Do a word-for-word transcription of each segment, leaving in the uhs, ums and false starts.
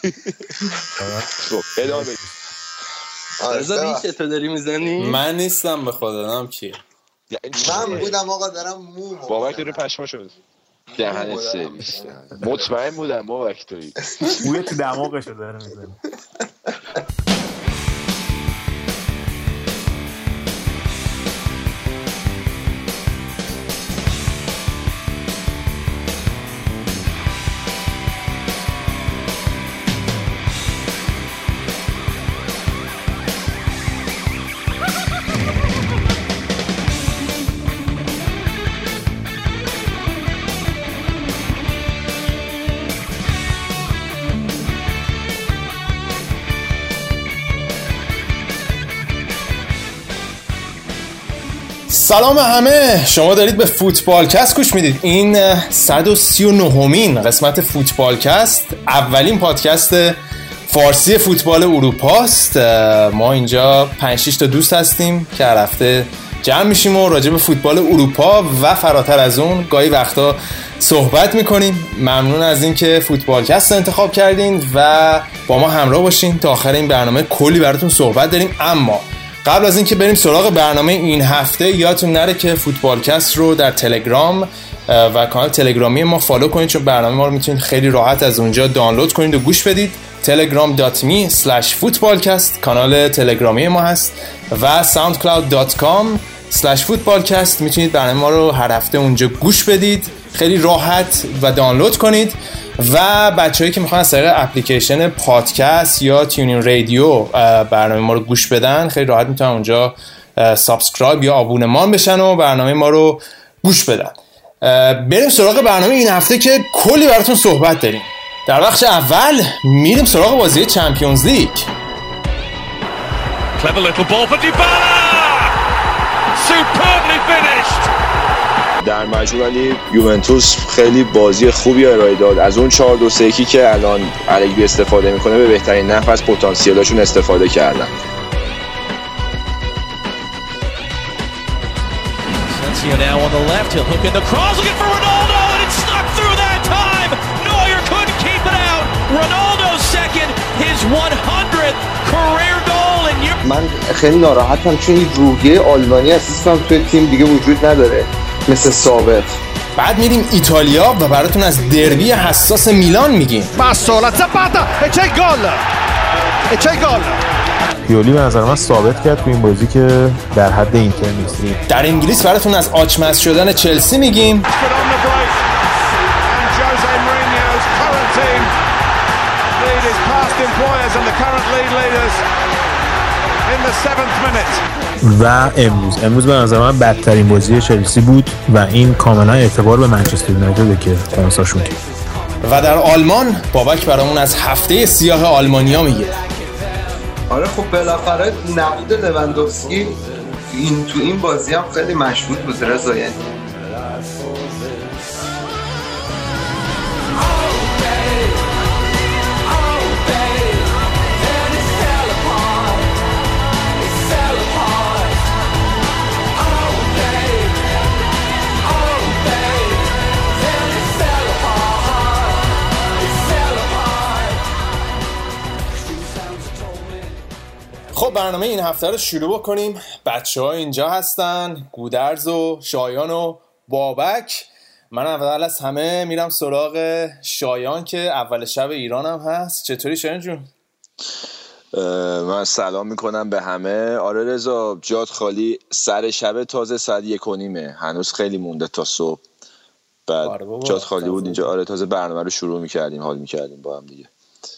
خب ادامه بدید. آرزا بیشه تو داری میزنی؟ من نیستم به خدا نام کیه. من بودم آقا دارم مو بابک داره پشما شد دهنت سرویس. مطمئن بودم بابک تویی بوی تو دماغشو داره میزنه. سلام همه، شما دارید به فوتبالکست گوش میدید. این صد و سی و نهمین قسمت فوتبالکست، اولین پادکست فارسی فوتبال اروپاست. ما اینجا پنج شش تا دوست هستیم که هر هفته جمع میشیم و راجع به فوتبال اروپا و فراتر از اون گاهی وقتا صحبت میکنیم. ممنون از این که فوتبالکست انتخاب کردین و با ما همراه باشین تا آخر این برنامه. کلی براتون صحبت داریم، اما قبل از اینکه بریم سراغ برنامه این هفته، یادتون نره که فوتبالکست رو در تلگرام و کانال تلگرامی ما فالو کنید، چون برنامه ما رو میتونید خیلی راحت از اونجا دانلود کنید و گوش بدید. telegram dot me slash footballcast کانال تلگرامی ما هست و soundcloud dot com slash footballcast میتونید برنامه ما رو هر هفته اونجا گوش بدید، خیلی راحت و دانلود کنید. و بچه‌هایی که میخوان از طریق اپلیکیشن پادکست یا تیونین رادیو برنامه ما رو گوش بدن، خیلی راحت میتونن اونجا سابسکرایب یا آبونمان بشن و برنامه ما رو گوش بدن. بریم سراغ برنامه این هفته که کلی براتون صحبت داریم. در بخش اول میریم سراغ بازی چمپیونز لیگ. Clever little ball for Dybala. Superbly finished. در مجموع ولی یوونتوس خیلی بازی خوبی ارائه داد. از اون چهار دو سه یک که الان الگری استفاده میکنه به بهترین نحو از پتانسیلشون استفاده کردن. Sensio now on the left, he'll hook in the cross, looking for Ronaldo, and it's stuck through that time. Neuer couldn't keep it out. Ronaldo's second, his one hundredth career goal in Europe. من خیلی ناراحتم چون این روحیه آلمانی اساساً توی تیم دیگه وجود نداره مثل سابق. بعد میریم ایتالیا و براتون از دربی حساس میلان میگیم. Passo la Zapata e c'è il gol. E c'è il gol. پیولی به نظر من ثابت کرد تو این بازی که در حد اینتر نیست. در انگلیس براتون از آچمز شدن چلسی میگیم. و امروز امروز به نظر من بدترین بازی چلسی بود و این کاملا اعتبار به منچستر یونایتد که فرانسه‌شون کرد. و در آلمان بابک برامون از هفته سیاه آلمانیا میگه. آره خب بالاخره نبود لواندوفسکی این تو این بازی هم خیلی مشهود بود رضا. یعنی خب برنامه این هفته رو شروع بکنیم. بچه ها اینجا هستن، گودرز و شایان و بابک. من اول از همه میرم سراغ شایان که اول شب ایران هم هست. چطوری شایان جون؟ من سلام میکنم به همه. آره رضا جات خالی، سر شب تازه ساعت یک و نیمه، هنوز خیلی مونده تا صبح. بعد آره جات خالی بود اینجا. آره تازه برنامه رو شروع میکردیم، حال میکردیم با هم دیگه.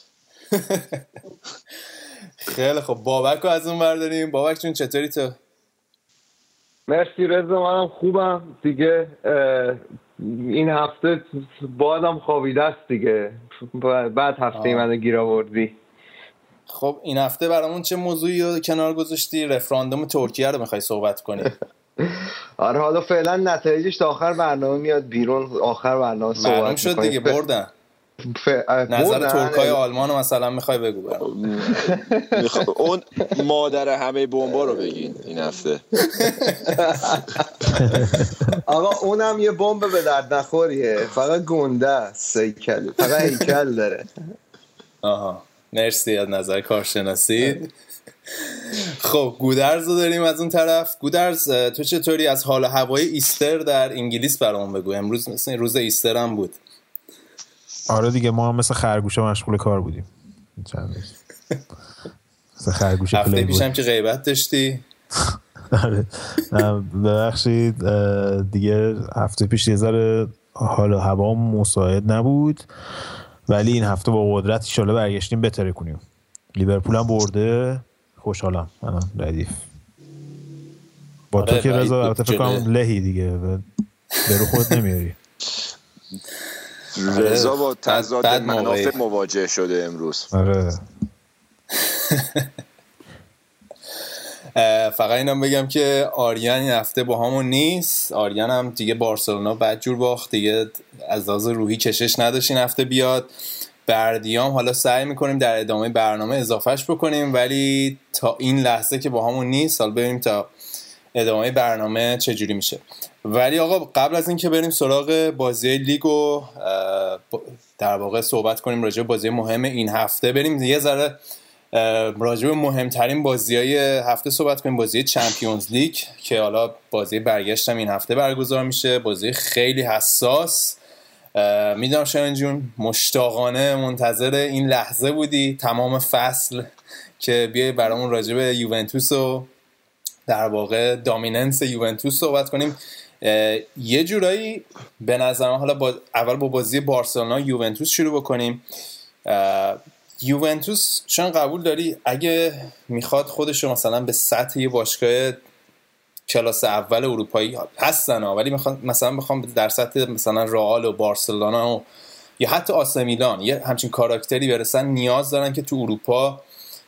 خیلی خب بابک رو از اون برداریم. بابک جون چطوری تو؟ مرسی رضا، منم خوبم دیگه. این هفته بادم خوابیده است دیگه، بعد هفته منو گیر آوردی. خب این هفته برامون چه موضوعی رو کنار گذاشتی؟ رفراندوم ترکیه رو میخوای صحبت کنی؟ آره حالا فعلا نتایجش تا آخر برنامه میاد بیرون، آخر برنامه صحبت میکنیم. معلوم شد دیگه بردن. ف... نظر ترکای آلمان رو مثلا میخوای بگو برام. اون مادر همه بمبا رو بگین این هفته. آقا اونم یه بمب به درد نخوریه، فقط گنده است، هیکل، فقط هیکل داره. آها مرسی از نظر کارشناسی. خب گودرز رو داریم از اون طرف. گودرز تو چطوری؟ از حال و هوای ایستر در انگلیس برامون بگو. امروز مثل روز ایستر هم بود. آره دیگه ما هم مثل خرگوشه مشغول کار بودیم چند روز. مثل خرگوشه هفته پیشم که غیبت داشتی. آره ببخشید دیگه هفته پیش یه ذره حال و هوا مساعد نبود، ولی این هفته با قدرت ان شاءالله برگشتیم بهتره کنیم. لیورپول هم برده، خوشحالم منم ردیف با تو که رضا البته فکر کنم لهی دیگه برو خود نمیاری. رضا با تضاد منافع مواجه شده امروز. آره فقط اینم بگم که آریان این هفته با همون نیست. آریان هم دیگه بارسلونا بدجور باخت، دیگه از لحاظ روحی کشش نداشت این هفته بیاد. بردیام حالا سعی میکنیم در ادامه برنامه اضافهش بکنیم، ولی تا این لحظه که با همون نیست. حالا ببینیم تا ادامه برنامه چجوری میشه. ولی آقا قبل از این که بریم سراغ بازی لیگ و در واقع صحبت کنیم راجع به بازی مهم این هفته، بریم یه ذره راجع به مهمترین بازی‌های هفته صحبت کنیم. بازی چمپیونز لیگ که حالا بازی برگشتم این هفته برگزار میشه، بازی خیلی حساس. میدونم شاهین جون مشتاقانه منتظر این لحظه بودی تمام فصل که بیای برامون راجع به یوونتوس و در واقع دامیننس یوونتوس صحبت کنیم. یه جورایی به نظر من حالا با اول با بازی بارسلونا یوونتوس شروع بکنیم. یوونتوس چون قبول داری اگه میخواد خودش رو مثلا به سطح یه باشگاه کلاس اول اروپایی هستن ها، ولی میخوام مثلا بخوام در سطح مثلا رئال و بارسلونا و یا حتی آسه میلان یه همچین کاراکتری برسن، نیاز دارن که تو اروپا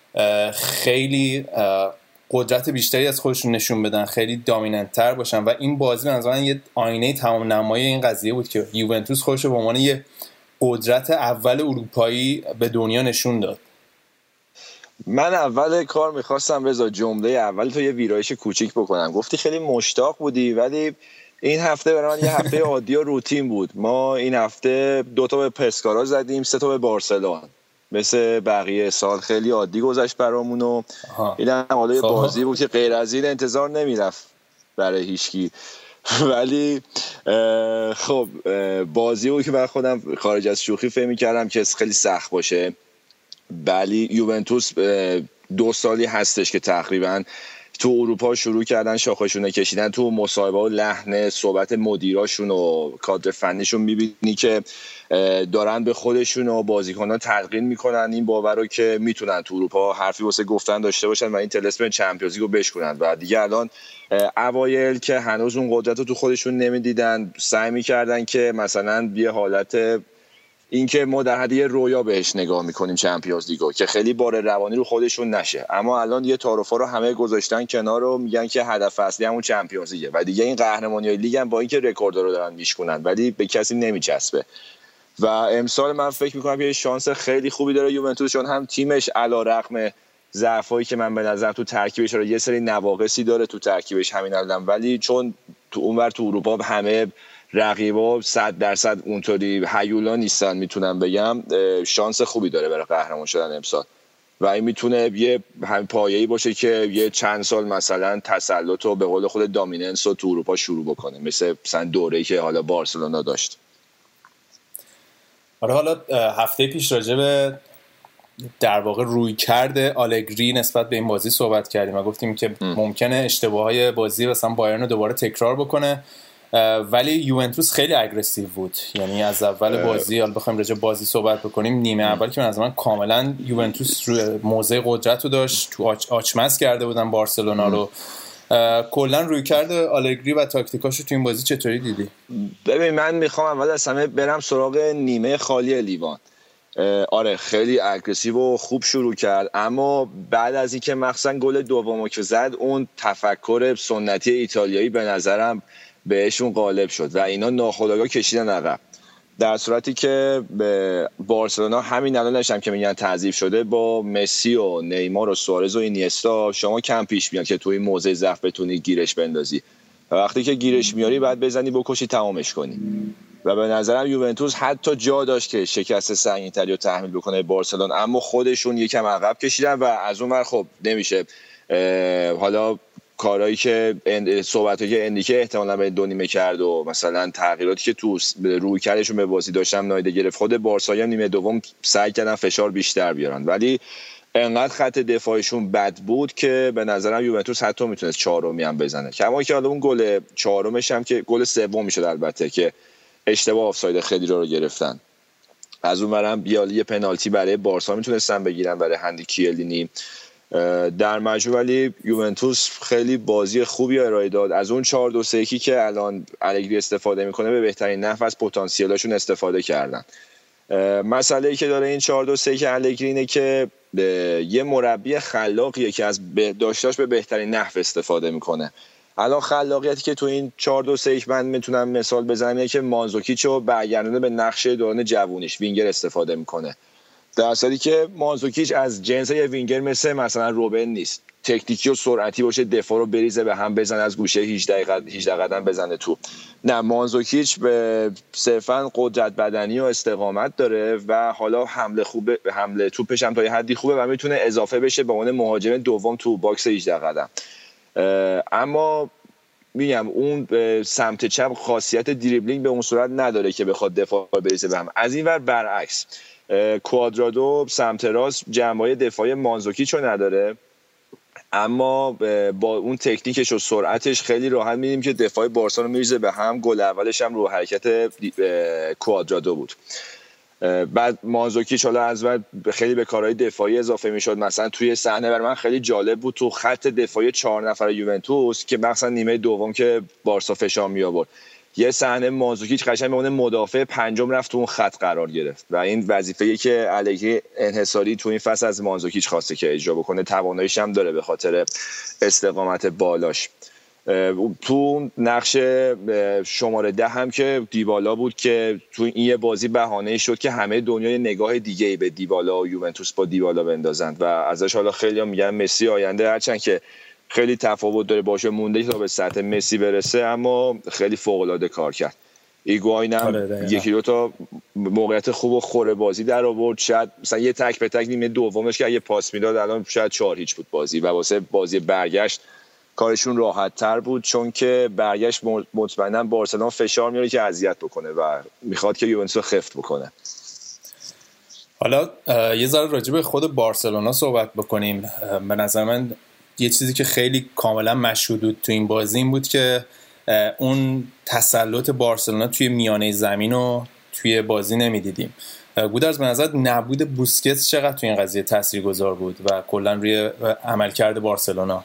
خیلی قدرت بیشتری از خودشون نشون بدن، خیلی دامیننت تر باشن. و این بازی مثلا یه آینه تمام نمایی این قضیه بود که یوونتوس خودش رو به عنوان یه قدرت اول اروپایی به دنیا نشون داد. من اول کار میخواستم رضا جمله اول تو یه ویرایش کوچیک بکنم. گفتی خیلی مشتاق بودی، ولی این هفته برای من یه هفته عادی و روتین بود. ما این هفته دو تا به پسکارا زدیم، سه تا به بارسلون. مثل بقیه سال خیلی عادی گذشت برامون و این هم حالا یه بازی بود که غیر از این انتظار نمیرفت برای هیچکی. ولی خب بازی بود که من خودم خارج از شوخی فهم می‌کردم که خیلی سخت باشه. ولی یوونتوس دو سالی هستش که تقریباً تو اروپا شروع کردن شاخشونه کشیدن. تو مصاحبه و لحن صحبت مدیراشون و کادر فنیشون میبینی که دارن به خودشون و بازیکنان تلقین میکنن این باور رو که میتونن تو اروپا حرفی واسه گفتن داشته باشن و این طلسم چمپیونز لیگو بشکنن. و دیگه الان اوایل که هنوز اون قدرت رو تو خودشون نمیدیدن، سعی میکردن که مثلا یه حالت اینکه ما در حد یه رویا بهش نگاه میکنیم چمپیونز لیگو که خیلی بار روانی رو خودشون نشه، اما الان یه تعارفا رو همه گذاشتن کنار و میگن که هدف اصلی همون چمپیونز لیگه و دیگه این قهرمانی‌های لیگ هم با اینکه رکورد رو دارن میشکنن ولی به کسی نمیچسبه. و امسال من فکر میکنم یه شانس خیلی خوبی داره یوونتوس، چون هم تیمش علیرغم ضعفایی که من به نظر تو ترکیبش رو یه سری نواقصی داره تو ترکیبش همین الان، ولی چون تو اونور تو اروپا همه رقیبا صد درصد اونطوری هیولا نیستن، میتونم بگم شانس خوبی داره برای قهرمان شدن امسال و این میتونه یه هم پایه‌ای باشه که یه چند سال مثلا تسلط و به قول خود دامیننس رو تو اروپا شروع بکنه، مثل مثلا دوره‌ای که حالا بارسلونا داشت. آره حالا هفته پیش راجع به در واقع روی کرده آلگری نسبت به این بازی صحبت کردیم و گفتیم که م. ممکنه اشتباههای بازی مثلا بایرن رو دوباره تکرار بکنه، ولی یوونتوس خیلی اگریسیو بود. یعنی از اول بازی حالا بخوایم راجع بازی صحبت بکنیم، نیمه اول که من از من کاملا یوونتوس روی موضع قدرت رو داشت، تو آچ آچمز کرده بودن بارسلونا رو. کلا روی کرده آلگری و تاکتیکاشو تو این بازی چطوری دیدی؟ ببین من میخوام اول از همه برم سراغ نیمه خالی لیوان. آره خیلی اگریسیو و خوب شروع کرد، اما بعد از اینکه مخصوصا گل دومو که زد اون تفکر سنتی ایتالیایی به نظرم بهشون غالب شد و اینا ناخودآگاه کشیدن عقب، در صورتی که به بارسلونا همین الان نشم که میگن تعذیب شده با مسی و نیمار و سوارز و اینیستا شما کم پیش میاد که توی این موضع ضعف بتونی گیرش بندازی و وقتی که گیرش میاری بعد بزنی بکشی تمامش کنی و به نظرم یوونتوس حتی جا داشت که شکست سنگین‌تری رو تحمیل بکنه بارسلون، اما خودشون یکم عقب کشیدن و از اون ور خب نمیشه حالا کارهایی که صحبتایی که اندیکه احتمالاً به دو نیمه کرد و مثلا تغییراتی که تو روی کردشون به بازی داشتم نایده گرفت. خود بارسا هم نیمه دوم سعی کردن فشار بیشتر بیارن ولی انقدر خط دفاعشون بد بود که به نظرم یوونتوس حتی میتونست چهارمی هم بزنه. کما که حالا اون گل چهارمش هم که گل سوم میشد البته که اشتباه آفساید خیلی رو گرفتن. از اون برم یه پنالتی برای بارسا میتونستن بگیرن برای هندی کیلینی در مجموع، ولی یوونتوس خیلی بازی خوبی ارائه داد. از اون چهار دو سه یک که الان الگری استفاده میکنه به بهترین نحو از پتانسیلاشون استفاده کردن. مسئله‌ای که داره این چهار دو سه یک الگری اینه که یه مربی خلاقیه که از داشتاش به بهترین نحو استفاده میکنه. الان خلاقیتی که تو این چهار دو سه یک من میتونم مثال بزنم اینه که مانزوکیچو برگردونه به نقشه دوران جوونیش وینگر استفاده میکنه، در حالی که مانزوکیچ از جنس یه وینگر مثل مثلا روبن نیست، تکنیکی و سرعتی باشه دفاع رو بریزه به هم بزنه از گوشه هجده قدم بزنه تو. نه، مانزوکیچ به صرفا قدرت بدنی و استقامت داره و حالا حمله خوبه، حمله توپش هم تا یه حدی خوبه و میتونه اضافه بشه به عنوان مهاجم دوم تو باکس هجده قدم. اما میگم اون سمت چپ خاصیت دریبلینگ به اون صورت نداره که بخواد دفاع بریزه به هم. از این ور برعکس کوادرادو سمت راست جنبه‌های دفاعی مانزوکیچ رو نداره، اما با اون تکنیکش و سرعتش خیلی راحت می‌بینیم که دفاع بارسا رو میریزه به هم. گل اولش هم رو حرکت کوادرادو بود. بعد مانزوکیچ حالا از بعد خیلی به کارهای دفاعی اضافه میشد. مثلا توی صحنه برای من خیلی جالب بود تو خط دفاعی چهار نفر یوونتوس که مثلا نیمه دوم که بارسا فشار می آورد، یه صحنه مانزوکیچ قشنگ به اون مدافع پنجم رفت تو اون خط قرار گرفت و این وظیفه‌ای که الگری انحصاری تو این فصل از مانزوکیچ خواسته که اجرا بکنه. تواناییش هم داره به خاطر استقامت بالاش. تو نقش شماره ده هم که دیبالا بود که تو این یه بازی بهانه‌ای شد که همه دنیا نگاه دیگه‌ای به دیبالا و یوونتوس با دیبالا بندازند و ازش حالا خیلی هم میگن مسی آینده، هرچند که خیلی تفاوت داره باشه مونده تا به سطح مسی برسه، اما خیلی فوق‌العاده کار کرد. ایگواین هم یکی دو تا موقعیت خوب و خوره بازی در آورد. شاید مثلا یه تک به تک نیمه دومش که اگه پاس میداد الان شاید چهار هیچ بود بازی و واسه بازی برگشت کارشون راحت تر بود، چون که برگشت مطمئنا بارسلون فشار میاره که اذیت بکنه و میخواد که یوونتوس خفت بکنه. حالا یه ذره راجع به خود بارسلونا صحبت بکنیم. به نظر من یه چیزی که خیلی کاملا مشهود بود تو این بازی این بود که اون تسلط بارسلونا توی میانه زمین رو توی بازی نمیدیدیم. گودرز به نظر نبود بوسکتس چقدر توی این قضیه تاثیرگذار بود و کلا روی عملکرد بارسلونا؟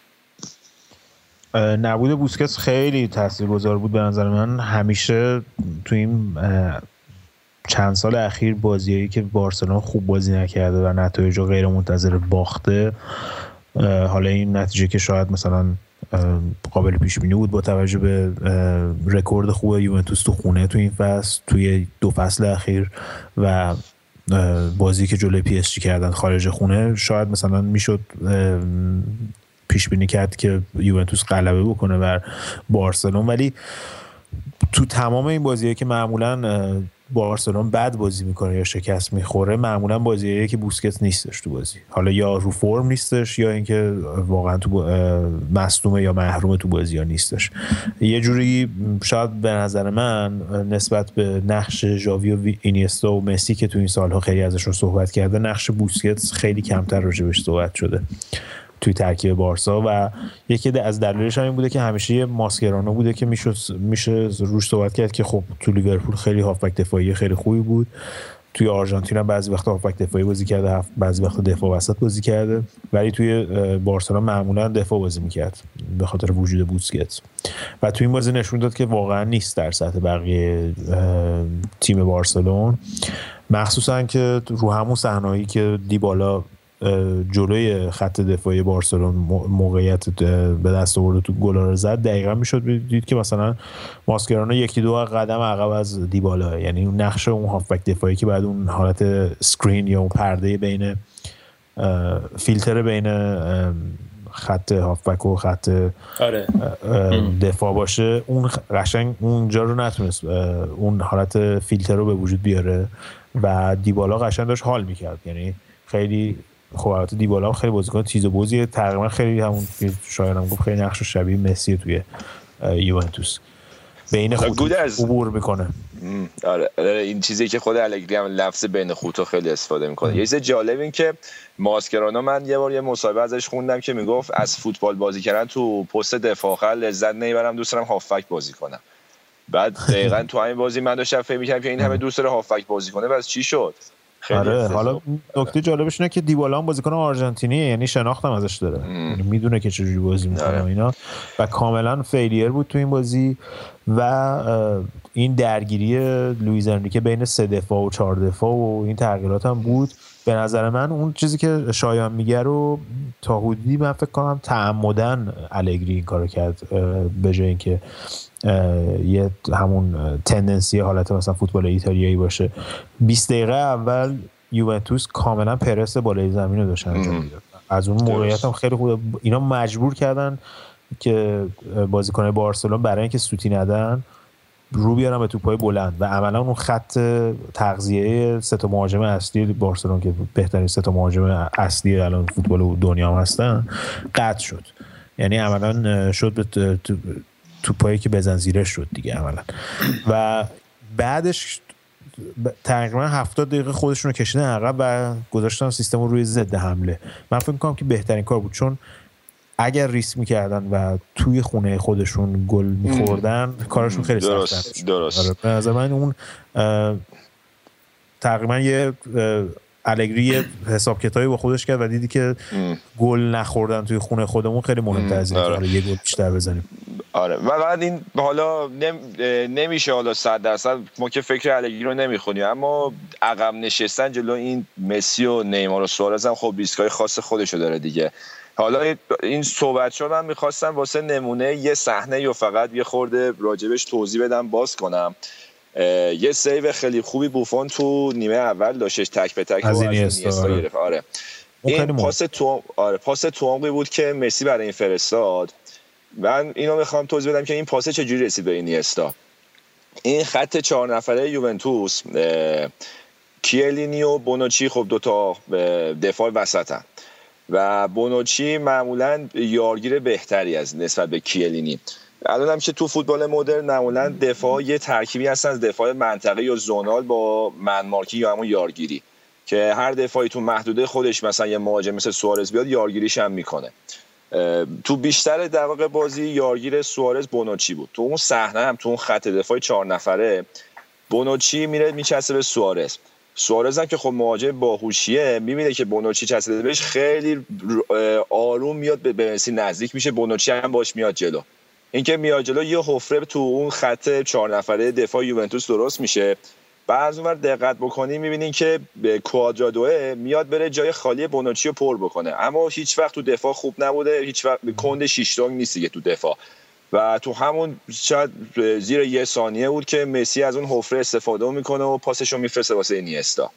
نبود بوسکتس خیلی تاثیرگذار بود به نظر من. همیشه تو این چند سال اخیر بازیایی که بارسلونا خوب بازی نکرده و نتایج غیر منتظره باخته، حالا این نتیجه که شاید مثلا قابل پیش بینی بود با توجه به رکورد خوب یوونتوس تو خونه تو این فصل، توی دو فصل اخیر و بازی که جلوی پی اس جی کردن خارج خونه، شاید مثلا میشد پیش بینی کرد که یوونتوس غلبه بکنه بر بارسلون. ولی تو تمام این بازیایی که معمولا بارسلون بد بازی میکنه یا شکست میخوره، معمولا بازیایی که بوسکت نیستش تو بازی، حالا یا رو فرم نیستش یا اینکه واقعا تو مصدومه یا محروم تو بازی ها نیستش. یه جوری شاید به نظر من نسبت به نقش ژاوی و اینیستا و مسی که تو این سالها خیلی ازشون صحبت کرده، نقش بوسکت خیلی کمتر راجبش صحبت شده توی ترکیب بارسا و یکی از دلایلش این بوده که همیشه یه ماسکرانو بوده که میشه میشه روش صحبت کرد که خب تو لیورپول خیلی هافبک دفاعی خیلی خوبی بود، توی آرژانتین هم بعضی وقتا هافبک دفاعی بازی کرده، بعضی وقتا دفاع وسط بازی کرده، ولی توی بارسلونا معمولا دفاع بازی میکرد به خاطر وجود بوسکت و توی این بازی نشون داد که واقعا نیست در سطح بقیه تیم بارسلون، مخصوصا که رو همون صحنه‌ای که دیبالا جلوی خط دفاعی بارسلون موقعیت به دست آورد تو گل رو زد، دقیقاً میشد دید که مثلا ماسکرانو یکی دو قدم عقب از دیبالا، یعنی اون نقش اون هافبک دفاعی که بعد اون حالت اسکرین یا اون پرده بین فیلتر بین خط هافبک و خط آره. دفاع باشه، اون قشنگ اونجا رو نتونست اون حالت فیلتر رو به وجود بیاره و دیبالا قشنگ داشت حال میکرد. یعنی خیلی خب البته دیبالا خیلی بازیکن تیز و بوزیه، تقریبا خیلی همون شاید هم گفت خیلی نقش شبیه مسی توی یوونتوس بین خطوط عبور میکنه. آره این چیزی که خود الگری هم لفظ بین خطوط خیلی استفاده میکنه. یه چیز جالب این که ماسکرانا، من یه بار یه مصاحبه ازش خوندم که میگفت از فوتبال بازی کردن تو پست دفاع لذت نمیبرم، دوست دارم هافبک بازی کنم. بعد دقیقاً تو همین بازی من داشتم فکر می‌کردم که این همه دوست داره هافبک بازی کنه، بس چی شد؟ آره حالا نکته جالبش اینه که دیبالا هم بازیکن آرژانتینیه، یعنی شناختم ازش داره، یعنی میدونه که چجوری بازی میکنه اینا و کاملا فیلیر بود تو این بازی. و این درگیری لوئیز انریکه بین سه دفاع و چهار دفاع و این تغییرات هم بود. به نظر من اون چیزی که شایان میگه رو تا حدودی من فکر کنم تعمدن الگری این کارو کرد، به جای اینکه یه همون تندنسی حالت مثلا فوتبال ایتالیایی باشه. بیست دقیقه اول یوونتوس کاملا پرس بالای زمین رو داشت انجام میداد. از اون موقعیت هم خیلی خوب اینا مجبور کردن که بازیکن بارسلون برای اینکه سوتی ندن رو بیارن به توپای بلند و عملا اون خط تغذیه سه تا مهاجم اصلی بارسلون که بهترین سه تا مهاجم اصلی الان فوتبال دنیا هم هستن قطع شد. یعنی عملا شد به توپایی که بزن زیرش شد دیگه عملا. و بعدش تقریبا هفتاد دقیقه خودشون رو کشیدن عقب و گذاشتن سیستم رو روی ضد حمله. من فکر می‌کنم که بهترین کار بود، چون اگر ریسک میکردن و توی خونه خودشون گل میخوردن کارشون خیلی سخت بود. درست. به نظر من اون تقریبا یه الگری حساب کتابی با خودش کرد و دیدی که گل نخوردن توی خونه خودمون خیلی مهم‌تر از اینه که یه گل بیشتر بزنیم. آره و بعد این حالا نم... نمیشه حالا صد درصد ما که فکر الگری رو نمیخونیم، اما عقب نشستن جلو این مسی و نیمار و سوارز هم خب ریسکای خاص خودشو داره دیگه. حالا این صحبت شد، من میخواستم واسه نمونه یه صحنه یا فقط یه خورده راجبش توضیح بدم باز کنم. یه سیو خیلی خوبی بوفون تو نیمه اول داشتش، تک به تک از اینیستا گرفت. آره این پاس تو آره پاس تو عمقی بود که مسی برای این فرستاد. من اینو میخوام توضیح بدم که این پاس چجوری رسید به اینیستا. این خط چهار نفره یوونتوس کیلینی و بونوچی خب دوتا دفاع وسطن و بونوچی معمولا یارگیر بهتری از نسبت به کیلینی. الان هم که تو فوتبال مدرن معمولا دفاع یه ترکیبی هستن از دفاع منطقه یا زونال با منمارکی یا همون یارگیری که هر دفاعی تو محدوده خودش مثلا یه مهاجم مثل سوارز بیاد یارگیریش هم میکنه. تو بیشتر در واقع بازی یارگیر سوارز بونوچی بود. تو اون صحنه هم تو اون خط دفاع چهار نفره بونوچی میره میچسبه به سوارز. سوارز هم که خب مهاجم باهوشیه، میبینه که بونوچی چسبیده بهش، خیلی آروم میاد به مسی نزدیک میشه، بونوچی هم باش میاد جلو. اینکه میاد جلو یه حفره تو اون خط چهار نفره دفاع یوونتوس درست میشه. بعد از اونور دقت بکنی میبینین که کوادرادوه میاد بره جای خالی بونوچی رو پر بکنه، اما هیچ وقت تو دفاع خوب نبوده، هیچ وقت کند شیشتونگ نیست دیگه تو دفاع. و تو همون شاید زیر یه ثانیه بود که مسی از اون حفره استفاده میکنه و پاسشو میفرسته واسه اینیستا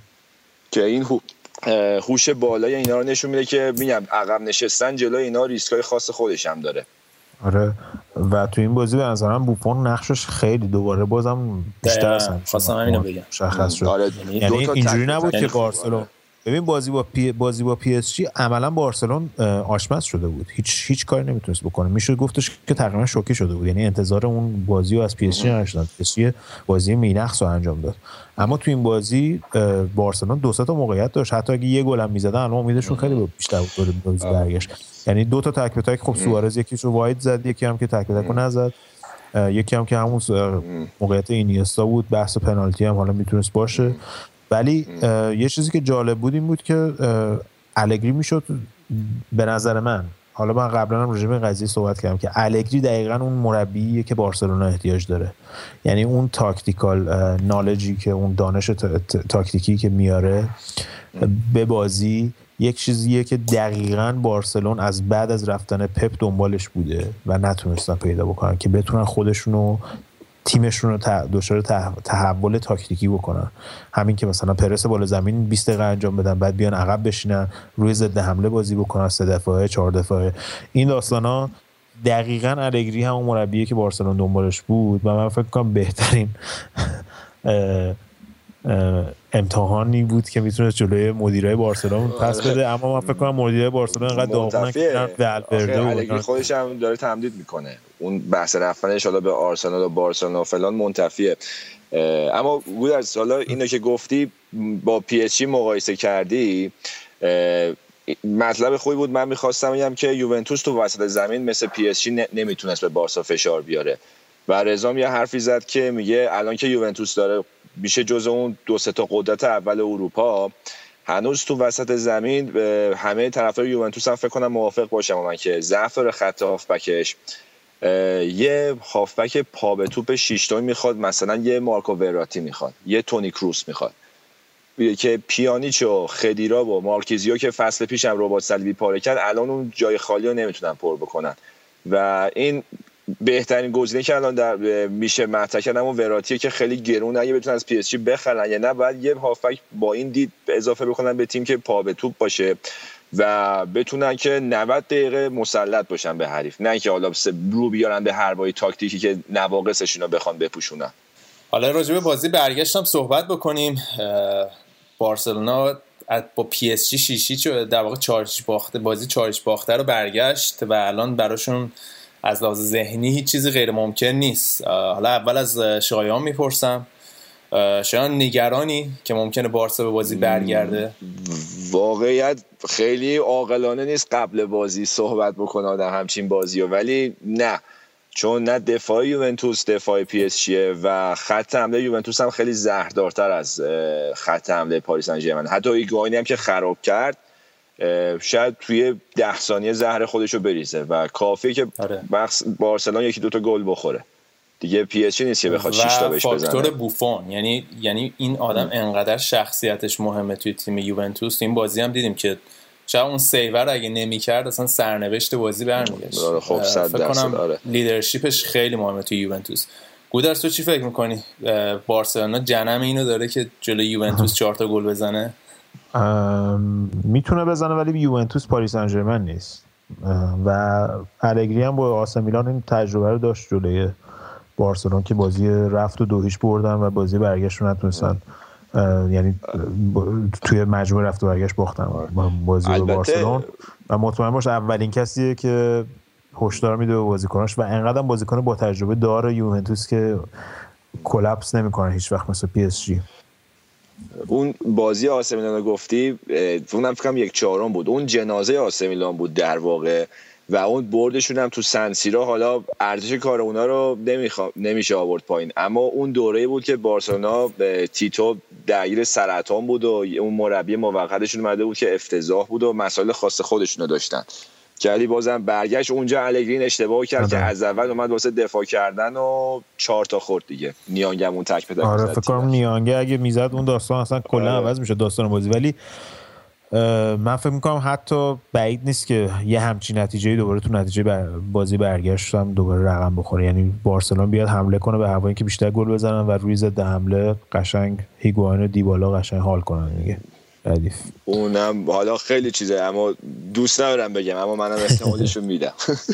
که این هوش بالای اینا رو نشون میده که میگم عقب نشستن جلوی اینا ریسکای خاص خودش هم داره. آره و تو این بازی به نظرم بوفون نقشش خیلی دوباره بازم بیشتر اصلا خواستم همینو بگم مشخص شد. آره یعنی اینجوری نبود که بارسلون ببین بازی با پی بازی با پی اس جی عملا بارسلون آشپز شده بود، هیچ هیچ کاری نمیتونست بکنه، میشد گفتش که تقریبا شوکه شده بود. یعنی انتظار اون بازی رو از پی اس جی نداشتن، پی اس جی بازی مینقص رو انجام داد. اما تو این بازی بارسلون دو سه تا موقعیت داشت، حتی اگه یه گل هم میزدن الان امیدشون خیلی بیشتر بود بازی برگشت. یعنی دو تا تک به تک خب سوارز یکیشو واید زد، یکی هم که تک به تکو نزد، یکی هم که همون موقعیت اینیستا بود، بحث پنالتی هم حالا میتونست باشه. ولی یه چیزی که جالب بود این بود که الگری میشد به نظر من، حالا من قبلا هم راجع به این قضیه صحبت کردم که الگری دقیقاً اون مربیه که بارسلونا احتیاج داره. یعنی اون تاکتیکال نالجی که اون دانش تاکتیکی که میاره به بازی یک چیزیه که دقیقاً بارسلون از بعد از رفتن پپ دنبالش بوده و نتونستن پیدا بکنن که بتونن خودشونو تیمشون رو دچار تحول تاکتیکی بکنن. همین که مثلا پرس بالا زمین بیست دقیقه انجام بدن، بعد بیان عقب بشینن روی ضد حمله بازی بکنن، سه دفاعه چهار دفاعه. این داستانا دقیقاً الگری همون مربیه که بارسلون دنبالش بود و من فکر کنم بهترین امتحانی بود که میتونه جلوی مدیرای بارسلون پس بده. اما من فکر کنم مدیرای بارسلون انقدر داغونن که والورده الگری خودش هم داره تمدید میکنه. اون بحث رفتنش حالا به آرسنال و بارسلونا و فلان منتفیه. اما گودرز حالا اینو که گفتی با پی اس جی مقایسه کردی، مطلب خوبی بود. من میخواستم بگم که یوونتوس تو وسط زمین مثل پی اس جی نمیتونست به بارسا فشار بیاره و رضا یه حرفی زد که میگه الان که یوونتوس داره میشه جزو اون دو سه تا قدرت اول اروپا، هنوز تو وسط زمین همه طرفدار یوونتوس هم فکر کنم موافق باشم من که ضعف داره خط هافبکش. یه هافبک پا به توپ شش تا میخواد، مثلا یه مارکو وراتی میخواد، یه تونی کروس میخواد که پیانیچ و خدیرا و مارکیزیو که فصل پیش هم رباط صلیبی پاره کرد الان اون جای خالی رو نمیتونن پر بکنن و این بهترین گزینه که الان در میشه مطرح کردن اون وراتیه که خیلی گرونه، اگه بتونن از پی اس جی بخرن یا نه باید یه هافبک با این دید اضافه بکنن به تیم که پا به توپ باشه و بتونن که نود دقیقه مسلط باشن به حریف، نه که حالا رو بیارن به حربای تاکتیکی که نواقصشون رو بخوان بپوشونن. حالا راجع به بازی برگشتم صحبت بکنیم. بارسلونا با پی اس جی شیشی در واقع چارج باخته، بازی چارج باخته رو برگشت و الان براشون از لحاظ ذهنی هیچ چیزی غیر ممکن نیست. حالا اول از شایان میپرسم، شایان نگرانی که ممکنه بارسا به بازی برگرده؟ واقعیت خیلی عاقلانه نیست قبل بازی صحبت بکنه در همچین بازیو، ولی نه، چون نه دفاع یوونتوس دفاع پی اس جی و خط حمله یوونتوس هم خیلی زهردارتر از خط حمله پاریس سن ژرمن. حتی ایگواینی هم که خراب کرد شاید توی ده ثانیه زهر خودشو بریزه و کافیه که آره. بارسلون یکی دوتا گل بخوره دیگه. پی اس جی نیست که بخواد شش تا بهش بزنه. و فاکتور بوفون، یعنی یعنی این آدم ام. انقدر شخصیتش مهمه توی تیم یوونتوس. این بازی هم دیدیم که شاید اون سیور اگه نمی‌کرد اصلا سرنوشت بازی برمیگشت. آره خب صد درصد آره. لیدرشپش خیلی مهمه توی یوونتوس. گودرز تو چی فکر می‌کنی؟ بارسلونا جنم اینو داره که جلوی یوونتوس چهار تا گل بزنه؟ میتونه بزنه ولی یوونتوس پاریس سن ژرمن نیست و الگری هم با آسه میلان این تجربه رو داشت جلوی بارسلون که بازی رفت و دو هیچ بردن و بازی برگشت رو نتونستن، یعنی توی مجموعه رفت و برگشت باختن بازی با بارسلون و مطمئن باش اولین کسیه که هشدار میده به بازیکناش و انقدر بازیکن با تجربه داره یوونتوس که کلاپس نمیکنه هیچ وقت مثل پی اس جی. اون بازی آسه میلان رو گفتی، اونم فکرم یک چهارم بود، اون جنازه آسه میلان بود در واقع و اون بردشون هم تو سن سیرو. حالا ارزش کار اونا رو نمیخوام نمیشه آورد پایین، اما اون دوره بود که بارسلونا تیتو درگیر سرطان بود و اون مربی موقتشون اومده بود که افتضاح بود و مسائل خاص خودشونو داشتن. جدی بازم برگشت اونجا الگری اشتباه کرد که از اول اومد واسه دفاع کردن و چهار تا خورد دیگه. نیانگمون تک به تک. آره فکر کنم نیانگه اگه میزد اون داستان اصلا کلا عوض میشه داستان بازی، ولی من فکر میکنم حتی بعید نیست که یه همچین نتیجه‌ای دوباره تو نتیجه بر بازی برگشت هم دوباره رقم بخوره. یعنی بارسلون بیاد حمله کنه به هوایی که بیشتر گل بزنن و روی ضد حمله قشنگ هیگواین و دیبالا قشنگ حال کنن دیگه. ردیف اونم حالا خیلی چیزه اما دوست ندارم بگم، اما منم احتمالشو میدم.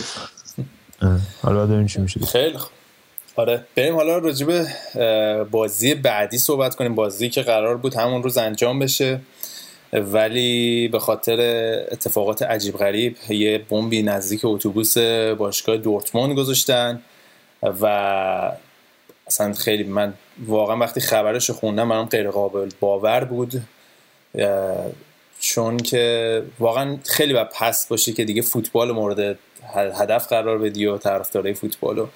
حالا ببینیم چی میشه. خیلی خوب. آره بریم حالا راجع به بازی بعدی صحبت کنیم. بازی که قرار بود همون روز انجام بشه ولی به خاطر اتفاقات عجیب غریب یه بمبی نزدیک اتوبوس باشگاه دورتموند گذاشتن و اصلا خیلی، من واقعا وقتی خبرش خوندم برام غیر قابل باور بود، چون که واقعا خیلی باید پست باشه که دیگه فوتبال مورد هدف قرار بدی و طرفدارای فوتبالو،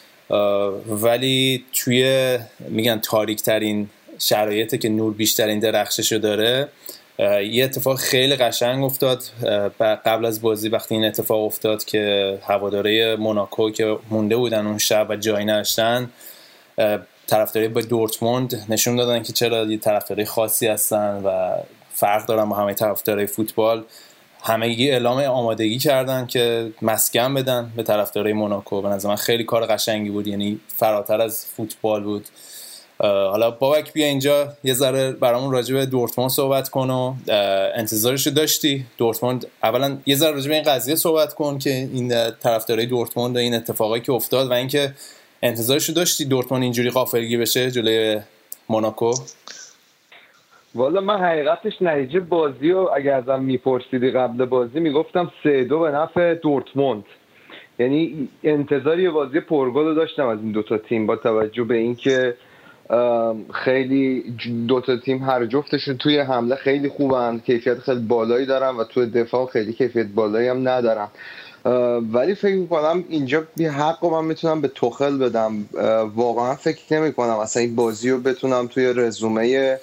ولی توی میگن تاریک ترین شرایطی که نور بیشترین درخششو داره یه اتفاق خیلی قشنگ افتاد قبل از بازی. وقتی این اتفاق افتاد که هواداره موناکو که مونده بودن اون شب و جایی نداشتن، طرفداری با دورتموند نشون دادن که چرا یه طرفداری خاصی هستن و فرق دارن با همه طرفدارای فوتبال. همگی اعلام آمادگی کردن که مسکن بدن به طرفدارای موناکو. به نظر من خیلی کار قشنگی بود، یعنی فراتر از فوتبال بود. حالا بابک بیا اینجا یه ذره برامون راجع به دورتموند صحبت کن و انتظارشو داشتی دورتموند. اولا یه ذره راجع به این قضیه صحبت کن که این طرفدارای دورتموند و این اتفاقایی که افتاد و اینکه انتظارشو داشتی دورتموند اینجوری غافلگیر بشه جلوی موناکو. والا من حقیقتش نتیجه بازی رو اگر ازم میپرسیدی قبل بازی میگفتم سه دو به نفع دورتموند، یعنی انتظار یه بازی پرگل داشتم از این دوتا تیم با توجه به اینکه خیلی دوتا تیم هر جفتشون توی حمله خیلی خوبن، کیفیت خیلی بالایی دارن و توی دفاع خیلی کیفیت بالایی هم ندارن. ولی فکر میکنم اینجا یه حق رو من میتونم به توخل بدم. واقعا فکر نمی کنم اصلا این بازی رو بتونم توی رزومه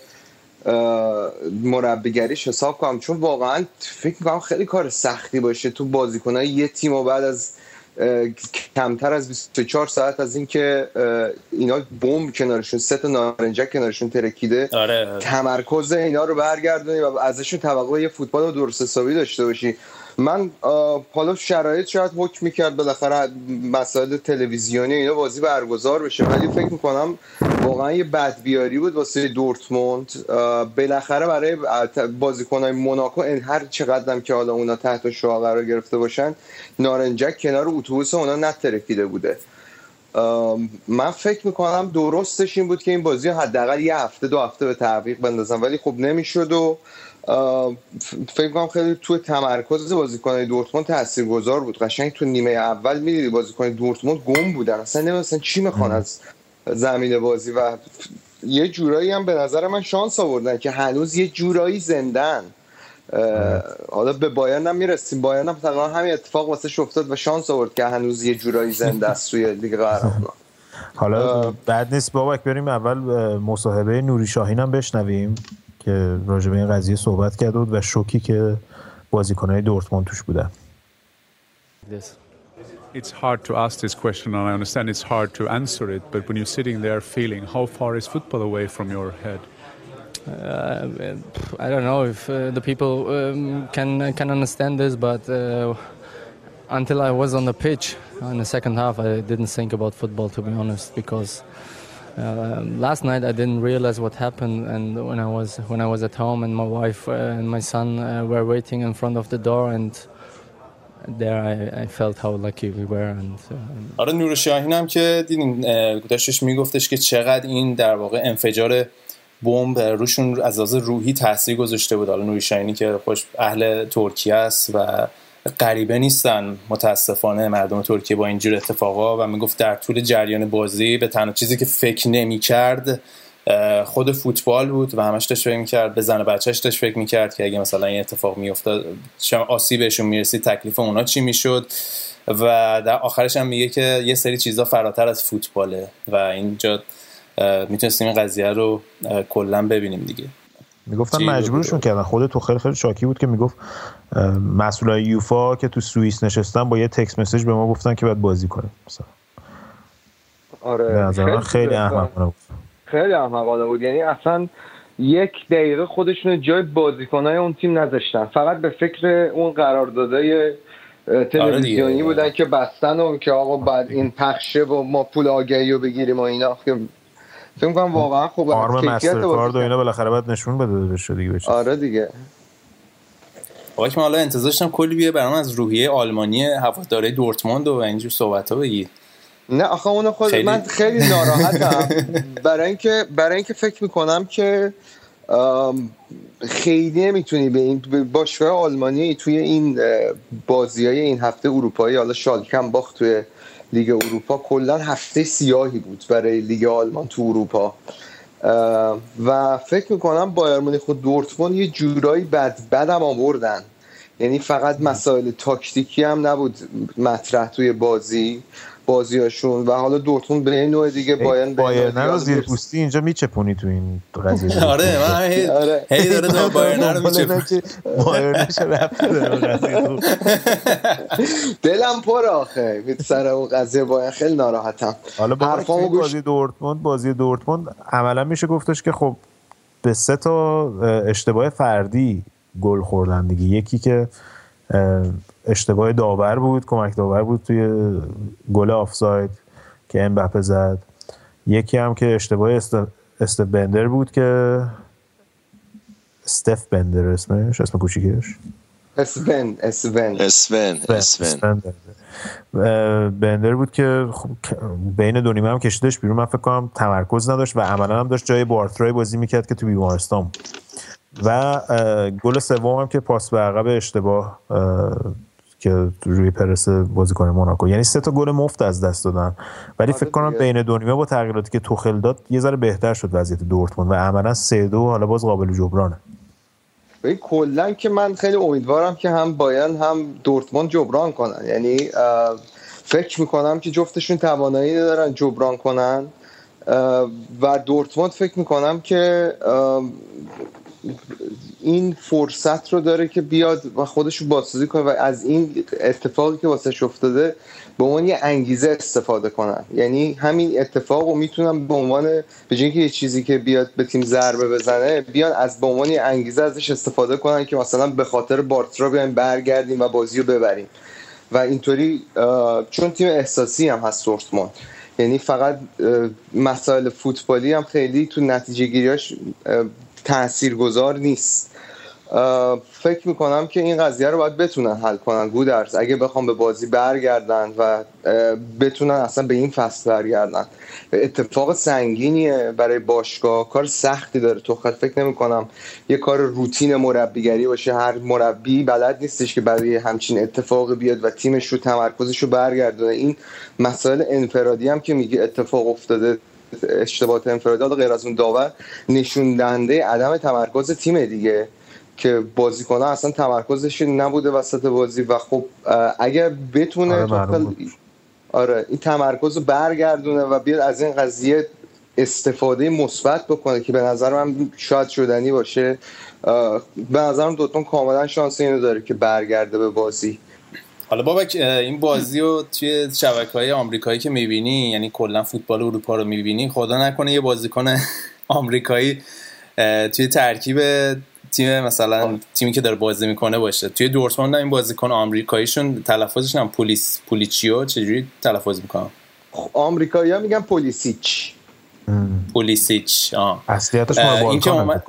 مربیگریش حساب کنم، چون واقعا فکر میکنم خیلی کار سختی باشه تو بازیکنای یه تیم و بعد از کمتر از بیست و چهار ساعت از این که اینا بمب کنارشون، سه تا نارنجک کنارشون ترکیده، آره. تمرکز اینا رو برگردونی و ازشون توقع یه فوتبال درست حسابی داشته باشی. من حالا شرایط شاید حکم میکرد بالاخره مسائل تلویزیونی اینا بازی برگزار بشه، ولی فکر میکنم واقعا یه بدبیاری بود واسه دورتموند. بالاخره برای بازیکنای موناکو هر چقدرم که حالا اونا تحت شعاع قرار گرفته باشن نارنجک کنار اتوبوس اونا نترکیده بوده. من فکر میکنم درستش این بود که این بازی حداقل یه هفته دو هفته به تعویق بندازن، ولی خب نمیشد و فکر کنم خیلی توی تمرکز بازیکنان دورتموند تاثیرگذار بود. قشنگ تو نیمه اول می‌دیدی بازیکنان دورتموند گم بودن، اصلا نمی‌دونن چی می‌خوان از زمین بازی و یه جورایی هم به نظر من شانس آوردن که هنوز یه جورایی زندن. حالا به بایرن هم میرسیم، بایرن هم تقریبا همین اتفاق واسش افتاد و شانس آورد که هنوز یه جورایی زنده است توی لیگ قهرمانان. حالا بعد نیست بابک بریم اول مصاحبه نوری شاهین هم بشنویم که راجع به این قضیه صحبت کرده بود و شوکی که بازیکن‌های دورتموند توش بودن. It's hard to ask this question and I understand it's hard to answer it, but when you're sitting there feeling, how far is football away from your head? Uh, I don't know if uh, the people um, can can understand this, but uh, until I was on the pitch in the second half, I didn't think about football, to be honest, because Uh, last night I didn't realize what happened, and when I was when I was at home and my wife uh, and my son uh, were waiting in front of the door, and there I, I felt how lucky we were. And آره نور شاهین هم که دیدین داشتش میگفتش که چقدر این در واقع انفجار بمب روشون از لحاظ روحی تاثیر گذاشته بود. حالا نور شاهینی که خوش اهل ترکیه است و غریبه نیستن متاسفانه مردم ترکیه با اینجور اتفاقا، و میگفت در طول جریان بازی به تنها چیزی که فکر نمی‌کرد خود فوتبال بود و همش داشت فکر می‌کرد به زن و بچه‌اش داشت فکر می‌کرد که اگه مثلا این اتفاق میافتاد چه آسیبی بهشون میرسید، تکلیف اونا چی میشد، و در آخرش هم میگه که یه سری چیزا فراتر از فوتباله و اینجا میتونستیم این قضیه رو کلا ببینیم دیگه. میگفتن مجبورشون کردن. خود تو خیلی خیلی شاکی بود که میگفت مسئولای یوفا که تو سوئیس نشستن با یه تکست مسیج به ما گفتن که باید بازی کنیم مثلا. آره به نظر من خیلی احمقانه بود. خیلی احمقانه بود، یعنی اصلا یک دقیقه خودشون جای بازیکنای اون تیم نذاشتن، فقط به فکر اون قراردادهای تلویزیونی بودن که بستن و که آقا بعد این پخشه و ما پول آگهی رو بگیریم و اینا. فکر می‌کنم واقعا خوب آرم مسترکارد و اینا بالاخره باید نشون بده بشه دیگه بشه. آره دیگه. آقا که من حالا انتظار داشتم کلی بیه برام از روحیه آلمانی هواداره دورتموند و اینجور صحبت‌ها بگید. نه آخه اون خود خیلی... من خیلی ناراحتم برای اینکه برای اینکه فکر می‌کنم که خیلی نمیتونی به این باشگاه آلمانی توی این بازی‌های این هفته اروپایی، حالا شالکه هم باخت توی لیگ اروپا، کلا هفته سیاهی بود برای لیگ آلمان تو اروپا و فکر میکنم بایر مونیخ و دورتموند یه جورایی بد بدم آوردن، یعنی فقط مسائل تاکتیکی هم نبود مطرح توی بازی بازیاشون و حالا دورتموند به این نوع دیگه بایرن بایرن رو زیر پوستی اینجا میچپونی تو این قضیه. آره من هی هی داره تو بایرن رو میچپونی. بایرن چه رفته داره قضیه. دلم پر آخه سر اون قضیه بایرن خیلی ناراحتم. حالا بازی دورتموند بازی دورتموند عملا میشه گفتش که خب به سه تا اشتباه فردی گل خوردن دیگه. یکی که اشتباه داور بود، کمک داور بود توی گل آفساید که امباپه زد. یکی هم که اشتباه است است بندر بود که استف بندر اسمش اسم کوچیکش اسفن اسفن اسفن اسفن بندر بود که بین دو نیمه هم کشیدش بیرون. من فکر کنم تمرکز نداشت و عملا هم داشت جای بارترای بازی میکرد که تو بیمارستان. و گل سوم هم که پاس به عقب اشتباه که روی پرس بازیکن موناکو، یعنی سه تا گل مفت از دست دادن. ولی فکر کنم بین دو نیمه با تغییراتی که توخل داد یه ذره بهتر شد وضعیت دورتموند و عملا سه دو حالا باز قابل جبرانه. ببین کلا که من خیلی امیدوارم که هم بایرن هم دورتموند جبران کنن، یعنی فکر میکنم که جفتشون توانایی دارن جبران کنن و دورتموند فکر میکنم که این فرصت رو داره که بیاد و خودشو بازسازی کنه و از این اتفاقی که واسش افتاده به عنوان یه انگیزه استفاده کنن. یعنی همین اتفاق رو میتونم به عنوان به جای اینکه یه چیزی که بیاد به تیم ضربه بزنه بیان از به عنوان یه انگیزه ازش استفاده کنن که مثلا به خاطر بارترا بیایم برگردیم و بازی رو ببریم. و اینطوری چون تیم احساسی هم هست دورتموند، یعنی فقط مسائل فوتبالی هم خیلی تو نتیجه گیریاش تاثیرگذار نیست. فکر میکنم که این قضیه رو باید بتونن حل کنن گودرز اگه بخوام به بازی برگردن و بتونن اصلا به این فصل برگردن. اتفاق سنگینیه برای باشگاه، کار سختی داره. تو خود فکر نمیکنم یه کار روتین مربیگری باشه، هر مربی بلد نیستش که برای همچین اتفاق بیاد و تیمش رو تمرکزش رو برگردونه. این مسائل انفرادی هم که میگه اتفاق افتاده، اشتباهات انفرادی غیر از اون داور، نشون دهنده عدم تمرکز تیم دیگه که بازیکن‌ها اصلا تمرکزش نبوده وسط بازی. و خب اگر بتونه آره, آره این تمرکز رو برگردونه و بیاد از این قضیه استفاده مثبت بکنه که به نظر من شاید شدنی باشه، به نظرم دورتموند کاملا شانس اینو داره که برگرده به بازی. حالا بابک این بازی رو توی شبکه‌های آمریکایی که می‌بینی، یعنی کلا فوتبال اروپا رو می‌بینی، خدا نکنه یه بازیکن آمریکایی توی ترکیب تیم مثلا آه. تیمی که داره بازی میکنه باشه. توی دورتموند این بازیکن آمریکاییشون تلفظش هم پولیس پولیچیو چجوری تلفظ میکنن؟ آمریکایی‌ها میگن پولیسیچ. پولیسیچ. آه. اصلیتش ما این که اومد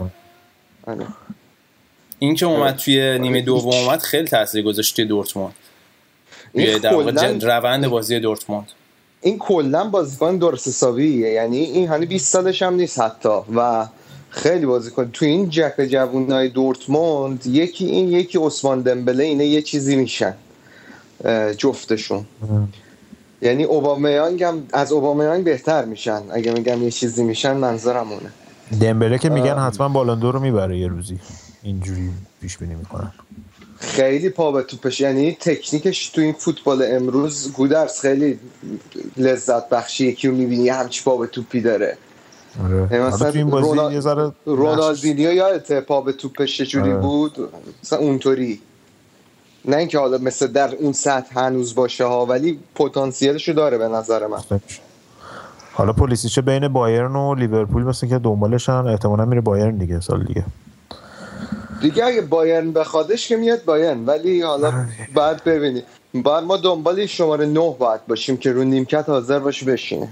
این که اومد توی نیمه دوم اومد خیلی تاثیر گذاشت توی دورتموند. یه در واقع روند بازی دورتموند. این کلا بازیکن درست حسابیه، یعنی این هنوز بیست سالش هم نیست حتی و خیلی بازیکن تو این جک جوونای دورتموند، یکی این یکی عثمان دمبله، اینه یه چیزی میشن جفتشون. یعنی اوبامیانگ هم از اوبامیانگ بهتر میشن. اگه میگم یه چیزی میشن منظورم اونه. دمبله که میگن حتما بالون دور رو میبره یه روزی، اینجوری پیش بینی میکنن. خیلی پا به توپش، یعنی تکنیکش تو این فوتبال امروز گودرز خیلی لذت بخشی. یکی رو میبینی همچی پا به توپی داره. آره. مثلا تو این بازی رونا... یه ذره رونالدینیو یادته پا به توپش چجوری آره. بود مثلا اونطوری، نه اینکه حالا مثل در اون سطح هنوز باشه ها، ولی پتانسیلشو داره به نظر من. حالا پولیسیچ بین بایرن و لیورپول مثلا که دنبالشن، احتمالاً میره بایرن دیگه سال دیگه. دیگه اگه بایرن بخوادش که میاد بایرن، ولی حالا بعد ببینیم. بعد ما دنبال شماره نه باید باشیم که رو نیمکت حاضر باشه بشینه.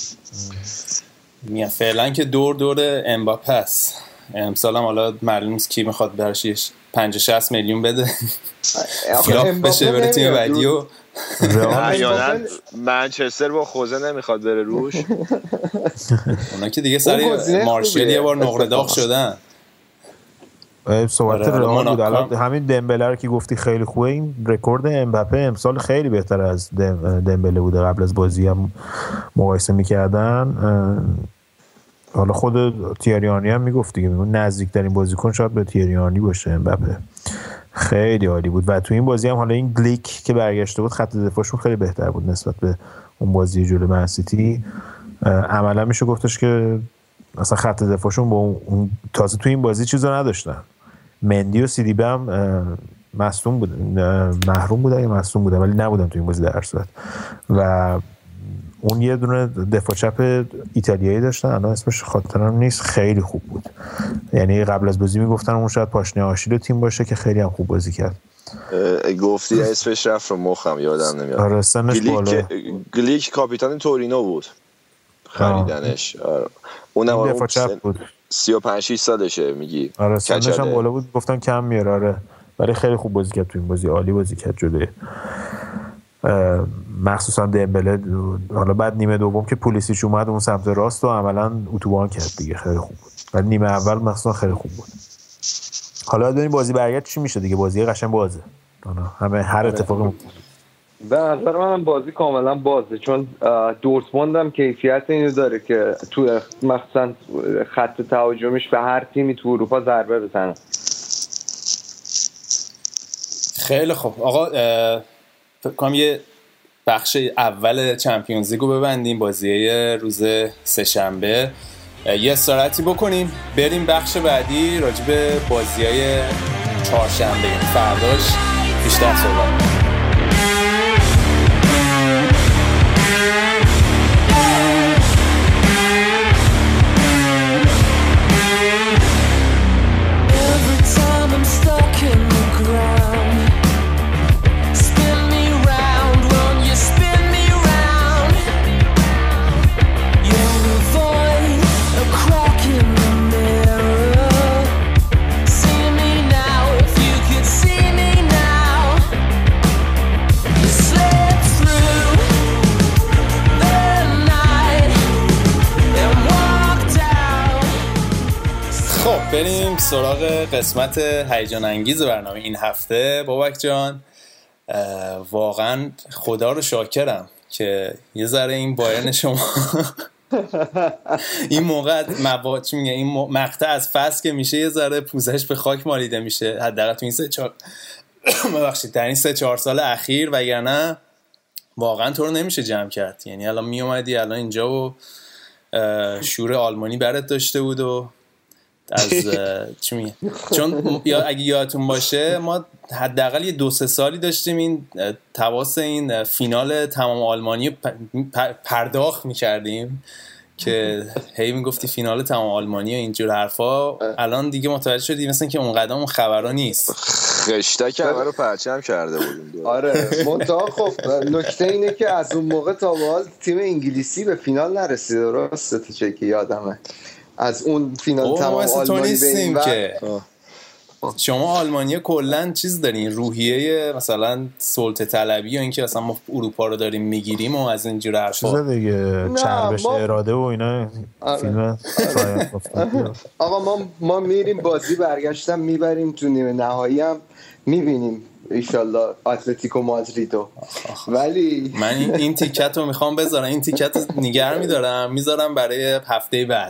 میاد فعلا که دور دور امباپه است. امسال هم حالا معلوم نیست کی میخواد برش پنجاه شصت میلیون بده فلاپ بشه بره تیم بعدی و احیانا منچستر با خوزه نمیخواد بره روش. اونا که دیگه سر مارشال یه بار نقره داغ شدن. صحبت رئال بود. الان همین دمبله رو که گفتی خیلی خوبه. این رکورد امباپه امسال خیلی بهتر از دمبله بوده. قبل از بازی هم مقایسه میکردن. حالا خود تیریانی هم میگفت دیگه، میگن نزدیکترین بازیکن شاید به تیریانی باشه امباپه. خیلی عالی بود. و تو این بازی هم حالا این گلیک که برگشته بود خط دفاعشون خیلی بهتر بود نسبت به اون بازی جلوی من سیتی. عملا میشه گفتش که اصلا خط دفاعشون با اون تازه تو این بازی چیزا نداشتن. مندی و سیدیبه هم مصدوم بود، محروم بودن یا مصدوم بودن، ولی نبودن تو این بازی در هر صورت. و اون یه دونه دفاع چپ ایتالیایی داشتن، الان اسمش خاطرم نیست، خیلی خوب بود. یعنی قبل از بازی میگفتن اون شاید پاشنه آشیل تیم باشه که خیلی هم خوب بازی کرد. گفتی اسمش رفت رو مخم یادم نمیاد. آره سنش بالا. گلیک کاپیتان تورینو بود خریدنش. آره. اونم دفاع چپ بود. سی و پنج شش سالشه میگی. آره سنش هم بالا بود گفتن کم میاره. آره ولی خیلی خوب بازی کرد تو این بازی، عالی بازی کرد جلوی مخصوصا دمبله. حالا بعد نیمه دوم که پولیسیچ اومد اون سمت راست و عملاً اتوبان کرد دیگه، خیلی خوب بود. ولی نیمه اول مخصوصا خیلی خوب بود. حالا ببینیم بازی برگشت چی میشه دیگه. بازی قشنگ بازه، همه هر اتفاقی به نظر من بازی کاملا بازه، چون دورتموند هم کیفیت اینو داره که تو مثلا خط تهاجمیش به هر تیمی تو اروپا ضربه بزنه. خیلی خوب آقا، فکر کنم یه بخش اول چمپیونز لیگو ببندیم، بازی روز سه‌شنبه یه استراحتی بکنیم، بریم بخش بعدی راجع به بازی‌های چهارشنبه فرداش بیشتر صحبت کنیم. بریم سراغ قسمت هیجان انگیز برنامه این هفته. بابک جان واقعا خدا رو شاکرم که یه ذره این بایرن شما این موقع مبا... چی میگه این مقطع از فصل که میشه یه ذره پوزش به خاک مالیده میشه، حداقل تو این سه چهار ببخشید در این سه چهار سال اخیر، وگرنه واقعا تو رو نمیشه جمع کرد. یعنی الان میومدی الان اینجا و شور آلمانی برات داشته بود و از چی میگه، چون یا اگه یادتون باشه ما حداقل یه دو سه سالی داشتیم این تواس این فینال تمام آلمانی پرداخت میکردیم که هی میگفتی فینال تمام آلمانی و اینجور حرفا. الان دیگه متوجه شدی مثلا که اونقدر اون خبرا نیست. خشتک همه رو پرچم کرده بودیم. آره منتها خب نکته اینه که از اون موقع تا به حال تیم انگلیسی به فینال نرسیده. درسته تو چه که یادمه از اون فینال تمام آلمانی به این که شما آلمانیا کلا چیز دارین، روحیه مثلا سلطه طلبی یا اینکه مثلا ما اروپا رو داریم میگیریم و از اینجور حرفا چیزا دیگه، چربش ما... اراده و اینا. آره. فیلم آقا ما ما میریم بازی برگشتم میبریم تو نیمه نهایی هم میبینیم انشالله اتلتیکو مادریدو. ولی من این, این تیکت رو میخوام بذارم، این تیکت رو نگه میدارم میذارم برای هفته بعد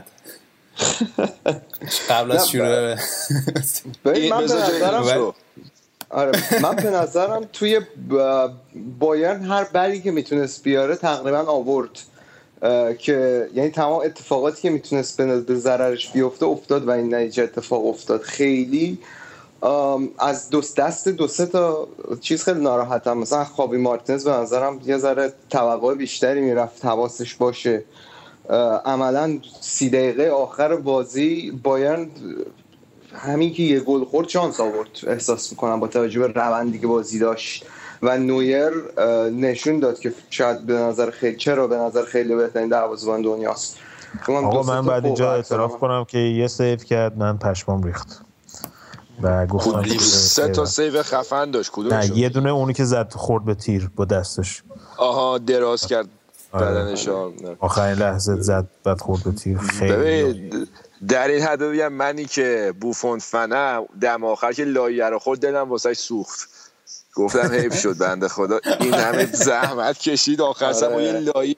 قبل از شروع. من به نظرم آره من به نظرم توی بایرن هر بری که میتونست بیاره تقریبا آورد، که یعنی تمام اتفاقاتی که میتونست به ضررش بیفته افتاد و این نتیجه اتفاق افتاد. خیلی از دو دست دو سه تا چیز خیلی ناراحتم. مثلا خابی مارتینز به نظرم یه ذره توقع بیشتری میرفت حواسش باشه. عملا سی دقیقه آخر بازی بایرن همین که یه گل خورد شانس آورد احساس میکنم با توجه به روندی که بازی داشت و نویر نشون داد که شاید به نظر خیلی چرا به نظر خیلی بهترین دروازه‌بان دنیاست. آقا من بعد اینجا اعتراف کنم که یه سیو کرد من پشمام ریخت و گفتم سه تا سیو خفن داشت. کدومش؟ نه یه دونه اونی که زد خورد به تیر با دستش. آها دراز کرد بدنش. آخرین لحظه زد بعد خورد به تیر. خیلی در این حد بگم منی که بوفون فنم دم آخر که لایه رو خورد دلم واسش سوخت. گفتم حیف شد بنده خدا این همه زحمت کشید آخر سر با این لایه.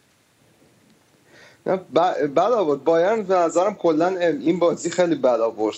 بد آورد بایرن به نظرم کلا این بازی خیلی بد آورد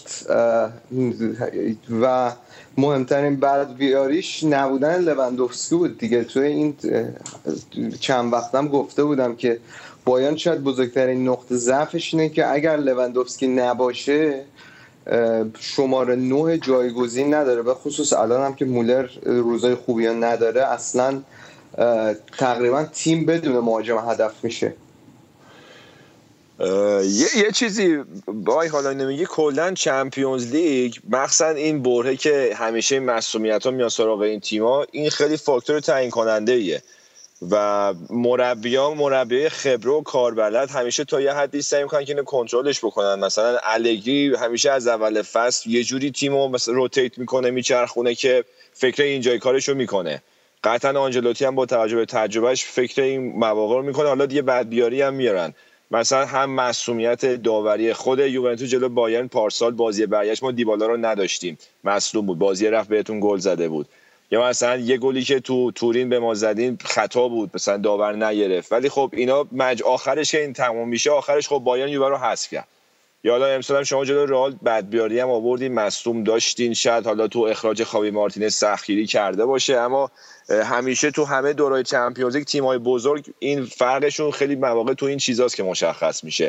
و مهمترین بد بیاریش نبودن لواندوفسکی بود دیگه. توی این چند وقتم گفته بودم که بایرن شاید بزرگترین نقطه ضعفش اینه که اگر لواندوفسکی نباشه شماره نه جایگزین نداره، به خصوص الان هم که مولر روزای خوبی نداره اصلا تقریبا تیم بدون مهاجم هدف میشه. یه یه چیزی با حالا نمیگی کلا چمپیونز لیگ مخصوصا این برهه که همیشه معصومیت‌ها میاد سراغ این تیم‌ها، این خیلی فاکتور تعیین کننده ایه و مربیان مربی خبره و کاربلد همیشه تا یه حدی سعی می‌کنن که اینو کنترلش بکنن. مثلا الگری همیشه از اول فصل یه جوری تیمو مثلا روتیت میکنه میچرخونه که فکر اینجای کارشو میکنه. قطعا آنجلوتی هم با توجه به تجربهش فکر این مواقع رو میکنه. حالا دیگه بدبیاری هم میارن، مثلا هم معصومیت داوری خود یوونتوس جلو بایرن پارسال بازی برگشت ما دیبالا رو نداشتیم، مصدوم بود، بازی رفت بهتون گل زده بود. یا مثلا یه گلی که تو تورین به ما زدین خطا بود، مثلا داور نگرفت. ولی خب اینا مج آخرش که این تموم میشه آخرش خب بایرن یووه رو حذف کرد. یا حالا امسال هم شما جلو رئال بدبیاری هم آوردین، مصدوم داشتین، شاید حالا تو اخراج خاوی مارتینز سختگیری کرده باشه، اما همیشه تو همه دورای چمپیونز لیگ تیم‌های بزرگ این فرقشون خیلی مواقع تو این چیزاست که مشخص میشه.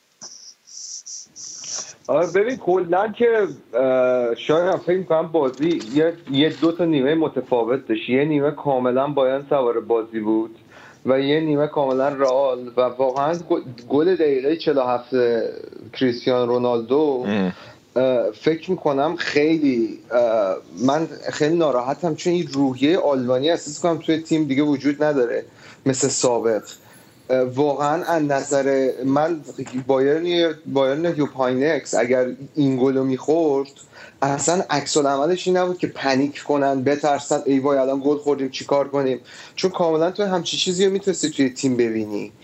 آره ببین کلا که شاید فکر می‌کنم بازی یه یه دو تا نیمه متفاوت داشت. یه نیمه کاملا بایرن سوار بازی بود و یه نیمه کاملا رئال و واقعا گل دقیقه چهل و هفت کریستیانو رونالدو فکر میکنم خیلی من خیلی ناراحتم، چون این روحیه آلمانی احساس کنم توی تیم دیگه وجود نداره مثل سابق. واقعا از نظر من بایرن بایرن یوپاینکس اگر این گلو میخورد اصلا عکس العملش این نبود که پنیک کنن بترسن ای وای الان گل خوردیم چیکار کنیم، چون کاملا تو همچین چیزی رو میتونستی توی تیم ببینی.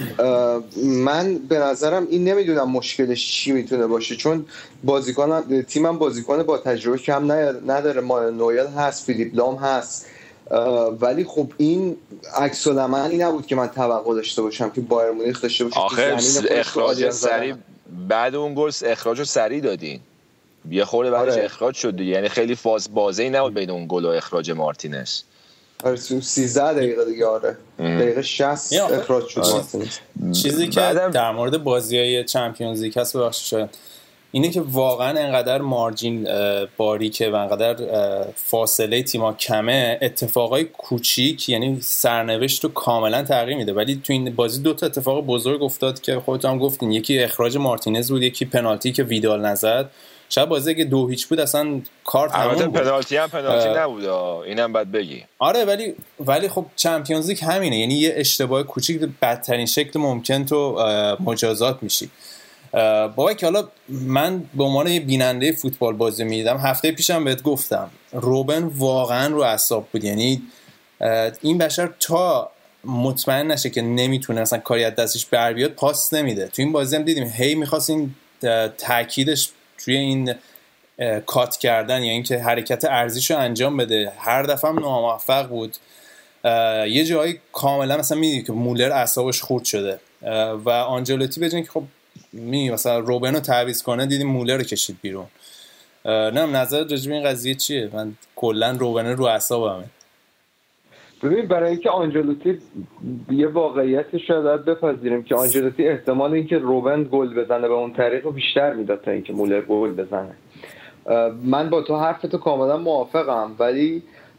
من به نظرم این نمیدونم مشکلش چی میتونه باشه، چون بازیکن تیمم بازیکن با تجربه کم نداره، مانوئل نویر هست، فیلیپ لام هست، ولی خب این عکس العمل این نبود که من توقع داشته باشم که بایر مونیخ داشته باشه. آخر اخراج سریع بعد اون گل اخراجو سریع دادین، یه خورده بعدش آره. اخراج شد دیگه، یعنی خیلی فاز بازی نبود بین اون گل و اخراج مارتینز. آره سیزده دقیقه دیگه آره دقیقه شصت اخراج شد مارتینز. چیزی که بعدم... در مورد بازی‌های چمپیونز لیگ هست ببخشید شاید اینه که واقعا انقدر مارجین باریکه و انقدر فاصله تیم‌ها کمه، اتفاقای کوچیک یعنی سرنوشت رو کاملا تغییر میده. ولی تو این بازی دو تا اتفاق بزرگ افتاد که خودت هم گفتین، یکی اخراج مارتینز بود، یکی پنالتی که ویدال نزد. شاید بازی که دو هیچ بود اصلا کار تموم بود. پنالتی هم پنالتی نبود، اینم بعد بگی. آره ولی ولی خب چمپیونز لیگ همینه، یعنی یه اشتباه کوچیک به بدترین شکل ممکن تو مجازات میشی. بابا که حالا من به عنوان یه بیننده فوتبال بازی میدیدم، هفته پیشم بهت گفتم روبن واقعا رو اعصاب بود. یعنی این بشر تا مطمئن نشه که نمیتونه اصلا کاری از دستش بر بیاد پاس نمیده. تو این بازی هم دیدیم هی میخواست این تاکیدش توی این کات کردن یا اینکه حرکت ارزیشو انجام بده، هر دفعه هم ناموفق بود. یه جایی کاملا مثلا میدید که مولر اعصابش خورد شده و آنجلوتی بجن که خب می مثلا روبن رو تعویض کنه، دیدیم مولر رو کشید بیرون. نمیدونم نظرت راجع به این قضیه چیه؟ من کلا روبن رو اعصابمه. ببین برای اینکه آنجلوتی یه واقعیتی شاید بپذیریم که آنجلوتی احتمال اینکه روبن گل بزنه به اون طریق رو بیشتر میداد تا اینکه مولر گل بزنه. من با تو حرفتو کاملا موافقم، ولی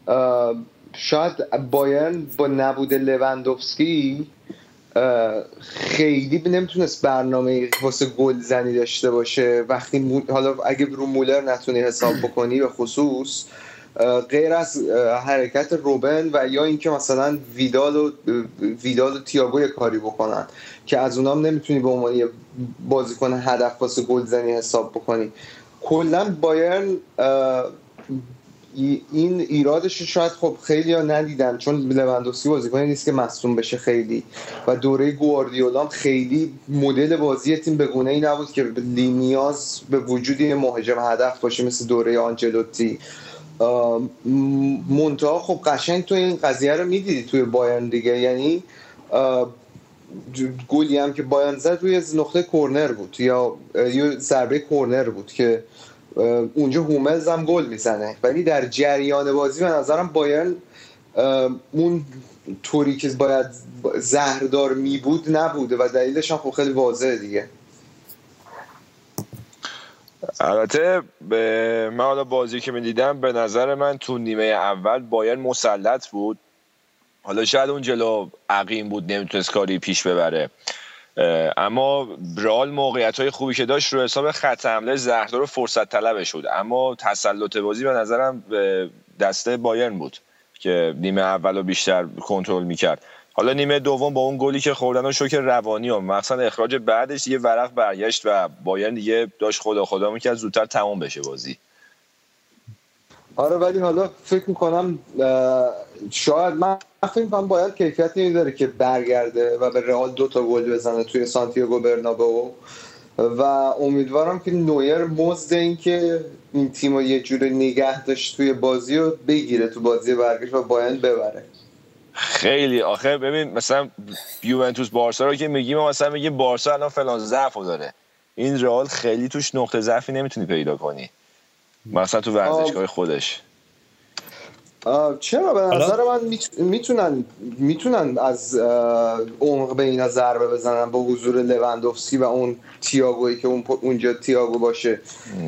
شاید بایرن با نبود لواندوفسکی خیلی نمیتونست برنامه واسه گل زنی داشته باشه. وقتی مو... حالا اگه رو مولر نتونی حساب بکنی به خصوص غیر از حرکت روبن و یا اینکه مثلا ویدال و ویدال و تییاگو یه کاری بکنن که از اونام نمیتونی به عنوان یه بازیکن هدف واسه گل زنی حساب بکنی. کلا بایرن این ایرادش شاید خب خیلی ها ندیدن، چون لواندوفسکی بازیکنی نیست که مصدوم بشه خیلی و دوره گواردیولا هم خیلی مدل بازی تیم به گونه‌ای نبود که نیاز به وجود یه مهاجم هدف باشه مثل دوره آنجلوتی. منتها خب قشنگ تو این قضیه رو میدیدی توی بایرن دیگه، یعنی گلی هم که بایرن زد روی نقطه کورنر بود یا یه ضربه کورنر بود که اونجا هوملز هم گل میزنه، ولی در جریان بازی به نظرم بایرن اون طوری که باید زهردار می بود نبوده و دلیلش هم خب خیلی واضحه دیگه. البته به من حالا بازی که میدیدم به نظر من تو نیمه اول بایرن مسلط بود، حالا شاید اون جلو عقیم بود نمیتونست کاری پیش ببره، اما رئال موقعیت‌های خوبی که داشت رو حساب خط حمله زهردار و فرصت طلبش بود، اما تسلط بازی به نظرم به دسته بایرن بود که نیمه اولو بیشتر کنترل میکرد. حالا نیمه دوم با اون گلی که خوردن و شوک روانی و مثلا اخراج بعدش یه ورق برگشت و بایرن دیگه داشت خدا خدا میکرد زودتر تمام بشه بازی. آره ولی حالا فکر میکنم شاید من فکر میکنم باید کیفیتی این داره که برگرده و به رئال دو تا گل بزنه توی سانتیاگو برنابئو و امیدوارم که نویر مزد این که این تیمو یه جوری نگه داشت توی بازی رو بگیره تو بازی برگشت و باید ببره. خیلی آخه ببین مثلا یوونتوس بارسا رو که میگیم مثلا میگیم بارسا الان فلان ضعفو داره، این رئال خیلی توش نقطه ضعفی نمیتونی پیدا کنی مثلا تو ورزشگاه خودش. چرا به نظر من میتونن میتونن از عمق به اینا ضربه بزنن با حضور لواندوفسکی و اون تییاگویی که اون اونجا تییاگو باشه.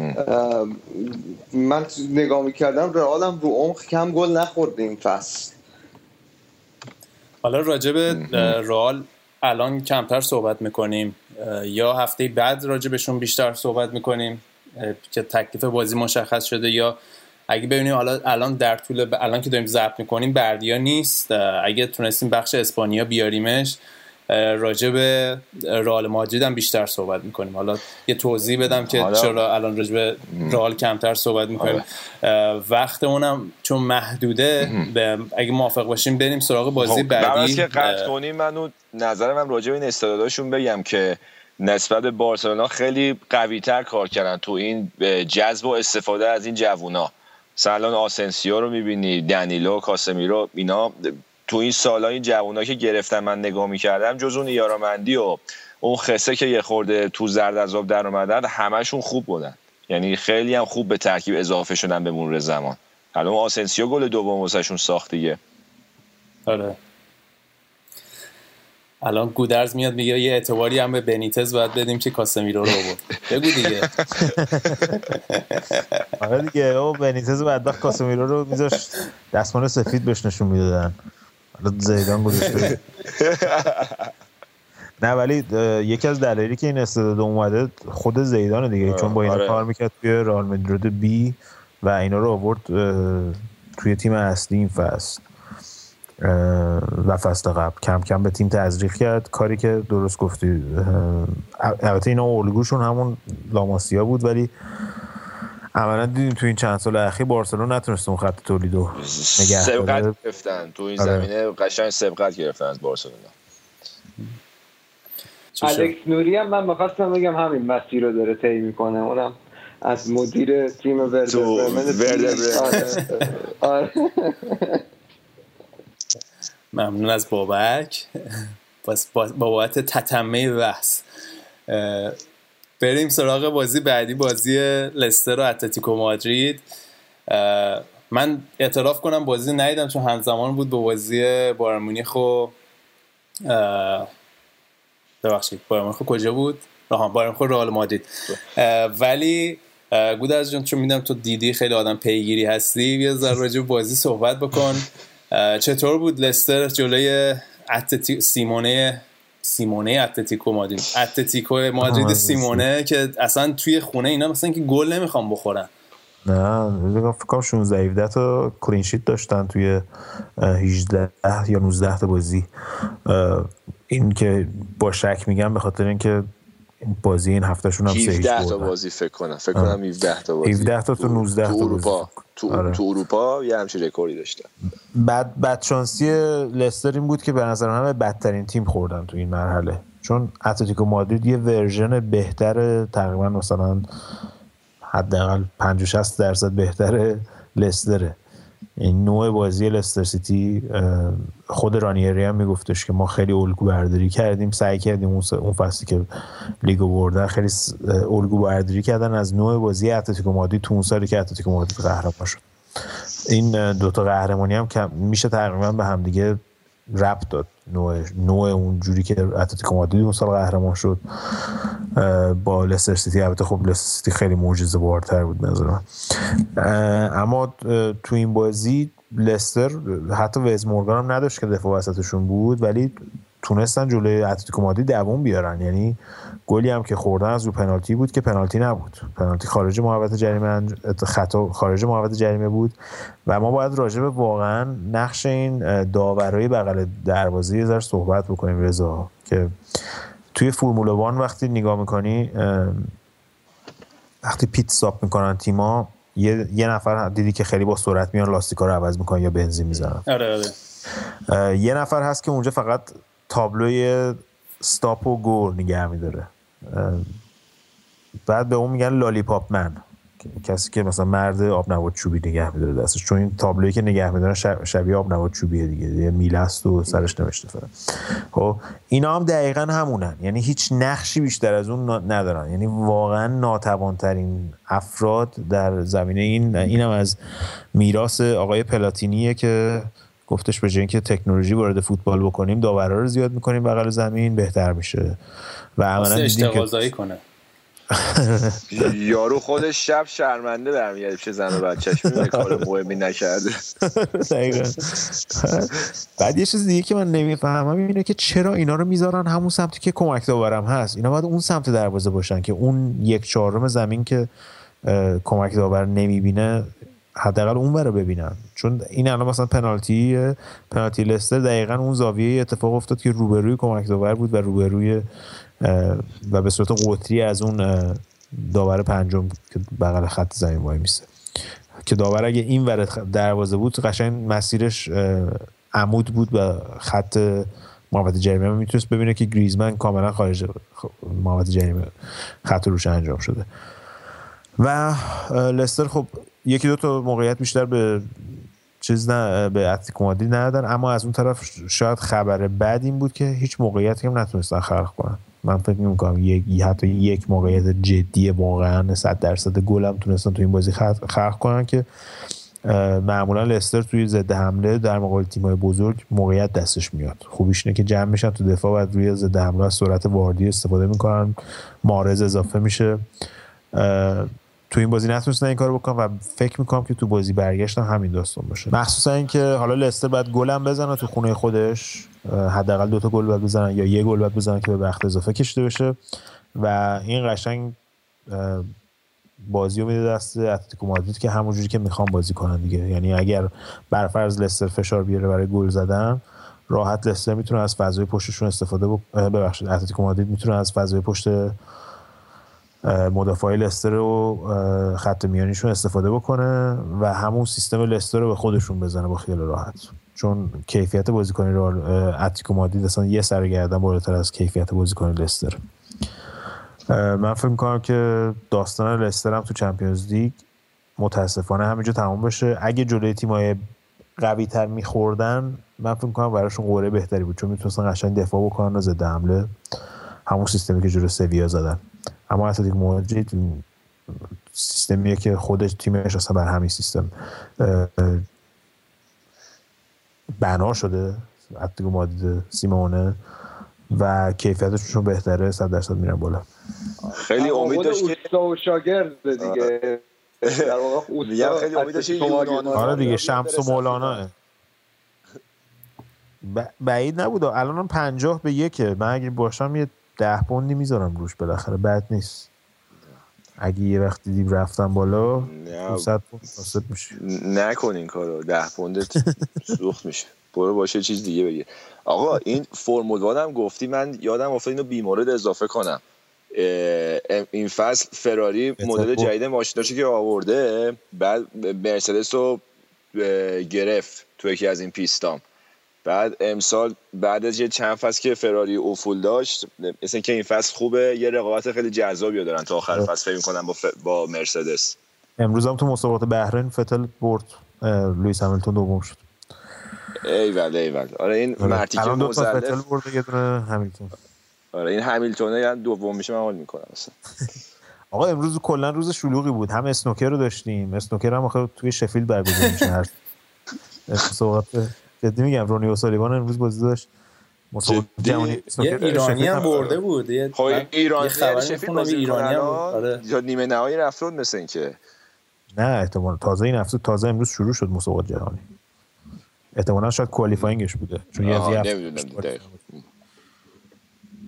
من نگاه میکردم رئالم رو عمق کم گل نخورده این فصل. حالا راجع به رئال الان کمتر صحبت میکنیم یا هفته بعد راجع بهشون بیشتر صحبت میکنیم که تکلیف بازی مشخص شده، یا اگه ببینیم حالا الان در طول ب... الان که داریم ضبط میکنیم بردیا نیست، اگه تونستیم بخش اسپانیا بیاریمش راجع به رئال مادرید هم بیشتر صحبت میکنیم. حالا یه توضیح بدم که حالا... چرا الان راجع به رئال کمتر صحبت میکنیم. وقتمونم چون محدوده به... اگه موافق باشیم بریم سراغ بازی خب، بعدی. قبل از که قطع کنیم منو نظر من راجع به این استعداداشون بگم که نسبت به بارسلونا خیلی قوی‌تر کار کردن تو این جذب و استفاده از این جوونا. مثلا آسنسیو رو می‌بینی، دنیلو، کاسمیرو، اینا تو این سالا این جوونا که گرفتن من نگاه می‌کردم جز اون یارامندی و اون خسه که یه خورده تو زرد از آب در اومدن همشون خوب بودن، یعنی خیلی هم خوب به ترکیب اضافه شدن به مرور زمان. الان آسنسیو گل دوم واسهشون ساخت دیگه. آره الان گودرز میاد میگه یه اعتباری هم به بنیتز باید بدیم که کاسمیرو رو بود. بگو دیگه. آره دیگه او بنیتز بدبخت کاسمیرو رو میذاشت دستمال سفید بهش نشون میدادن. حالا زیدان گذاشته. نه ولی یکی از دلایلی که این استعداد اومده خود زیدان دیگه، چون با اینا آره. کار میکرد توی رئال مادرید بی و اینا رو آورد توی تیم اصلی این فصل و فصل قبل کم کم به تیم تزریق کرد، کاری که درست گفتی. البته اینا الگوشون همون لاماسیا بود ولی عملا دیدیم تو این چند سال اخیر بارسلونا نتونست اون خط تولیدو نگه داره. سبقت گرفتن تو این زمینه قشنگ سبقت گرفتن از بارسلونا. الکس نوری هم من می‌خواستم بگم همین مسیر رو داره طی میکنه، اونم از مدیر تیم وردر برمن. ممنون از بابک بس بابت تتمه بحث. بریم سراغ بازی بعدی، بازی لستر و اتلتیکو مادرید. من اعتراف کنم بازی ندیدم چون همزمان بود با بازی بایر مونیخ و ببخشید بایر مونیخ کجا بود؟ آها بایر مونیخ رئال مادرید. ولی گودرز جون چون میدونم تو دیدی خیلی آدم پیگیری هستی، یه ذره راجع به بازی صحبت بکن. چطور بود لستر جلوی اتلتیکو سیمونه سیمونه اتلتیکو مادرید اتلتیکو مادرید سیمونه که اصلا توی خونه اینا مثلا که گل نمیخوام بخورن؟ نه فکر کنم شانزده هفده تا کلین شیت داشتن توی هجده یا نوزده تا بازی. این که با شک میگم به خاطر اینکه بازی این هفتهشون هم سه هفده تا بازی فکر کنم فکر کنم هفده تا بازی هفده تا تو نوزده تا اروپا تو آره. تو اروپا یه همچین رکوردی داشتن. بعد بعد شانسی لستر این بود که به نظر من بدترین تیم خوردن تو این مرحله، چون اتلتیکو مادرید یه ورژن بهتر تقریبا مثلا حداقل پنجاه شصت درصد بهتر لستره. این نوع بازی لستر سیتی خود رانیری هم میگفتش که ما خیلی الگو برداری کردیم، سعی کردیم اون فصلی که لیگو بردن خیلی الگو برداری کردن از نوع بازی اتلتیکو مادرید تو اون سالی که اتلتیکو مادرید قهرمان شد. این دوتا قهرمانی هم که میشه تقریبا به هم دیگه ربط داد، نوع نوع اون جوری که اتلتیکو مادرید اون سال قهرمان شد با لستر سیتی. البته خب لستر سیتی خیلی معجزه بارتر بود نظر من. اما تو این بازی لستر حتی ویز مورگان هم نداشت که دفاع وسطشون بود، ولی تونستن جلوی اتلتیکو مادرید دوام بیارن. یعنی گلی هم که خوردن از رو پنالتی بود که پنالتی نبود، پنالتی خارج محوطه جریمه، خطا خارج محوطه جریمه بود. و ما باید راجع به واقعا نقش این داورای بغل دروازه یه ذره صحبت بکنیم رضا، که توی فرمول وان وقتی نگاه میکنی وقتی پیت استاپ میکنن تیما، یه یه نفر دیدی که خیلی با سرعت میان لاستیکا رو عوض میکنن یا بنزین میزنن. آره آره. یه نفر هست که اونجا فقط تابلوی استاپ و گور نگه میداره. بعد به اون میگن لالیپاپ من، کسی که مثلا مرد آب نبات چوبی نگه میداره دستش، چون این تابلویی که نگه میداره شبیه آب نبات چوبیه دیگه، یه میله است و سرش نوشته فقط. خب اینا هم دقیقاً همونن، یعنی هیچ نقشی بیشتر از اون ندارن، یعنی واقعا ناتوانترین افراد در زمینه این. اینم از میراث آقای پلاتینیه که گفتش به جای اینکه تکنولوژی وارد فوتبال بکنیم داورا رو زیاد میکنیم بغل زمین بهتر میشه و عملاً اشتغالزایی کنه. یارو خودش شب شرمنده برمیگرده پیش زن و بچه‌ش، میگه کار مهمی نکرده. دقیقاً. بعد یه چیز دیگه که من نمیفهمم اینه که چرا اینا رو میذارن همون سمتی که کمک داورم هست، اینا باید اون سمت دروازه باشن که اون یک چهارم زمین که کمک داور نمیبینه حداقل اون رو ببینن. چون این الان مثلا پنالتی پنالتی لستر دقیقاً اون زاویه اتفاق افتاد که روبروی کمک داور بود و روبروی و به صورت قطری از اون داور پنجم که بغل خط زمین وای میسته، که داور اگه این ور دروازه بود قشنگ مسیرش عمود بود و خط محوطه جریمه میتونست ببینه که گریزمن کاملا خارج محوطه جریمه خط روش انجام شده. و لستر خب یکی دو تا موقعیت بیشتر به چیز نه به اتلتیکو مادرید ندادن، اما از اون طرف شاید خبر بد این بود که هیچ موقعیتی هم نتونستن خلق کنن. من فکر می‌کنم یک حتی یک موقعیت جدی واقعا صد درصد گل هم تونستن تو این بازی خلق کنن که معمولا لستر توی ضد حمله در مقابل تیم‌های بزرگ موقعیت دستش میاد. خوبیش اینه که جمع میشن تو دفاع و روی ضد حمله از سرعت واردی استفاده میکنن، مارز اضافه میشه. تو این بازی نتونستن این کارو بکنن و فکر میکنم که تو بازی برگشت هم همین داستان باشه، مخصوصا اینکه حالا لستر باید گل هم بزنه تو خونه خودش، حداقل دو تا گل باید بزنن یا یه گل باید بزنن که به وقت اضافه کشیده بشه و این قشنگ بازیو میده دست اتلتیکو مادرید که همونجوری که میخوام بازی کنن دیگه. یعنی اگر بر فرض لستر فشار بیاره برای گل زدن، راحت لستر میتونه از فضای پشتشون استفاده بکنه، ببخشید اتلتیکو مادرید میتونه از فضای پشت مدافعای لستر و خط میانیشون استفاده بکنه و همون سیستم لستر رو به خودشون بزنه با خیال راحت، چون کیفیت بازیکنی رو اتلتیکو مادرید اصلا یه سر گردن بالاتر از کیفیت بازیکن لستر. من فکر می‌کنم که داستان لستر هم تو چمپیونز لیگ متاسفانه همینجا تمام بشه. اگه جلوی تیم‌های قوی‌تر می‌خوردن من فکر می‌کنم براشون قرعه بهتری بود، چون می‌تونستن قشنگ دفاع بکنن و ضد حمله همون سیستمی که جلوی سویا زدن. اما اتلتیکو مادرید سیستمیه که خودش تیمش اصلا بر همین سیستم بنا شده، اتلتیکو مادرید سیمونه، و کیفیتشون بهتره، صد درصد میرن بالا. خیلی امید داشت که اوستا و شاگرد دیگه در واقع اوستا خیلی امید داشت یونان. آره دیگه شمس و مولانا ب... بعید نبود. الانم پنجاه به یکه. من اگه باشم یه ده پوندی میذارم روش، بالاخره بد نیست. اگه یه وقت دیدیم رفتم بالا صد پوند حساب میشه. نکن این کارو، ده پوندت سوخت میشه. برو باشه چیز دیگه بگیر. آقا این فرمول وان هم گفتی، من یادم افتاد اینو بیمورد اضافه کنم. این فصل فراری مدل جدید ماشیناشو که آورده، بعد مرسدس رو گرفت تو یکی از این پیستام. بعد امسال بعد از یه چند فصل که فراری افول داشت، مثلا که این فصل خوبه، یه رقابت خیلی جذابی دارن تا آخر فصل فکر می‌کنم با ف... با مرسدس. امروز هم تو مسابقات بحرین فتل برد، لوئیس همیلتون دوم شد. ایول ایول. آره این مرتی که مزلف فتل برد یه دونه همیلتون. آره این همیلتونه یعنی دوم میشه من حال می‌کنم مثلا. آقا امروز کلا روز شلوغی بود، هم اسنوکر رو داشتیم، اسنوکر هم آخه توی شفیلد برگزار میشه هر مسابقات. جدی میگم رونی اوسالیوان امروز بازی داشت مسابقات جهانی. یه ایرانی هم برده بود. یه خب ایرانی شفیلد بازی ایرانی هم آره یا نیمه نهایی رفت بود مثل اینکه. نه احتمال تازه این هفته تازه امروز شروع شد مسابقات جهانی. احتمالاً شاید کوالیفاینگش بوده، چون یه از یه نمیدونم دقیق.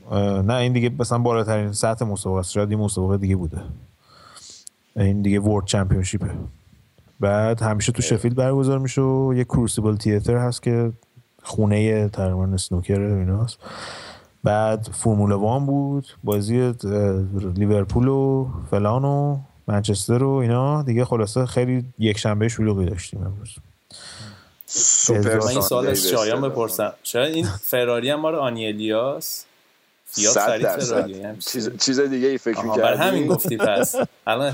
نه این دیگه مثلا بالاترین سطح مسابقه است، شاید این مسابقه دیگه بوده، این دیگه ورلد چمپیونشیپه. بعد همیشه تو شفیلد برگزار میشه و یه کروسیبل تیاتر هست که خونه تقریبا اسنوکر ایناست. بعد فرمولا وان بود، بازی لیورپول و فلان و منچستر و اینا دیگه. خلاصه خیلی یک شنبه شلوغی داشتیم امروز. سوپر. من این سوال از شایان بپرسم، شاید این فراری هم مال آنیلیاس فیات خرید فراری هم چیز چیز دیگه ای فکر می‌کردی؟ برای همین گفتی پس الان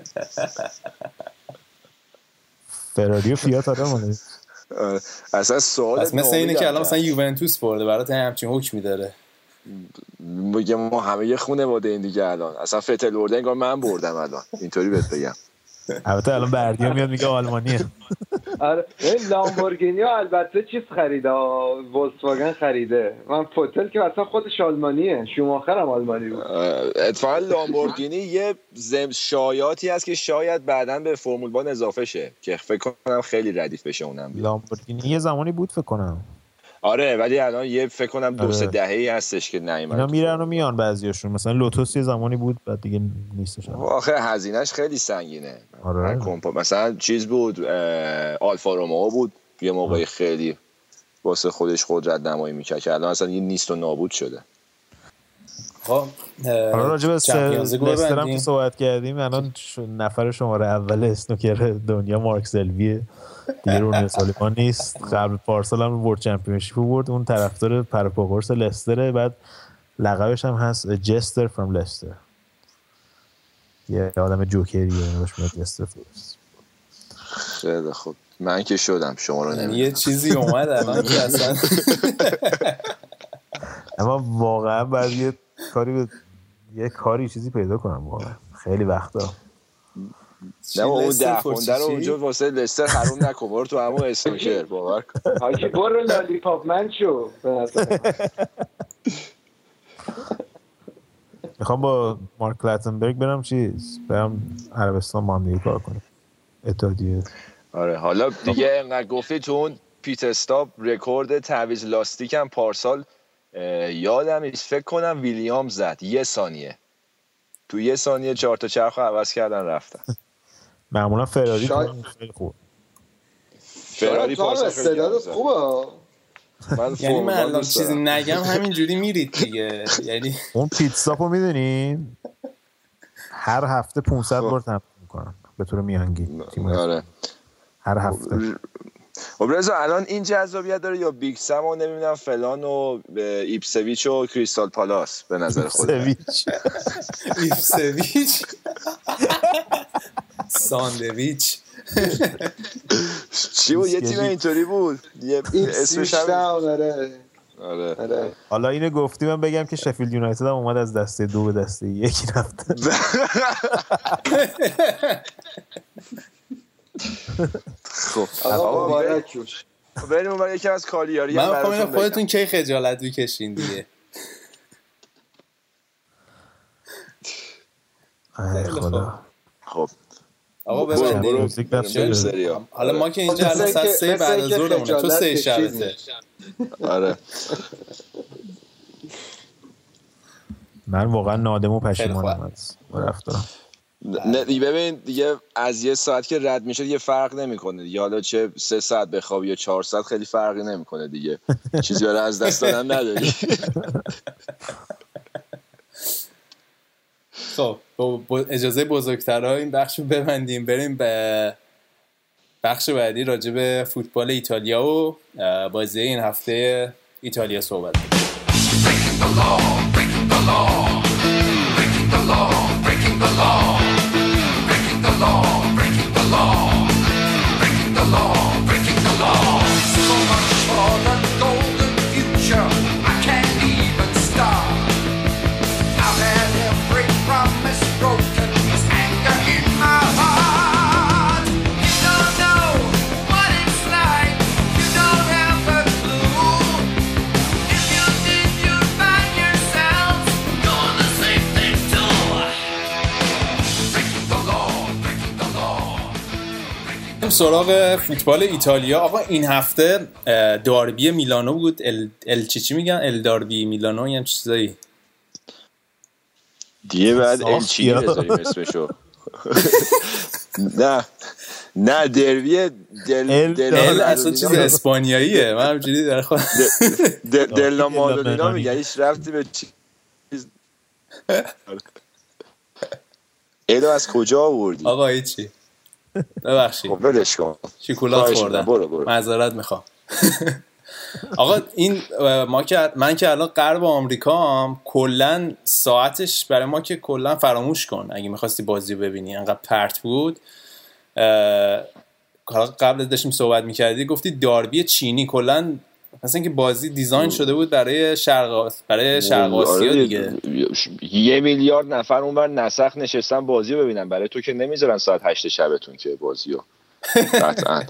فراری و فیات آدم اصلا سوال پس مثل اینه که الان مثلا یوونتوس برده برات همچین حکمی داره. میگه ما همه یه خانواده این دیگه الان. اصلا فتل برده انگار من بردم الان، اینطوری بهت بگم. البته الان بردیا میاد میگه آلمانیه. آره این لامبورگینی البته چیز خریده، ولکس واگن خریده. من فتل که اصلا خودش آلمانیه، شوماخر هم آلمانی بود. اتفاقا لامبورگینی یه زم شایعاتی هست که شاید بعداً به فرمول وان اضافه شه که فکر کنم خیلی ردیف بشه اونم. لامبورگینی یه زمانی بود فکر کنم. آره ولی الان یه فکر کنم دو سه دهه‌ای هستش که نیومد. اینا میرن و میان بعضیاشون، مثلا لوتوس یه زمانی بود بعد دیگه نیستش. آخه هزینه‌اش خیلی سنگینه. آره. کمپا مثلا چیز بود، آلفا رومئو بود یه موقعی خیلی واسه خودش قدرت نمایی میکرد که الان اصلا یه نیست و نابود شده. خب حالا راجع به لستر هم که صحبت کردیم، الان نفر شماره اول اسنوکر دنیا مارک زلویه دیگه، رونی سالیمان نیست. قبل پارسال هم ورلد چمپیونشیپ برد، اون طرفدار پرپاگورس لستره. بعد لقبش هم هست جستر فرام لستر، یه آدم جوکریه نمیش میاد جستر فرست. خیلی خوب، من که شدم شما رو نمیدونم یه چیزی اومد الان که اصلا اما واقعا بعد یه کاری به یه کاری چیزی پیدا کنم، واقعا خیلی وقتا. نه اون ده خونده رو اونجا واسه لستر حروم نکن، برو تو همون اسنوکر باور کن. حاجی برو لالیپاپ من شو. میخوام با مارک کلاتنبرگ برم چیز برم عربستان با هم دیگه کار کنیم، اتحادیه. آره حالا دیگه انقدر گفتی تو اون پیت استاپ رکورد تعویض لاستیک هم پارسال یادم نیست، فکر کنم ویلیام زد یه ثانیه، تو یه ثانیه چهار تا چرخ رو عوض کردن رفتن. معمولا فراری خیلی خوب، فراری پارسال استعداد خوبه. من یعنی من الان چیزی نگم همینجوری میرید دیگه. یعنی اون پیت استاپو میدونین هر هفته پانصد بار تمرین میکنن به طور میانگین. آره هر هفته. خب رضا الان این جذابیت داره یا بیگ سم و نمیدونم فلان و ایپسویچ و کریستال پالاس به نظر خودت؟ ایپسویچ ایپسویچ ساندویچ چی بود؟ یه تیم اینطوری بود یه اسمش هم آره آره. حالا اینو گفتی من بگم که شفیلد یونایتد هم اومد از دسته دو به دسته یکی رفته. خب آقا مبارک باشه. بریم اون یکی از کالیاری من می‌خوام اینو خودتون کی خجالت بکشین دیگه. ای خدا. خب آقا ببندیم. حالا ما که اینجا الان ساعت سه بعد از ظهرمونه، تو سه شبته. آره من واقعا نادم و پشیمانم از رفتارم. نه ببین دیگه از یه ساعت که رد میشه دیگه فرق نمیکنه دیگه، حالا چه سه ساعت بخوابی یا چهار ساعت خیلی فرقی نمیکنه دیگه، چیزی برای از دست دادن نداری. خب با اجازه بزرگترها این بخش رو ببندیم، بریم به بخش بعدی راجع به فوتبال ایتالیا و بازی این هفته ایتالیا صحبت کنیم. سراغ فوتبال ایتالیا. آقا این هفته داربی میلانو بود، ال, ال چی چی میگن ال داربی میلانو، یه چیزایی دیگه بعد الچینی بذاریم اسمشو. نه نه دروی دل دل اصلا چیز اسپانیاییه. من همجوری در خود دل مادولینا میگه هیچ رفتی به چیز. ایدو از کجا آوردی؟ آقا هیچی ببخشید. خب ولش کن. شکلات خوردم. برو برو. معذرت میخوام. آقا این ما که من که الان غرب آمریکام کلا ساعتش برای ما که کلا فراموش کن اگه می‌خواستی بازی رو ببینی انقدر پرت بود. قبل داشتیم صحبت می‌کردی گفتی داربی چینی کلا مثلا که بازی دیزاین شده بود برای شرق برای شرق آسیا دیگه. یه میلیارد نفر اونور نسخ نشستن بازی رو ببینن، برای تو که نمیذارن ساعت هشت شبتون که بازی رو قطعاً.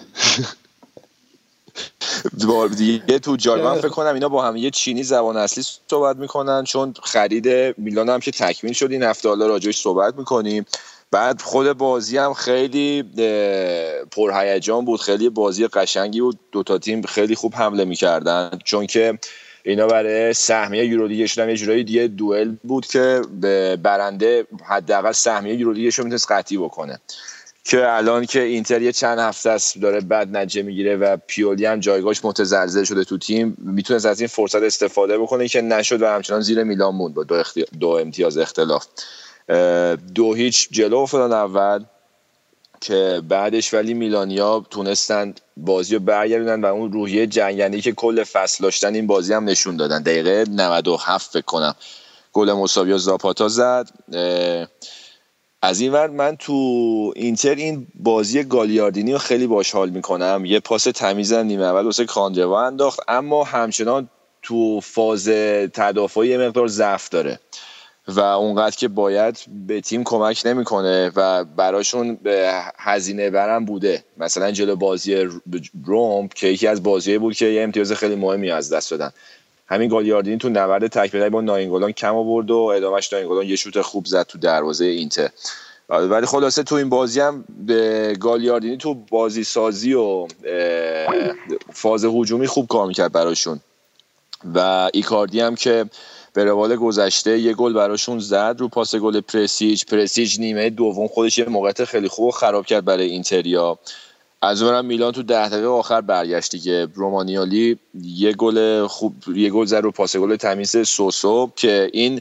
دیگه تو جایگاه فکر کنم اینا با هم یه چینی زبان اصلی صحبت میکنن، چون خرید میلان هم که تکمیل شد این هفته حالا راجعش صحبت میکنیم. بعد خود بازی هم خیلی پرهیجان بود، خیلی بازی قشنگی بود، دوتا تیم خیلی خوب حمله میکردن، چون که اینا برای سهمیه یورولیگ شدن یه جورایی دیگه دوئل بود که برنده حداقل سهمیه یورولیگش رو میتونست قطعی بکنه، که الان که اینتر یه چند هفته است داره بد نتیجه میگیره و پیولی هم جایگاهش متزلزل شده تو تیم، میتونه از این فرصت استفاده بکنه که نشد و همچنان زیر میلان موند با دو, اختی... دو امتیاز اختلاف. دو هیچ جلو افتادن اول که بعدش ولی میلانیا تونستن بازی رو برگردونن و اون روحیه جنگنده‌ای که کل فصل داشتن این بازی هم نشون دادن. دقیقه نود و هفت فکر کنم گل مساوی زاپاتا زد. از این ور من تو اینتر این بازی گالیاردینی رو خیلی باحال حال میکنم. یه پاس تمیز نیمه اول واسه کاندروا انداخت، اما همچنان تو فاز تدافعی یه مقدار ضعف داره و اونقدر که باید به تیم کمک نمیکنه و براشون به هزینه برم بوده. مثلا جلو بازی روم که یکی از بازی‌ها بود که یه امتیاز خیلی مهمی از دست دادن، همین گالیاردینی تو نبرد تک‌به‌تک با ناینگولان کم آورد و ادامهش ناینگولان یه شوت خوب زد تو دروازه اینتر. ولی خلاصه تو این بازی هم به گالیاردینی تو بازی سازی و فاز هجومی خوب کار میکرد براشون و ایکاردی هم که به روال گذشته یه گل براشون زد رو پاس گل پرسیج. پرسیج نیمه دوم خودش یه موقعیت خیلی خوب خراب کرد برای اینتریا. از اونم میلان تو ده دقیقه آخر برگشت دیگه. رومانیالی یه گل خوب یه گل زد رو پاس گل تمیز سوسو که این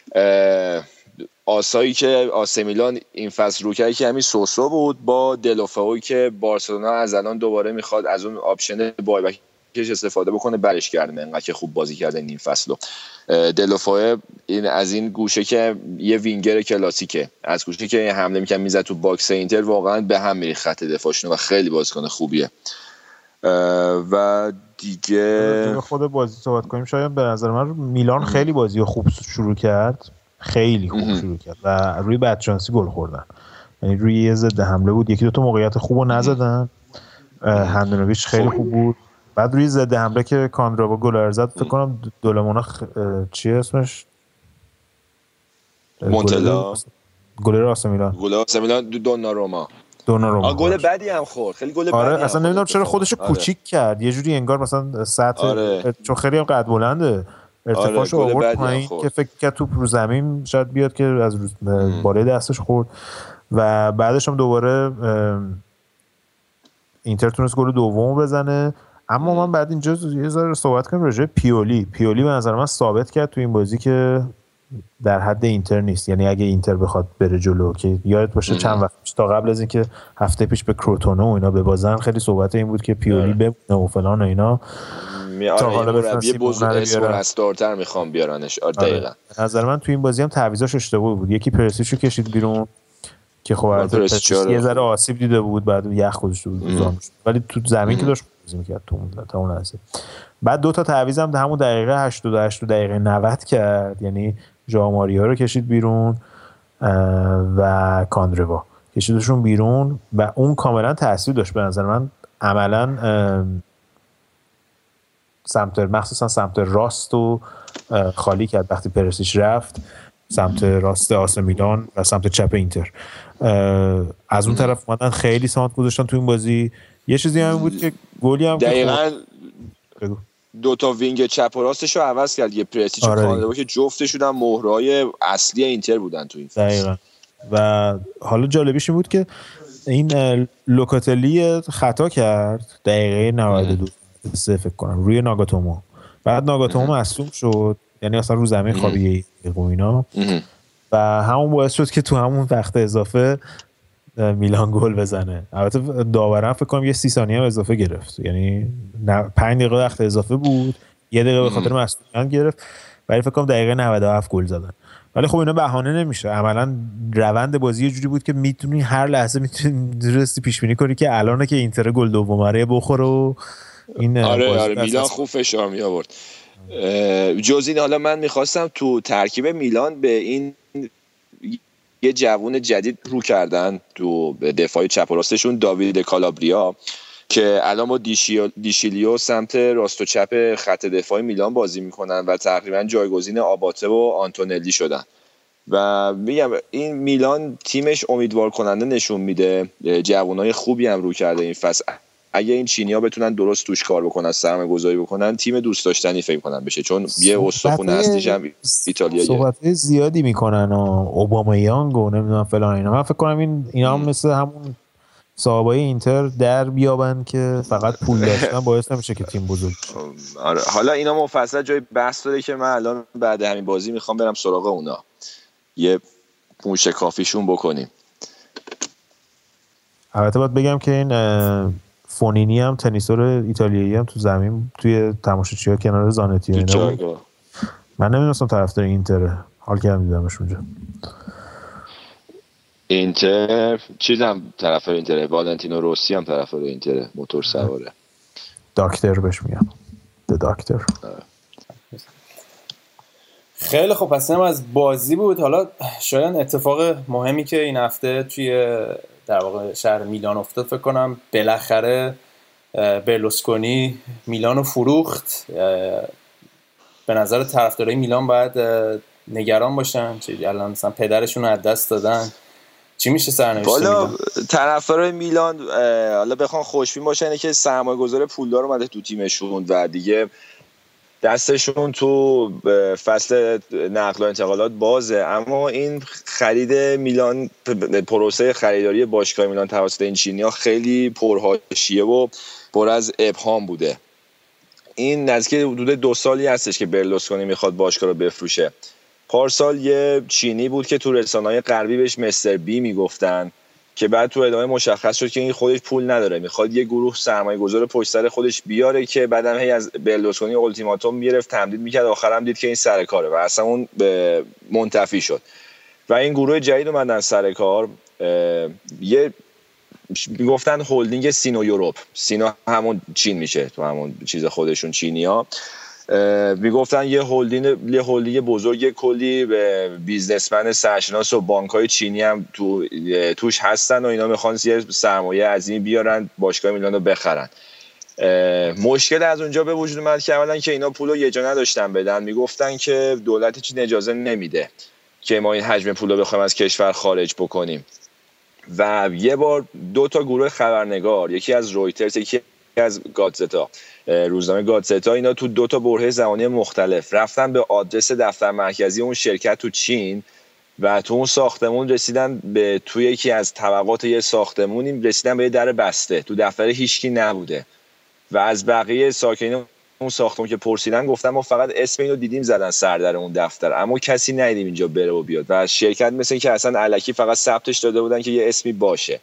آسایی که آسه میلان این فصل رو کرد که همین سوسو بود با دلوفئو که بارسلونا از الان دوباره میخواد از اون آپشن بای بکش استفاده بکنه برش کرده، انقدر که خوب بازی کرده این فصل. دلوفئو این از این گوشه که یه وینگر کلاسیکه، از گوشه که حمله میکنه میزد تو باکس اینتر واقعا به هم میری خط دفاعشون و خیلی بازیکن خوبیه. و دیگه خود بازی صحبت کنیم. شاید به نظر من میلان خیلی بازی خوب شروع کرد، خیلی خوب شروع کرد و روی بدشانسی گل خوردن. یعنی روی یه ضد حمله بود، یکی دو تا موقعیت خوبو نزدن. هندونویچ خیلی خوب بود. بعد روی ضد حمله که کاندروا گل زد فکر کنم دولمونا خ... چیه اسمش مونتلا گل آسه میلان گل آسه میلان دوناروما دوناروما گل بدی هم خورد، خیلی گل بدی. آره اصلا نمیدونم چرا خودشو آره. کوچیک کرد یه جوری انگار مثلا سطح آره. چون خیلی هم قد بلنده ارتفاعش آره. آورد پایین که فکر کرد توپ رو زمین شاید بیاد که از بالای دستش خورد و بعدش هم دوباره اینتر تونست گل دومو بزنه. اما من بعد اینجا یه ذره صحبت کنیم راجع به پیولی. پیولی به نظر من ثابت کرد تو این بازی که در حد اینتر نیست. یعنی اگه اینتر بخواد بره جلو، که یادت باشه چند وقت پیش تا قبل از اینکه هفته پیش به کروتونه و اینا ببازن خیلی صحبت این بود که پیولی بمونه و فلان و اینا. تا حالا مربی بزرگ اسپورتر میخوام بیارنش. آره دقیقاً. به نظر من تو این بازی هم تعویضاش اشتباه بود. یکی پرسیچو کشید بیرون که خب از یه ذره آسیب دیده بود، بعد یخ گذاشته بود، ولی تو زمین که داشت بازی می‌کرد تو تا اون لحظه. بعد دو تا تعویض هم همون دقیقه هشتاد و هشت و دقیقه نود کرد. یعنی ژائو ماریا رو کشید بیرون و کاندروا کشیدشون بیرون و اون کاملا تاثیر داشت به نظر من. عملاً سمت مخصوصا سمت راست و خالی کرد وقتی پرسیچ رفت سمت راست آسه میلان و سمت چپ اینتر. از اون طرف اومدن خیلی سانت گذاشتن تو این بازی. یه چیزی هم بود که گلی هم دقیقاً دو تا وینگ چپ و راستش رو عوض کرد، یه پرسیچ و کانادو که جفتشون هم مهرهای اصلی اینتر بودن تو این فصل. دقیقاً. و حالا جالبیش این بود که این لوکاتلی خطا کرد دقیقه نود و دو سه فکر کنم روی ناگاتومو، بعد ناگاتومو مصدوم شد، یعنی اصلا رو زمین خوابید و اینا، و همون باعث شد که تو همون وقت اضافه میلان گل بزنه. البته داورم فکر کنم یه سی ثانیه هم اضافه گرفت، یعنی پنج دقیقه وقت اضافه بود، یه دقیقه به خاطر مصدومیت گرفت، ولی فکر کنم دقیقه نود و هفت گل زدن. ولی خب اینا بهانه نمیشه، عملا روند بازی یه جوری بود که میتونی هر لحظه میتونی درستی پیش بینی کنی که الان که اینتر گل دومره بخوره و این آره آره میلان خوب فشار می آورد. جز این حالا من میخواستم تو ترکیب میلان به این یه جوون جدید رو کردن تو دفاعی چپ و راستشون، داوید کالابریا، که الان با دیشیلیو سمت راست و چپ خط دفاعی میلان بازی میکنن و تقریبا جایگزین آباته و آنتونلی شدن. و میگم این میلان تیمش امیدوار کننده نشون میده، جوانای خوبی هم رو کرده این فصل. اگه این چینی‌ها بتونن درست توش کار بکنن، سرمایه‌گذاری بکنن، تیم دوست داشتنی فکر کنم بشه، چون یه استخوان اصلیش هم ایتالیاییه. صحبت زیادی میکنن و اوبامیانگ و نمیدونم فلان اینا. من فکر کنم این اینا هم مثل همون صاحبای اینتر در بیابن که فقط پول داشتن باعث نمیشه که تیم بزرگ شه. آره حالا اینا مفصل جای بحث داره که من الان بعد همین بازی میخوام برم سراغ اونا، یه موشه کافیشون بکنیم. البته باید بگم که این فونینی هم تنیسور ایتالیایی هم تو زمین توی تماشاچی‌ها کنار زانتی و اینا بود. من نمیدونستم طرفدار اینتره، حال کردم دیدمش اونجا. اینتر چیزم طرفدار اینتره، والنتینو روسی هم طرفدار اینتره، موتور سواره. داکتر بهش میگم، د داکتر. خیلی خب، پس اینم از بازی بود. حالا شاید اتفاق مهمی که این هفته توی در واقع شهر میلان افتاد، فکر کنم بالاخره برلوسکونی میلانو فروخت. به نظر طرفدارای میلان باید نگران باشن، چه الان مثلا پدرشون رو از دست دادن، چی میشه سرنوشت والا میلان؟ طرفدارای میلان حالا بخوان خوشبین باشن اینه که سرمایه‌گذار پولدار اومده تو تیمشون و دیگه دستشون تو فصل نقل و انتقالات بازه. اما این خرید میلان، پروسه خریداری باشگاه میلان توسط این چینی‌ها خیلی پرحاشیه و پر از ابهام بوده. این نزدیک حدود دو سالی هستش که برلوسکونی میخواد باشگاه رو بفروشه. پارسال یه چینی بود که تو رسانه‌های غربی بهش مستر بی میگفتن، که بعد تو ادامه مشخص شد که این خودش پول نداره، میخواد یه گروه سرمایه‌گذار پشت سر خودش بیاره که بعدم هی از برلوسکونی التیماتوم میگرفت، تمدید میکرد، آخرام دید که این سر کاره و اصلا اون منتفی شد. و این گروه جدید اومدن سر کار، یه میگفتن هلدینگ سینو یوروپ، سینو همون چین میشه تو همون چیز خودشون چینی‌ها، میگفتن یه هلدینگ یه هلدینگ بزرگ، کلی به بیزنسمن سرشناس و بانک‌های چینی هم تو توش هستن و اینا میخوان یه سرمایه عظیمی بیارن باشگاه میلان رو بخرن. مشکل از اونجا به وجود اومد که اولا که اینا پولو یه جا نداشتن بدن، میگفتن که دولت چین اجازه نمیده که ما این حجم پولو بخوایم از کشور خارج بکنیم. و یه بار دو تا گروه خبرنگار، یکی از رویترز یکی از گاتزتا، روزنامه گاتزتا، اینا تو دو تا برهه زمانی مختلف رفتن به آدرس دفتر مرکزی اون شرکت تو چین و تو اون ساختمون رسیدن به توی یکی از طبقات یه ساختمونی رسیدن به یه در بسته، تو دفتر هیچکی نبوده و از بقیه ساکنین اون ساختمون که پرسیدن گفتن ما فقط اسم اینو دیدیم زدن سر در اون دفتر، اما کسی ندیدیم اینجا بره و بیاد و از شرکت مثل که اصلا الکی فقط ثبتش داده بودن که یه اسمی باشه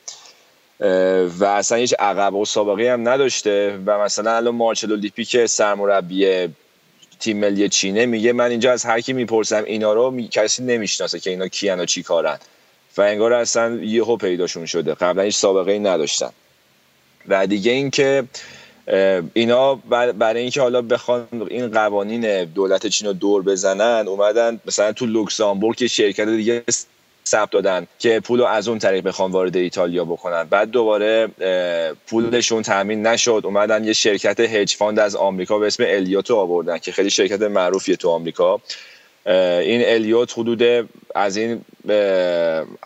و اصلا هیچ عقب و سابقه هم نداشته. و مثلا الان مارچلو لیپی که سرمربی تیم ملی چینه میگه من اینجا از هر کی میپرسم اینا رو می... کسی نمیشناسه که اینا کیان و چی کارن و انگار اصلا یهو پیداشون شده، قبلا هیچ سابقه ای نداشتن. و دیگه این که اینا برای اینکه حالا بخوان این قوانین دولت چین رو دور بزنن، اومدن مثلا تو لوکزامبورگ که شرکت دیگه ثبت دادن که پولو از اون طریق بخوان وارد ایتالیا بکنن، بعد دوباره پولشون تامین نشد، اومدن یه شرکت هج فاند از آمریکا به اسم الیوت آوردن که خیلی شرکت معروفیه تو آمریکا. این الیوت حدود از این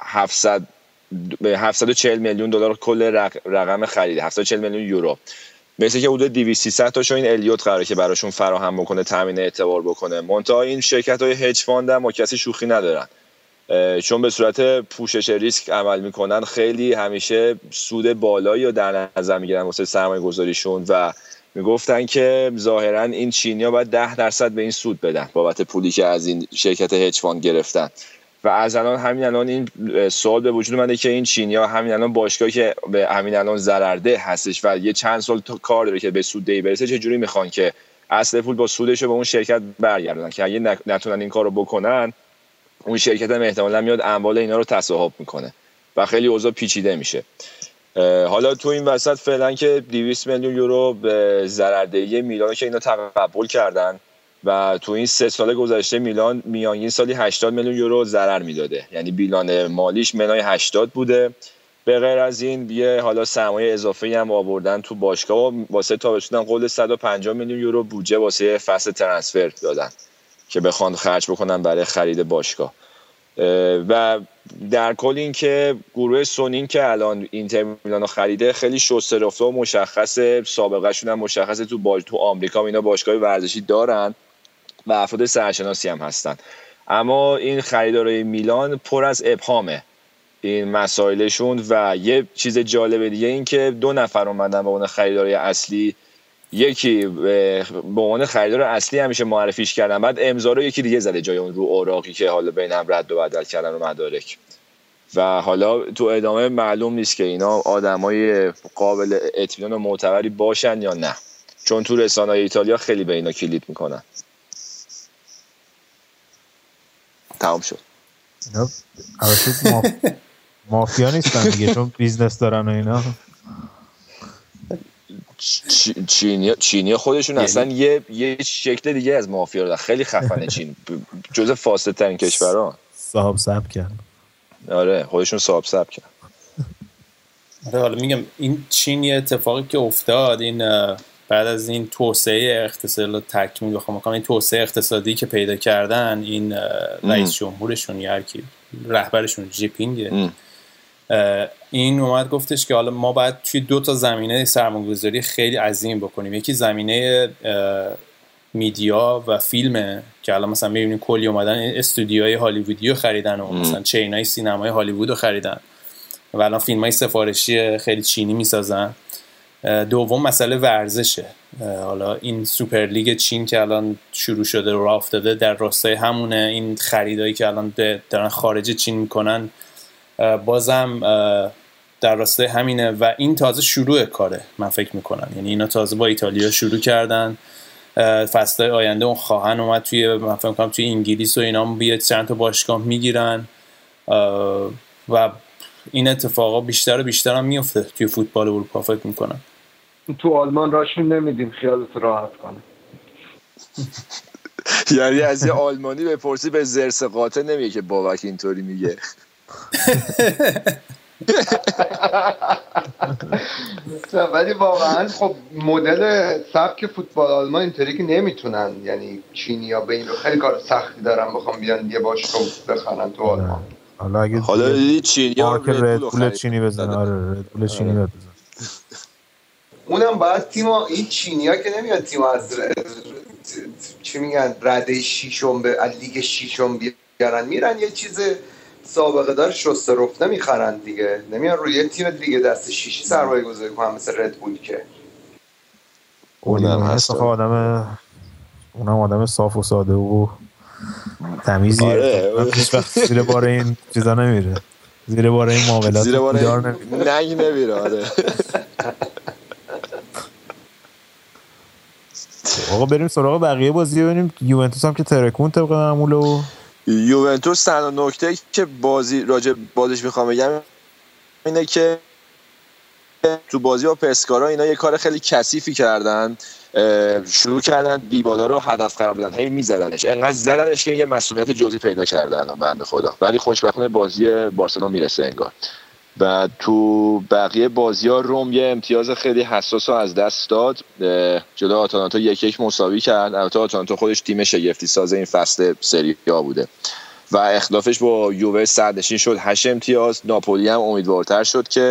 هفتصد و چهل میلیون دلار کل رقم خرید، هفتصد و چهل میلیون یورو مثل که حدود دویست سیصد تاشو این الیوت قراره که براشون فراهم بکنه، تامین اعتبار بکنه. منتها این شرکت‌های هج فاند هم با کسی شوخی ندارن، چون به صورت پوشش ریسک عمل میکنن. خیلی همیشه سود بالایی رو در نظر میگیرن واسه سرمایه گذاریشون و میگفتن که ظاهرا این چینی‌ها باید ده درصد به این سود بدن بابت پولی که از این شرکت هج فاند گرفتن. و از الان همین الان این سوال به وجود اومده که این چینی‌ها همین الان باشگاهی که به همین الان ضررده هستش و یه چند سال تا کار داره که به سوددهی برسه، چه جوری میخوان که اصل پول با سودش رو به اون شرکت برگردونن که اگه نتونن این کارو بکنن، اون شرکت هم احتمالاً میاد اموال اینا رو تصاحب میکنه و خیلی اوضاع پیچیده میشه. حالا تو این وسط فعلا که دویست میلیون یورو به ضرردهی میلان که اینا تقبل کردن و تو این سه سال گذشته میلان میانگین سالی هشتاد میلیون یورو ضرر میداده، یعنی بیلان مالیش منهای هشتاد بوده. به غیر از این یه حالا سرمایه اضافه‌ای هم آوردن تو باشگاه و واسه تابستون قول صد و پنجاه میلیون یورو بودجه واسه فصل ترنسفر دادن که بخوان خرج بکنن برای خرید باشگاه. و در کل این که گروه سونین که الان اینتر میلانو خریده خیلی شسته رفته و مشخصه، سابقه شون هم مشخصه، تو باج تو آمریکا اینا باشگاه ورزشی دارن و افراد سرشناسی هم هستن. اما این خریدارای میلان پر از ابهامه این مسائلشون. و یه چیز جالب دیگه این که دو نفر اومدن به عنوان خریدارای اصلی، یکی به عنوان خریدار اصلی همیشه معرفیش کردن، بعد امضا رو یکی دیگه زده جای اون رو اوراقی که حالا بین هم رد و بدل کردن و مدارک. و حالا تو ادامه معلوم نیست که اینا آدمای قابل اطمینان و معتبری باشن یا نه، چون تو رسانه‌های ایتالیا خیلی به اینا کلید میکنن. تمام شد. اینا البته ماف... مافیا نیستن دیگه، چون بیزنس دارن و اینا. چینی چینی خودشون اصلا یه یه شکل دیگه از مافیا دارن، خیلی خفنه. چین جزء فاسد ترین کشورها. صاحب ثبت کرد. آره خودشون صاحب ثبت کرد. آره حالا میگم این چین یه اتفاقی که افتاد، این بعد از این توسعه اقتصادی تکمیل بخوام بگم، این توسعه اقتصادی که پیدا کردن، این رئیس جمهورشون یا هر کی رهبرشون جی پینگ، این اومد گفتش که حالا ما باید توی دو تا زمینه سرمایه‌گذاری خیلی عظیم بکنیم. یکی زمینه میدیا و فیلمه که الان مثلا می‌بینیم کلی اومدن استودیوهای هالیوودی رو خریدن و مثلا چینای سینمای هالیوود رو خریدن و الان فیلم‌های سفارشی خیلی چینی میسازن. دوم مسئله ورزشه. حالا این سوپر لیگ چین که الان شروع شده و راه افتاده در راستای همونه. این خریدایی که الان دارن خارج چین میکنن بازم در راستای همینه و این تازه شروع کاره من فکر میکنم. یعنی اینا تازه با ایتالیا شروع کردن، فصل آینده اون خواهن اومد توی من فکر میکنم توی انگلیس و اینا بیاد چند تا باشگاه میگیرن و این اتفاقا بیشتر و بیشتر هم میفته توی فوتبال اروپا فکر میکنم. تو آلمان راشون نمیدیم خیالت راحت کنه. یعنی از یه آلمانی بپرسی به زرس قاطع نمیگه که بابک اینطوری میگه. ولی واقعا خب مدل سبک فوتبال آلمان اینطوری که نمیتونن، یعنی چینی‌ها به این رو خیلی کار سختی دارن بخوام بیان یه باشگاه بخرن تو آلمان. حالا اگه حالا چینی‌ها رد چینی بزنن، آره رد چینی بزنن، اونم باید تیم این چینی‌ها که نمیاد تیم از چی میگن رده ششم به لیگ ششم بیارن، میرن یه چیز سابقه دار شسته رفته میخرن دیگه، نمیان روی یه تیم دیگه دست شیشی سرمایه گذاری کنن مثل ردبول که اونم هست آدم اونم آدم صاف و ساده و تمیزیه. آره. هیچ وقت زیر بار این چیزا نمیره، زیر بار این معاملات زیر بار این نگ نمیره. آره آقا بریم سراغ بقیه بازی ببینیم. یوونتوس هم که ترکون طبق معمول و یوونتوس تنها نکته که بازی راجع بازیش میخوام بگم اینه که تو بازی با پسکارا اینا یه کار خیلی کثیفی کردن، شروع کردن دیبالا رو هدف قرار بدن، هی میزدنش، انقدر زدنش که یه مسئولیت جزئی پیدا کردن بنده خدا، ولی خوشبختانه بازی بارسلونا میرسه انگار. و تو بقیه بازی‌ها روم یه امتیاز خیلی حساس رو از دست داد، جلو آتالانتا یک یک مساوی کرد. البته آتالانتا خودش تیم شگفتی ساز این فصل سری آ بوده و اختلافش با یووه صدرنشین شد هشت امتیاز. ناپولی هم امیدوارتر شد که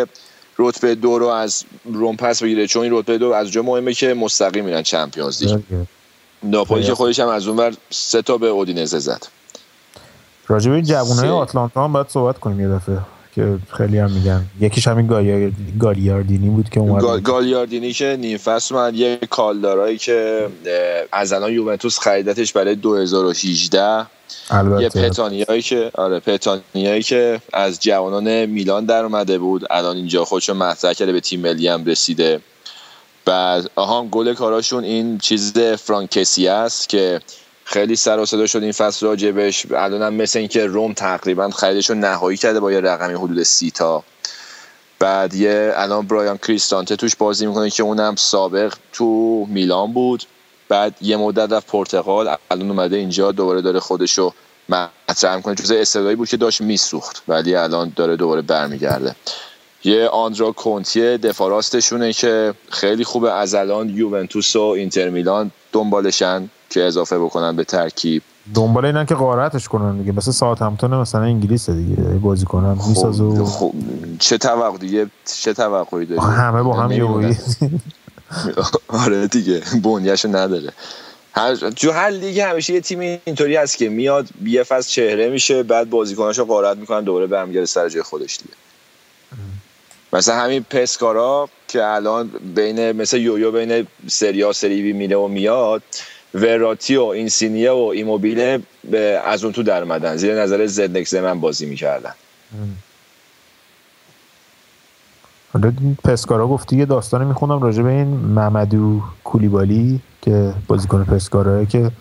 رتبه دو رو از روم پس بگیره، چون این رتبه دو از جا مهمه که مستقیم میرن چمپیونز لیگ. ناپولی که خودش هم از اونور سه تا به اودینزه زد. راجع به این جوونای آتلانتا هم باید صحبت کنیم یه دفعه که خیلی هم میگن. یکیش همین گالیا... گالیاردینی بود که اومد. گال... گالیاردینی که نیم فصل اومد، یه کالدارایی که از الان یوونتوس خریدتش برای دو هزار و هجده. البته. یه پتانیایی که آره پتانیایی که از جوانان میلان در اومده بود، الان اینجا خودشو مطرح کرده، به تیم ملی هم رسیده. بعد آها گل کاراشون این چیز فرانکسی است که خیلی سر و صدا شد این فصل راجبش. الانم مثل این که روم تقریبا خریدشو نهایی کرده با یه رقمی حدود سی تا. بعد یه الان برایان کریستانته توش بازی میکنه که اونم سابق تو میلان بود، بعد یه مدت رفت پرتغال، الان اومده اینجا دوباره داره خودشو مطرح میکنه. جزء استعدادی بود که داشت میسوخت ولی الان داره دوباره برمیگرده. یه آندرا کونتی دفاع راستشونه که خیلی خوبه، از الان یوونتوس و اینتر میلان دنبالشن که اضافه بکنن به ترکیب. دنبال اینن که قارتش کنن دیگه، مثل ساوثهمپتون مثلا انگلیس دیگه بازی کنن میسازو. خب چه توقع دیگه چه توقعی داری؟ همه با هم یهویی. آره دیگه بنیه‌شو نداره. هر جو هر لیگ همیشه یه تیم اینطوری هست که میاد یه فصل چهره میشه، بعد بازیکناشو غارت میکنن، دوباره برمیگرده سر جای خودش دیگه. مثلا همین پسکارا که الان بین مثلا یویو بین سری آ سری بی میره و میاد، وراتی و اینسینیه و ایموبیله از اون تو در اومدن، زیر نظر زدنکس من بازی میکردن. حالا پسکارا گفتی یه داستانی میخوندم راجع به این محمدو کولیبالی که بازیکن پسکارا که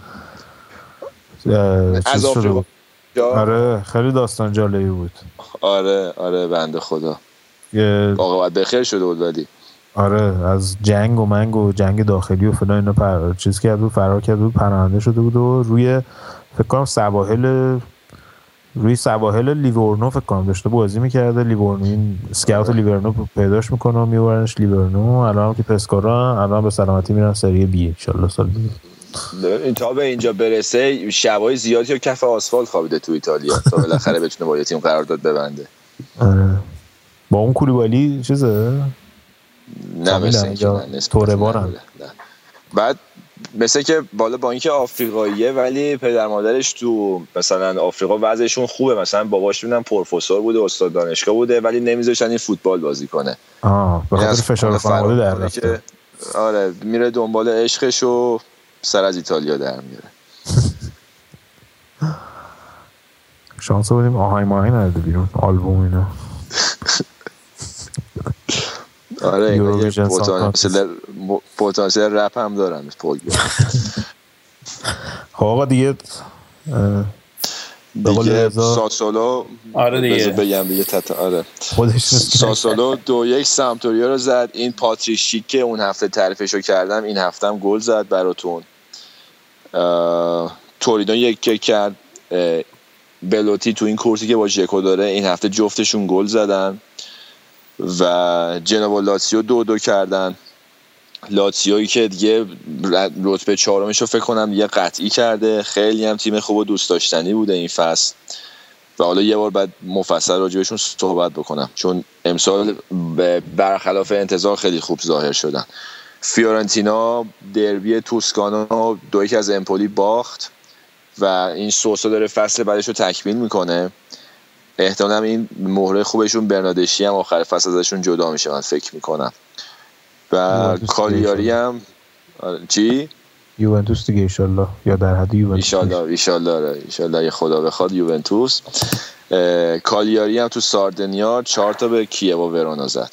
از آفریقا. آره خیلی داستان جالبی بود. آره آره بنده خدا آقا باید بخیر شده بود ولی آره از جنگ و منگ و جنگ داخلی و فلان اینا پر... چیز کرد بود، فرار کرد بود، پناهنده شده بود و روی فکر کنم سواحل روی سواحل لیورنو فکر کنم داشته بازی میکرده. لیورنو این اسکاوت لیورنو پیداش میکنه و میبرنش لیورنو. الان که پسکارا الان به سلامتی میرن سری بی ان شاء الله سال دیگه. این تا به اینجا برسه شبای زیادی و کف آسفالت خوابیده تو ایتالیا تا بالاخره بتونه با یه تیم قرارداد ببنده. آره با اون کولیبالی چیزه؟ نه مثل اینکه توره بارن. بعد مثل که بالا با اینکه آفریقاییه ولی پدر مادرش تو مثلا آفریقا وضعشون خوبه، مثلا باباش ببینم پروفسور بوده، استاد دانشگاه بوده، ولی نمیذاشتن این فوتبال بازی کنه. آه به خاطر فشار خانواده در رفته. آره میره دنبال عشقش و سر از ایتالیا در میاره. شانس بودیم آهای ماهی نرده بیرون آلبوم اینا. آره این پتانسیل پتانسیل رپ هم دارن پوگبا. آقا دیگه دیگه ساسولو آره دیگه بگم دیگه تتا آره ساسولو دو یک سامتوریا رو زد. این پاتریشیک که اون هفته تعریفشو کردم این هفته هم گل زد براتون. تورینو یک یک کرد. بلوتی تو این کورسی که با ژکو داره این هفته جفتشون گل زدن و جنوا لاتسیو دو دو کردن. لاتسیویی که دیگه رتبه چهارمش رو فکر کنم دیگه قطعی کرده، خیلی هم تیم خوب و دوست داشتنی بوده این فصل و حالا یه بار بعد مفصل راجبشون صحبت بکنم چون امسال برخلاف انتظار خیلی خوب ظاهر شدن. فیورنتینا دربی توسکانو دو یک از امپولی باخت و این سوسا داره فصل بعدش رو تکمیل میکنه. احتمالاً این مهره خوبشون برنادشی هم آخر فصل ازشون جدا میشه من فکر میکنم. و کالیاری هم چی؟ یوونتوس دیگه ایشالله یا در حد یوونتوس ایشالله ایشالله ایشالله یه خدا بخواد یوونتوس. کالیاری هم تو ساردنیا چهار تا به کیو و ورونا زد.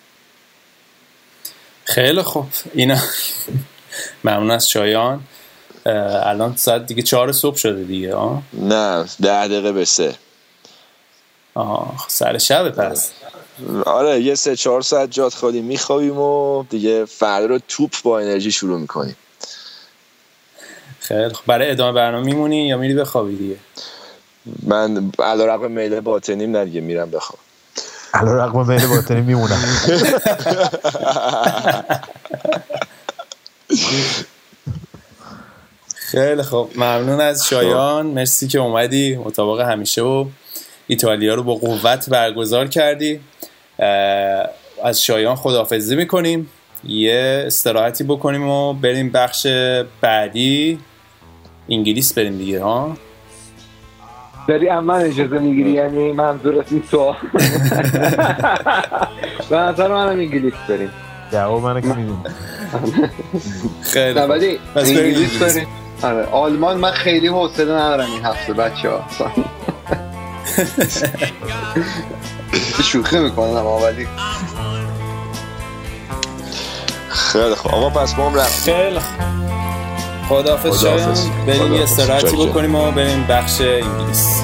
خیلی خوب اینا ممنون از شایان. الان ساعت دیگه چهار صبح شده دیگه آه؟ نه ده دقیقه به سه. آه سر شب پس. آره یه سه چهار ساعت جات خالی میخوابیم و دیگه فردا رو توپ با انرژی شروع میکنیم. خیلی خب برای ادامه برنامه میمونی یا میری بخوابی دیگه؟ من علیرغم میل باطنیم نه دیگه میرم بخواب. علیرغم میل باطنیم میمونم. خیلی خب ممنون از شایان، مرسی که اومدی مطابق همیشه و ایتالیا رو با قوت برگزار کردی. از شایان خداحافظی میکنیم، یه استراحتی بکنیم و بریم بخش بعدی. انگلیس بریم دیگه ها. داری اما اجازه میگیری؟ یعنی منظورت این تو به نظر منم انگلیس بریم. جواب منو که میدونی. خیلی ولی انگلیس بریم. آره آلمان من خیلی حوصله ندارم این هفته بچه‌ها. شوخی میکنم ولی خیلی خوب. آقا پس ما هم رفتیم. خیلی خداحافظ شایان. بریم یه استراحتی بکنیم و بریم بخش انگلیس.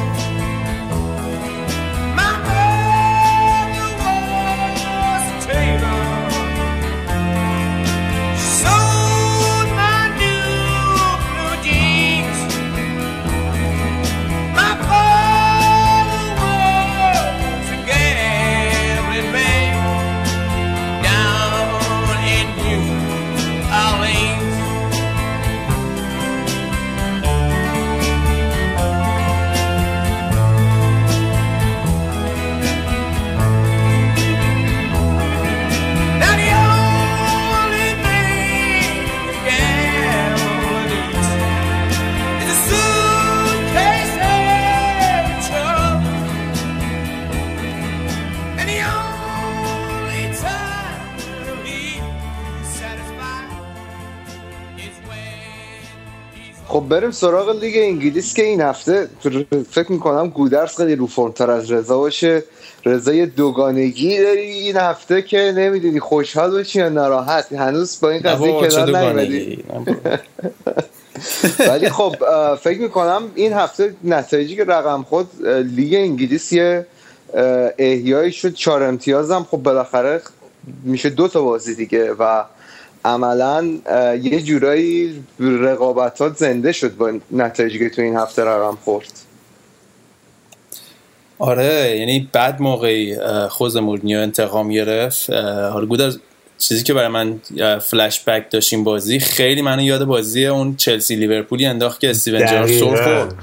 خب بریم سراغ لیگ انگلیس که این هفته فکر میکنم گودرز خیلی رو فرم‌تر از رضا باشه. رضا یه دوگانگی داری این هفته که نمیدونی خوشحال باشی یا ناراحت، هنوز با این قضیه کنار نیومدی. ولی خب فکر میکنم این هفته نتایجی که رقم خود لیگ انگلیس یه احیایی شد، چهار امتیاز هم خب بالاخره میشه دو تا بازی دیگه و عملا یه جورایی رقابتات زنده شد با نتایجی که تو این هفته رقم خورد. آره یعنی بعد موقعی خوز مورینیو انتقام گرفت. حالا گودرز چیزی که برای من فلش بک داشت این بازی خیلی منو یاد بازی اون چلسی لیورپولی انداخت که استیون جرارد سر خورد.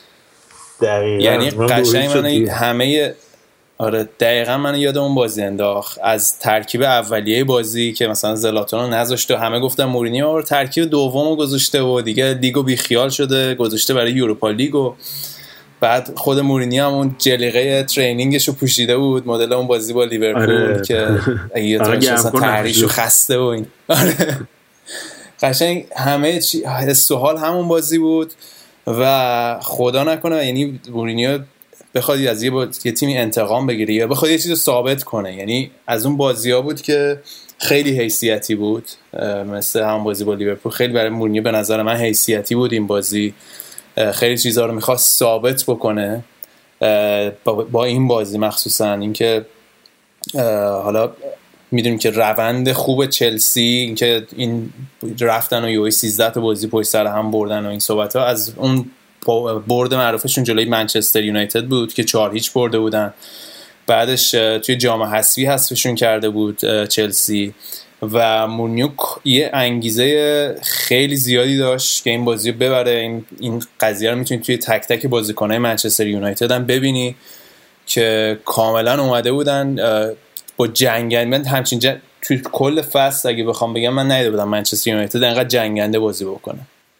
یعنی قشنگ منو همه آره دقیقاً منو یاد اون بازی انداخت، از ترکیب اولیه بازی که مثلا زلاتان رو نذاشته و همه گفتن مورینیو ترکیب دومو گذاشته و دیگه لیگو بیخیال شده گذاشته برای یوروپا لیگو. بعد خود مورینیو هم اون جلیقه ترینینگشو پوشیده بود مدل اون بازی با لیورپول آره. که اگه تو تحریشو خسته و این آره. قشنگ همه چی حس و حال همون بازی بود و خدا نکنه یعنی مورینیو بخواد از یه, با... یه تیمی انتقام بگیره یا بخواد یه چیز رو ثابت کنه. یعنی از اون بازی‌ها بود که خیلی حیثیتی بود، مثل همون بازی با لیورپول خیلی برای مورینیو به نظر من حیثیتی بود این بازی، خیلی چیزا رو می‌خواست ثابت بکنه با, با این بازی مخصوصا اینکه حالا میدونیم که روند خوب چلسی اینکه این رفتن و یوی سیزده تا بازی پشت سر هم بردن و این صحبت‌ها از اون برد معروفشون جلوی منچستر یونایتد بود که چهار هیچ برده بودن. بعدش توی جام حذفی حذفشون کرده بود چلسی و مورینیو یه انگیزه خیلی زیادی داشت که این بازی رو ببره. این این قضیه رو میتونید توی تک تک بازیکن‌های منچستر یونایتد هم ببینی که کاملا اومده بودن با جنگنده. من همچین جن... توی کل فصل اگه بخوام بگم من ندیده بودم منچستر یونایتد انقدر جنگنده بازی بکنه.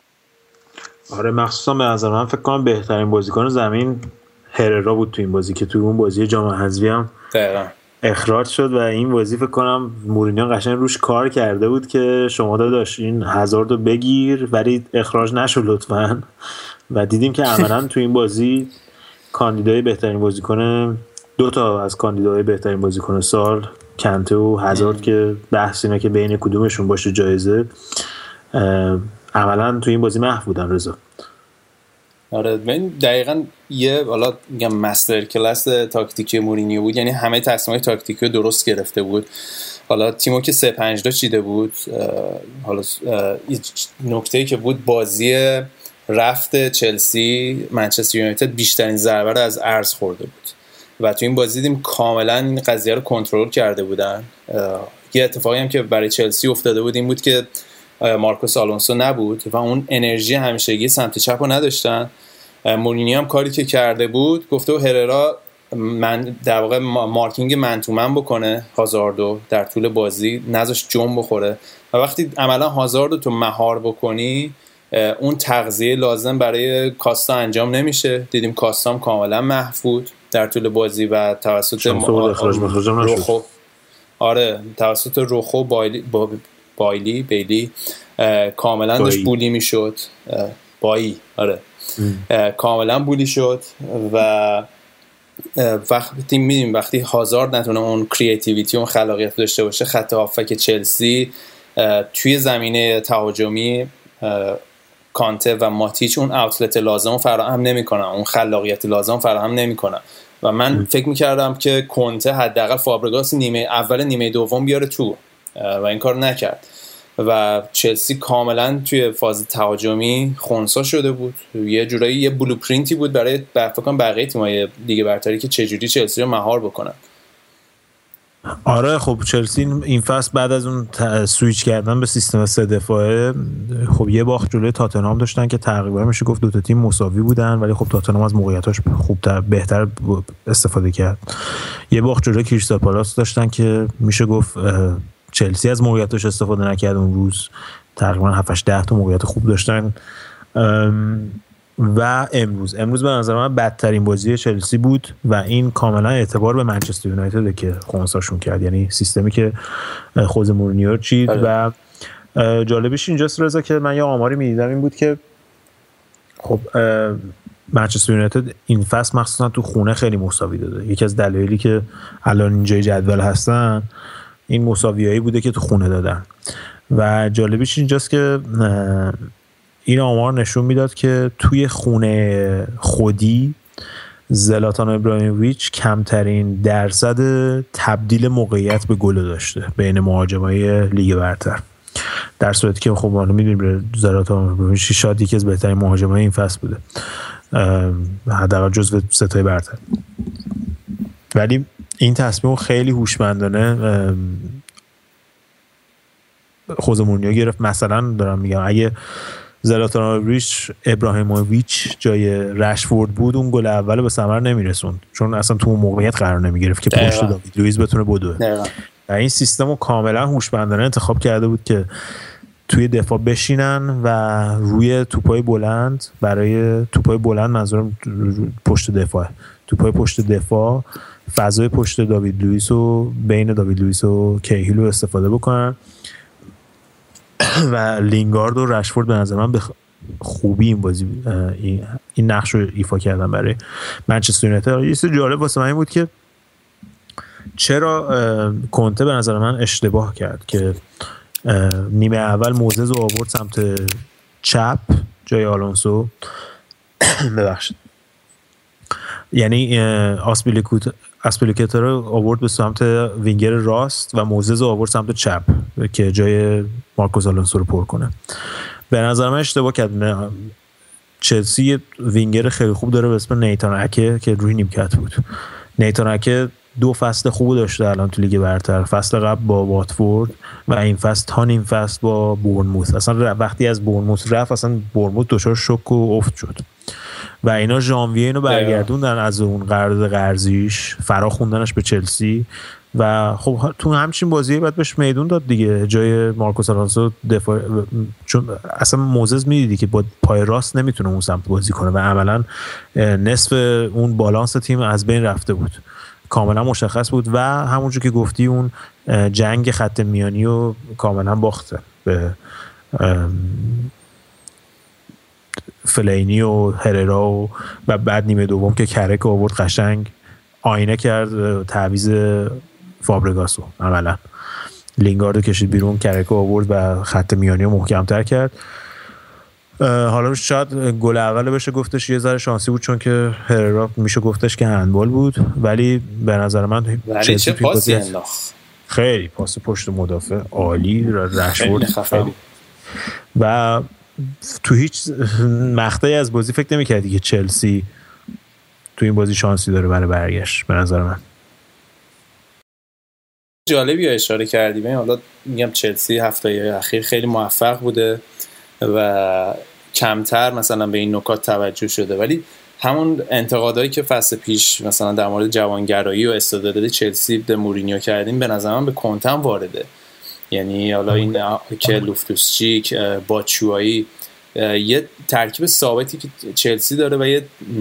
آره مخصوصا به نظر من فکر کنم بهترین بازیکن زمین هررا بود تو این بازی که تو اون بازی جام حذفی هم دقیقاً اخراج شد و این بازی فکر کنم مورینیو قشنگ روش کار کرده بود که شما داداش این هزارد رو بگیر ولی اخراج نشو لطفاً. و دیدیم که عملاً تو این بازی کاندیدای بهترین بازیکن دو تا از کاندیدای بهترین بازیکن سال کنته و هزارد که بحث اینه که بین کدومشون باشه جایزه عملاً تو این بازی محو بودن رضا. آره من دقیقاً یه حالا میگم مستر کلاس تاکتیکی مورینیو بود، یعنی همه تصمیمات تاکتیکی رو درست گرفته بود. حالا تیمو که سه پنج دو چیده بود. حالا نکته‌ای که بود بازی رفت چلسی منچستر یونایتد بیشترین ضربه رو از عرض خورده بود و تو این بازی دیدیم کاملا این قضیه رو کنترل کرده بودن. یه اتفاقی هم که برای چلسی افتاده بود این بود که مارکوس آلونسو نبود و اون انرژی همیشگی سمت چپ رو نداشتن. مورینیو هم کاری که کرده بود گفته و هررا من در واقع مارکینگ من تو من بکنه هازاردو در طول بازی، نذاش جون بخوره و وقتی عملا هازاردو تو مهار بکنی اون تغذیه لازم برای کاستا انجام نمیشه. دیدیم کاستام کاملا محو بود در طول بازی و توسط روخو آره توسط روخو بایلی با بایلی بیلی کاملا داشت بولی میشد بایی آره کاملا بولی شد و وقتی میدیم وقتی هازارد نتونه اون کریتیویتی و اون خلاقیت داشته باشه، خط هافک چلسی توی زمینه تهاجمی کانته و ماتیچ اون اوتلت لازم فراهم نمیکنن، اون خلاقیت لازم فراهم نمیکنن و من فکر میکردم که کنته حداقل فابرگاس نیمه اول نیمه دوم بیاره تو و این کار نکرد و چلسی کاملا توی فاز تهاجمی خنثی شده بود. یه جورایی یه بلوپرینتی بود برای فکر کنم بقیه تیم‌های لیگ برتری که چجوری چلسی رو مهار بکنن. آره خب چلسی این فصل بعد از اون سویچ کردن به سیستم سه دفاعه خب یه باخت جلوی تاتنهام داشتن که تقریبا میشه گفت دو تا تیم مساوی بودن، ولی خب تاتنهام از موقعیتاش خوبتر بهتر استفاده کرد. یه باخت جلوی کریستال پالاس داشتن که میشه گفت چلسی از موقعیتاش استفاده نکرد اون روز، تقریبا هفت ده تا موقعیت خوب داشتن. و امروز امروز به نظر من بدترین بازی چلسی بود و این کاملا اعتبار به منچستر یونایتد که خونساشون کرد، یعنی سیستمی که خود مورینیو چید. و جالبش اینجاست رضا که من یه آماری میدیدم این بود که خب منچستر یونایتد این فصل مخصوصا تو خونه خیلی مساوی داده. یکی از دلایلی که الان اینجای جدول هستن این مساویایی بوده که تو خونه دادن و جالبش اینجاست که این آمار نشون میداد که توی خونه خودی زلاتان ابراهیموویچ کمترین درصد تبدیل موقعیت به گل داشته بین مهاجمای لیگ برتر، در صورتی که خب ما میدونیم زلاتان ابراهیموویچ شاید یکی از بهترین مهاجمای این فصل بوده، حداقل جزو ستای برتر. ولی این تصمیم خیلی هوشمندانه خوزه مورینیو گرفت. مثلا دارم میگم اگه زلاتان ابراهیموویچ جای رشفورد بود اون گل اول به ثمر نمیرسوند، چون اصلا تو اون موقعیت قرار نمیگرفت که پشت داوید لوئیس بتونه بدوه. و این سیستم رو کاملا هوشمندانه انتخاب کرده بود که توی دفاع بشینن و روی توپای بلند، برای توپای بلند منظورم پشت دفاع، توپای پشت دفاع فضای پشت داوید لوئیس و بین داوید لوئیس و کیهیل رو استفاده بکنن و لینگارد و رشفورد به نظر من به خوبی این بازی این نقش رو ایفا کردن برای منچستر یونایتد. یه چیز جالب واسه من این بود که چرا کنته به نظر من اشتباه کرد که نیمه اول موزز رو آورد سمت چپ جای آلونسو ببخشید یعنی آسپیلیکوت اسپلیکتا رو آورد به سمت وینگر راست و موزز رو آورد سمت چپ که جای مارکوس آلونسو رو پر کنه. به نظر من اشتباه کرد. چلسی وینگر خیلی خوب داره به اسم نیتان اکه که روی نیمکت بود. نیتان اکه دو فصل خوب داشته الان تو لیگ برتر، فصل قبل با واتفورد و این فصل تا نیم فصل با بورنموث. اصلا وقتی از بورنموث رفت اصلا بورنموث دچار شوک و افت شد و اینا ژانویه اینو برگردوندن از اون قرارداد قرضیش، فرا خوندنش به چلسی و خب تو همچین بازی بعد بهش میدون داد دیگه جای مارکوس آلونسو دفاع، چون اصلا موزز میدیدی که با پای راست نمیتونه اون سمت بازی کنه و عملا نصف اون بالانس تیم از بین رفته بود، کاملا مشخص بود و همونجور که گفتی اون جنگ خط میانی رو کاملا باخته به فلینی و هررا و, و بعد نیمه دوم که کرک آورد قشنگ آینه کرد تعویض فابرگاسو، عملا لینگاردو کشید بیرون، کرک آورد و خط میانی رو محکم‌تر کرد. حالا شاید گل اول بشه گفتش یه ذره شانسی بود چون که هررا میشه گفتش که هندبال بود، ولی به نظر من ولی چه پاسی انداخت، خیلی پاس پشت مدافع عالی رشفورد و تو هیچ مقطعی از بازی فکر نمی‌کردی که چلسی تو این بازی شانسی داره برای برگشت. به نظر من جالبی اشاره کردی. ببین حالا میگم چلسی هفته اخیر خیلی موفق بوده و کمتر مثلا به این نکات توجه شده، ولی همون انتقادایی که فصل پیش مثلا در مورد جوانگرایی و استعداد چلسی به مورینیو کردیم به نظر من به کنته هم وارده. یعنی حالا این که لوفتوس-چیک، باچوایی، یه ترکیب ثابتی که چلسی داره و یه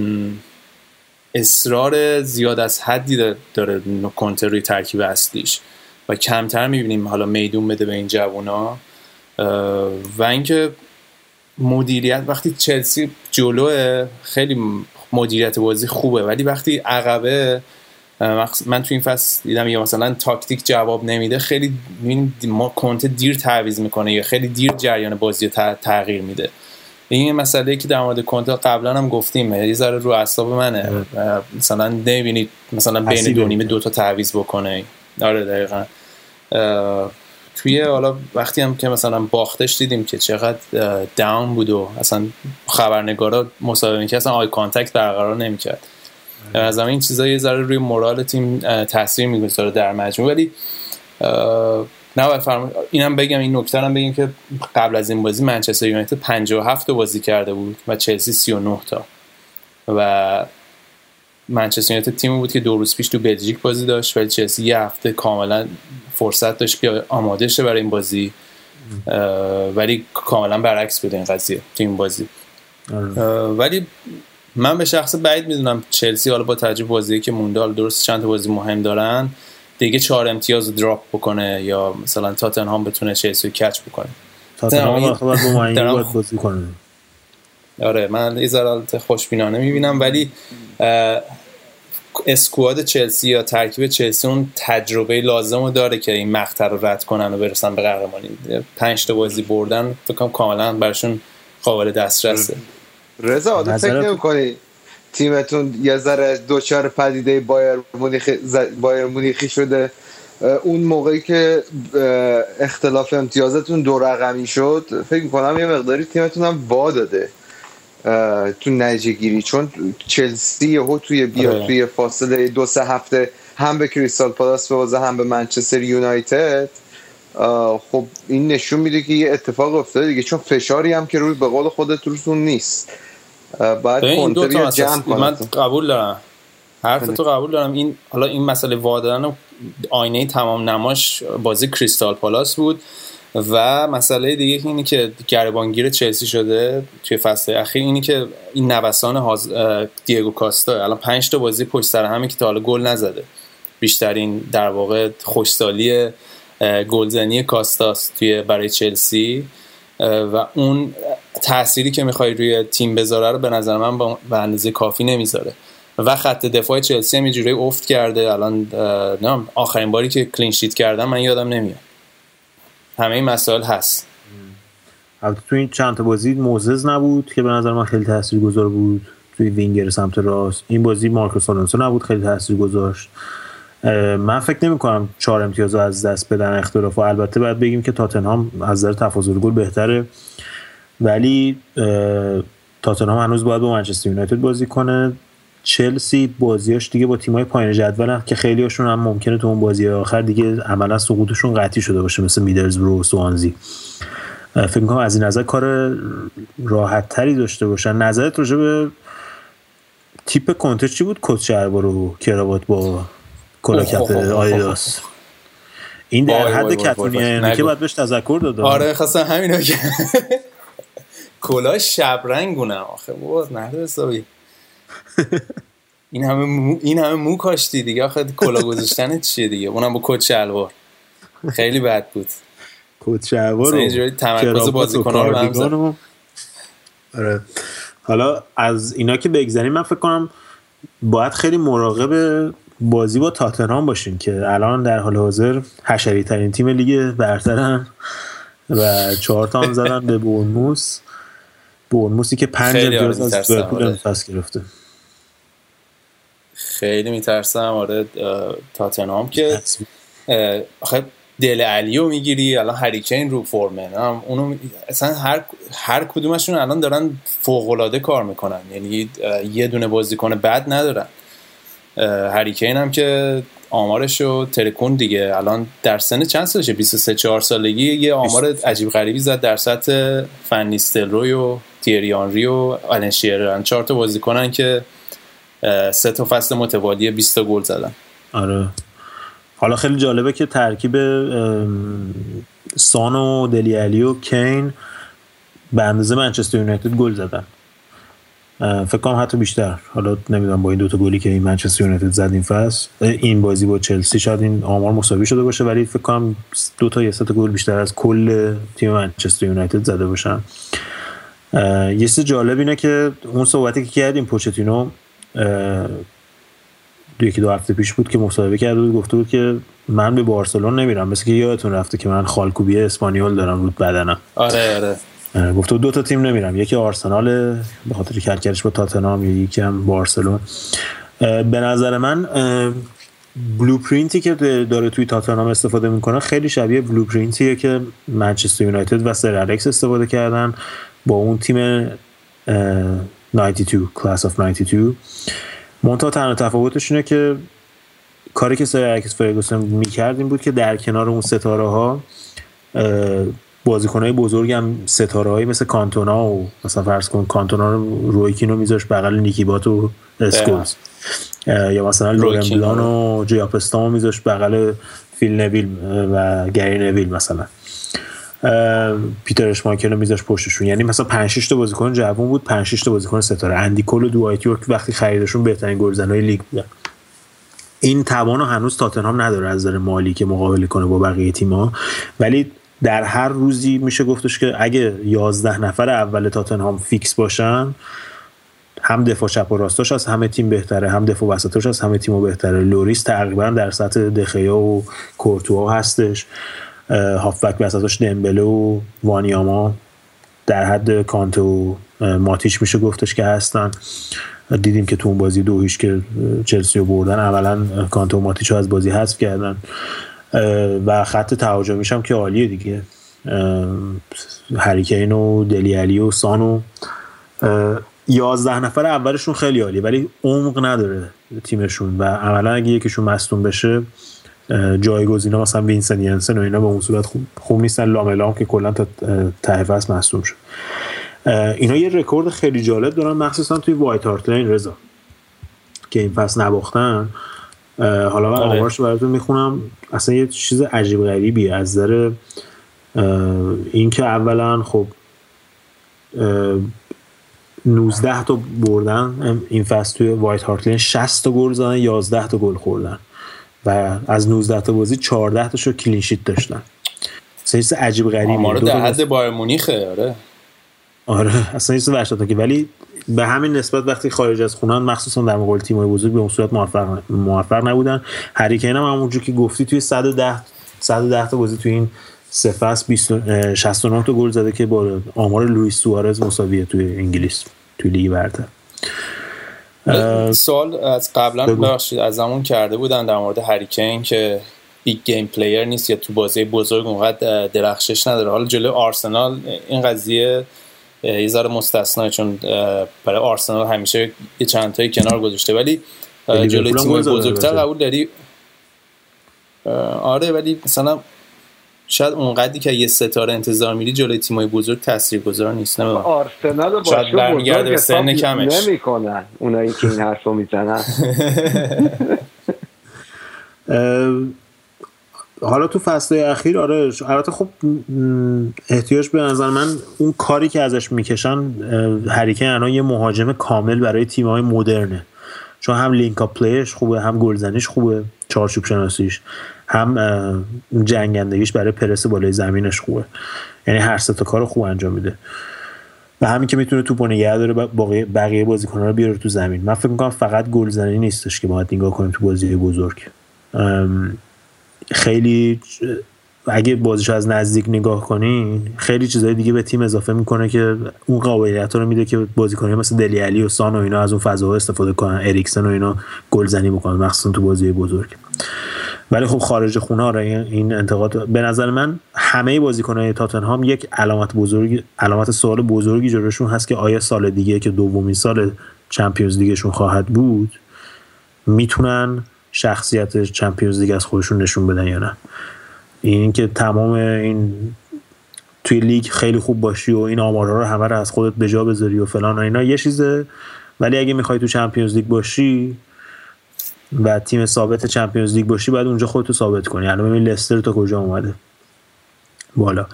اصرار زیاد از حدی داره کنته روی ترکیب اصلیش و کمتر میبینیم حالا میدون بده به این جوونا. و اینکه مدیریت وقتی چلسی جلوه خیلی مدیریت بازی خوبه، ولی وقتی عقبه من تو این فصل دیدم یا مثلا تاکتیک جواب نمیده خیلی ما کنته دیر تعویض میکنه یا خیلی دیر جریان بازی تغییر میده. این مسئله که در مورد کنته قبلا هم گفتیم یه ذره رو اعصاب منه. مثلا نمیبینید مثلا بین دو نیمه دو تا تعویض بکنه. آره دقیقاً. توی حالا وقتی هم که مثلا باختش دیدیم که چقدر داون بود و اصلا خبرنگارا مصاحبه می‌کردن اصلا آی کانتکت برقرار نمی‌کرد. از همین چیزا یه ذره روی مورال تیم تاثیر می‌گذاره در مجموع. ولی نه فرم... اینم بگم این نکته هم بگیم که قبل از این بازی منچستر یونایتد پنجاه و هفت تا بازی کرده بود و چلسی سی و نه تا و منچستر یونایتد تیمی بود که دو روز پیش تو بلژیک بازی داشت ولی چلسی یه هفته کاملا فرصت داشت که آماده شه برای این بازی، ولی کاملا برعکس بود این قضیه تو این بازی. ولی من به شخص بعید میدونم چلسی حالا با توجه بازی که مونده، حالا درست چند تا بازی مهم دارن، دیگه چهار امتیاز رو دراپ بکنه یا مثلا تاتنهام بتونه چلسی رو کچ بکنه. تاتنهام واقعا باید با ماینی باید بازی کنه. آره من یه ذره خوشبینانه میبینم، ولی اسکواد چلسی یا ترکیب چلسی اون تجربه لازم رو داره که این مقطع رو رد کنن و برسن به قهرمانی. پنج تا بازی بردن فکر کنم کاملا براشون قابل دسترسه. رضا آدم فکر نمی‌کنی تیمتون یه ذره دوچار پدیده بایر مونیخ بایر مونیخی شده؟ اون موقعی که اختلاف امتیازتون دو رقمی شد فکر می‌کنم یه مقداری تیمتون هم وا داده تو نتیجه گیری، چون چلسی یهو توی بیا توی فاصله دو سه هفته هم به کریستال پالاس بازه هم به منچستر یونایتد. خب این نشون میده که یه اتفاق افتاده دیگه، چون فشاری هم که روی به قول خودت روشون نیست. بعد کنته بیا جمع کنه. من قبول دارم حرفتو قبول دارم. این حالا این مسئله وادادن آینه تمام نماش بازی کریستال پالاس بود و مسئله دیگه اینی که گریبانگیر چلسی شده توی فصل اخیر اینی که این نوسان هاز... دیگو کاستا الان پنج تا بازی پشت سر همه که تا حالا گل نزده، بیشترین در واقع خوشسالی گلزنی کاستاست توی برای چلسی و اون تأثیری که میخوای روی تیم بذاره رو به نظر من به اندازه کافی نمیذاره و خط دفاع چلسی هم یه جوری افت کرده. الان نه آخرین باری که کلین شیت کردن من یادم نمیاد. همه این مسائل هست. البته تو این چند تا بازی موزز نبود که به نظر من خیلی تاثیرگذار بود توی وینگر سمت راست. این بازی مارکوس آلونسو نبود خیلی تاثیر گذاشت. من فکر نمی کنم چهار امتیاز از دست بدن اختلاف و البته باید بگیم که تاتنهام از نظر تفاضل گل بهتره، ولی تاتنهام هنوز باید با منچستر یونایتد بازی کنه. چلسی بازیاش دیگه با تیمای پایین جدولن که خیلی هاشون هم ممکنه تو اون بازی آخر دیگه عملا سقوطشون قطعی شده باشه، مثل میدلزبرو و سوانزی. فکر می‌کنم از این نظر کار راحت تری داشته باشن. نظرت راجع به تیپ کنته چی بود؟ کت شلوار رو کراوات با کلا کپ آدیداس. این در حد کتونیه که باید بهش تذکر داد. آره خواستم همینو که کلا شب رنگونه آخه بود نهر حسابی. این همه مو، این همه مو کاشتی دیگه آخه کلا گذاشتن چیه دیگه، اونم با کت شلوار خیلی بد بود. کت شلوار رو اینجوری تمرکز بازیکن‌ها رو هم. آره حالا از اینا که بگذریم من فکر کنم باید خیلی مراقب بازی با تاتنهام باشیم که الان در حال حاضر حشری ترین تیم لیگ برترن و چهار تا هم زدن به بورنموث. بورنموثی که پنج امتیاز از لیورپول امتیاز گرفته. خیلی میترسم. آره تاتنهام که آخه دل علیو میگیری، الان هری کین رو فرمه، اونو اصلا هر هر کدومشون الان دارن فوق العاده کار میکنن، یعنی یه دونه بازیکن بد ندارن. هری کین هم که آمارشو ترکون دیگه، الان در سن چند سالشه؟ بیست و سه چهار سالگی یه آمار عجیب غریبی زد در سطح فن نیستلروی و تیری آنری و آلن شیرر، چهار تا بازیکنن که سه تا فصل متوالی بیست تا گل زدن. آره حالا خیلی جالبه که ترکیب سان و دلی علی و کین به اندازه منچستر یونایتد گل زدن، فکر کنم حتی بیشتر. حالا نمیدونم با این دوتا گلی که این منچستر یونایتد زد این فصل، این بازی با چلسی، شاید این آمار مساوی شده باشه، ولی فکر کنم دو تا یا سه تا گل بیشتر از کل تیم منچستر یونایتد زده باشن. یه چیز جالب اینه که اون صحبتی که کردیم پوچتینو دو یکی دو هفته پیش بود که مصاحبه کرده بود، گفته بود که من به بارسلون نمیرم، مثل که یادتون رفته که من خالکوبی اسپانیول دارم رو بدنم. آره آره گفته دو تا تیم نمیرم، یکی آرسنال به خاطر کلکلش با تاتنهام، یکی هم بارسلون. به نظر من بلوپرینتی که داره توی تاتنهام استفاده میکنه خیلی شبیه بلوپرینتیه که منچستر یونایتد و سر الکس استفاده کردن با اون تیم نود و دو کلاس اف نود و دو. منتها تنها تفاوتش اینه که کاری که سر الکس فرگوسن میکرد این بود که در کنار اون ستاره ها بازیکن‌های بزرگ هم ستاره‌ای مثل کانتونا و مثلا فرض کن کانتونا رو رویکینو میذاش بغل نیکیبات و اسکولز، یا مثلا لورن بلان و جیاپستان میذاش بغل فیل نویل و گری نویل، مثلا پیتر اشمایکل رو میذاش پشتشون. یعنی مثلا پنج شش تا بازیکن جوان بود، پنج شش تا بازیکن ستاره. اندی کول و دوایت یورک وقتی خریدشون بهترین گلزنای لیگ بودن. این توانو هنوز تاتنهام نداره از نظر مالی که مقابله کنه با بقیه تیم‌ها، ولی در هر روزی میشه گفتش که اگه یازده نفر اول تاتنهام فیکس باشن، هم دفاع چپ و راستاش از همه تیم بهتره، هم دفاع وسطاش از همه تیم‌ها بهتره. لوریس تقریبا در سطح دخیا و کورتوا هستش، هافبک وسطاش دمبله و وانیاما در حد کانته و ماتیچ میشه گفتش که هستن. دیدیم که تو اون بازی دو هیچ که چلسی رو بردن عملا کانته و ماتیچ رو از بازی حذف کردن و خط تهاجمیش هم که عالیه دیگه، هری کین و دلی علی و سان و یازده نفر اولشون خیلی عالیه، ولی عمق نداره تیمشون و عملا اگه یکیشون مصدوم بشه جایگزینا مثلا وینسن ینسن و اینا به اون صورت خوب, خوب نیستن. لاملام که کلا تا ته فصل مصدوم شد. اینا یه رکورد خیلی جالب دارن مخصوصا توی وایت هارت لین رضا که این فصل نباختن. حالا من آمارش براتون میخونم، اصلا یه چیز عجیب غریبی از نظر این که اولا خب نوزده تا بردن این فصل توی وایت هارت لین، شصت تا گل زدن، یازده تا گل خوردن و از نوزده تا بازی چهارده تاشو کلین شیت داشتن. اصلا چیز عجیب غریبی. آمار در حد بایر مونیخه. آره آره اصلا چیز وحشتناکه، ولی به همین نسبت وقتی خارج از خونن مخصوصا در مقابل تیم‌های بزرگ به اون صورت موفق موفق نبودن. هری کین هم همونجوری که گفتی توی صد و ده صد و ده تا بازی توی این سه فصل شصت و نه تا گل زده که با آمار لوئیس سوارز مساویه توی انگلیس توی لیگ برتر. سوال از قبلا ببخشید از زمان کرده بودن در مورد هری کین که بیگ گیم پلیر نیست یا تو بازی بزرگ اونقدر درخشش نداره. حالا جلوی آرسنال این قضیه یه ذره مستثناه چون برای آرسنال همیشه یه چند تایی کنار گذاشته، ولی جلوی تیم بزرگتر قبول داری. آره ولی مثلا شاید اونقدری که یه ستاره انتظار میری جلوی تیمای بزرگ تاثیرگذار نیست. نمیدونم آرسنال با شاید برمیگرده به سن کمش نمیکنن اونایی که این حرفو میزنن. حالا تو فصل اخیر آره البته خب احتیاج به نظر من اون کاری که ازش میکشن هری کین الان یه مهاجم کامل برای تیم‌های مدرنه، چون هم لینک اپ پلیش خوبه، هم گلزنیش خوبه، چارچوب شناسیش، هم جنگندگیش برای پرس بالای زمینش خوبه. یعنی هر سه تا کارو خوب انجام میده و همین که میتونه توپو نگه داره بقیه بقیه بازیکن‌ها رو بیاره تو زمین. من فکر می‌کنم فقط گلزنی نیستش که باید نگاه کنیم تو بازی بزرگ. خیلی اگه بازیشو از نزدیک نگاه کنی خیلی چیزای دیگه به تیم اضافه میکنه که اون قابلیت رو میده که بازیکن‌ها مثل دلی علی و سان و اینا از اون فضاها استفاده کنن، اریکسن و اینا گلزنی بکنن مخصوصا تو بازی بزرگ. ولی خب خارج خونه آره این انتقاد به نظر من همه بازیکن‌های تاتنهام یک علامت بزرگ علامت سوال بزرگی جلوشون هست که آیا سال دیگه که دومین سال چمپیونز لیگشون خواهد بود میتونن شخصیت چمپیونز لیگ از خودشون نشون بدن یا نه. این که تمام این توی لیگ خیلی خوب باشی و این آمارها رو همه رو از خودت به جا بذاری و فلان و اینا یه چیزه، ولی اگه میخوای تو چمپیونز لیگ باشی و تیم ثابت چمپیونز لیگ باشی باید اونجا خودتو ثابت کنی. الان ببین لستر تا کجا اومده بالا.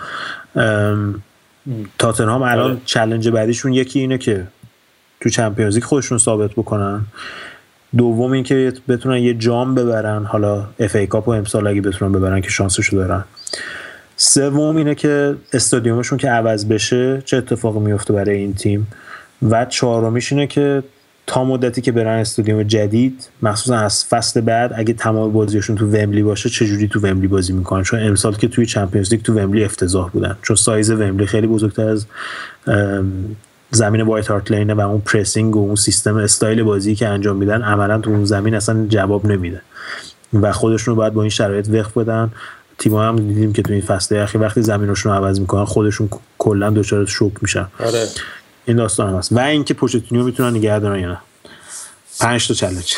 تاتنهام الان چالش بعدیشون یکی اینه که تو چمپیونز لیگ خودشون ثابت بکنن، دوم این که بتونن یه جام ببرن، حالا اف ای کاپ و امسال اگه بتونن ببرن که شانسشو دارن، سوم اینه که استادیومشون که عوض بشه چه اتفاقی میفته برای این تیم، و چهارمیش اینه که تا مدتی که برن استادیوم جدید مخصوصا از فصل بعد اگه تمام بازیشون تو ومبلی باشه چه جوری تو ومبلی بازی میکنن، چون امسال که توی چمپیونز لیگ تو ومبلی افتضاح بودن چون سایز ومبلی خیلی بزرگتر از زمین وایت هارت لینه و اون پرسینگ و اون سیستم استایل بازی که انجام میدن عملا تو اون زمین اصلا جواب نمیده و خودشون رو باید با این شرایط وقف بدن. تیم‌ها هم دیدیم که تو این فصل اخیر وقتی زمینشون رو عوض میکنن خودشون کلا دچار شوک میشن. آره این داستان هم هست. و اینکه پوچتینیو میتونن نگه دارن یا نه. پنج تا چالش.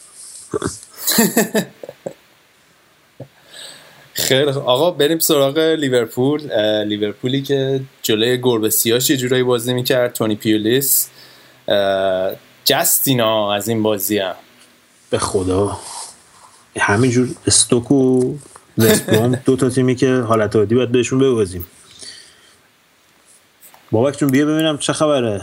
خیلی آقا بریم سراغ لیورپول. لیورپولی که جلوی گربه سیاه‌اش یه جورایی بازی میکرد، تونی پیولیس جستینا از این بازی هم به خدا همینجور استوک و وست بروم دو تا تیمی که حالت عادی باید بهشون ببازیم. بابک جون بیا ببینم چه خبره.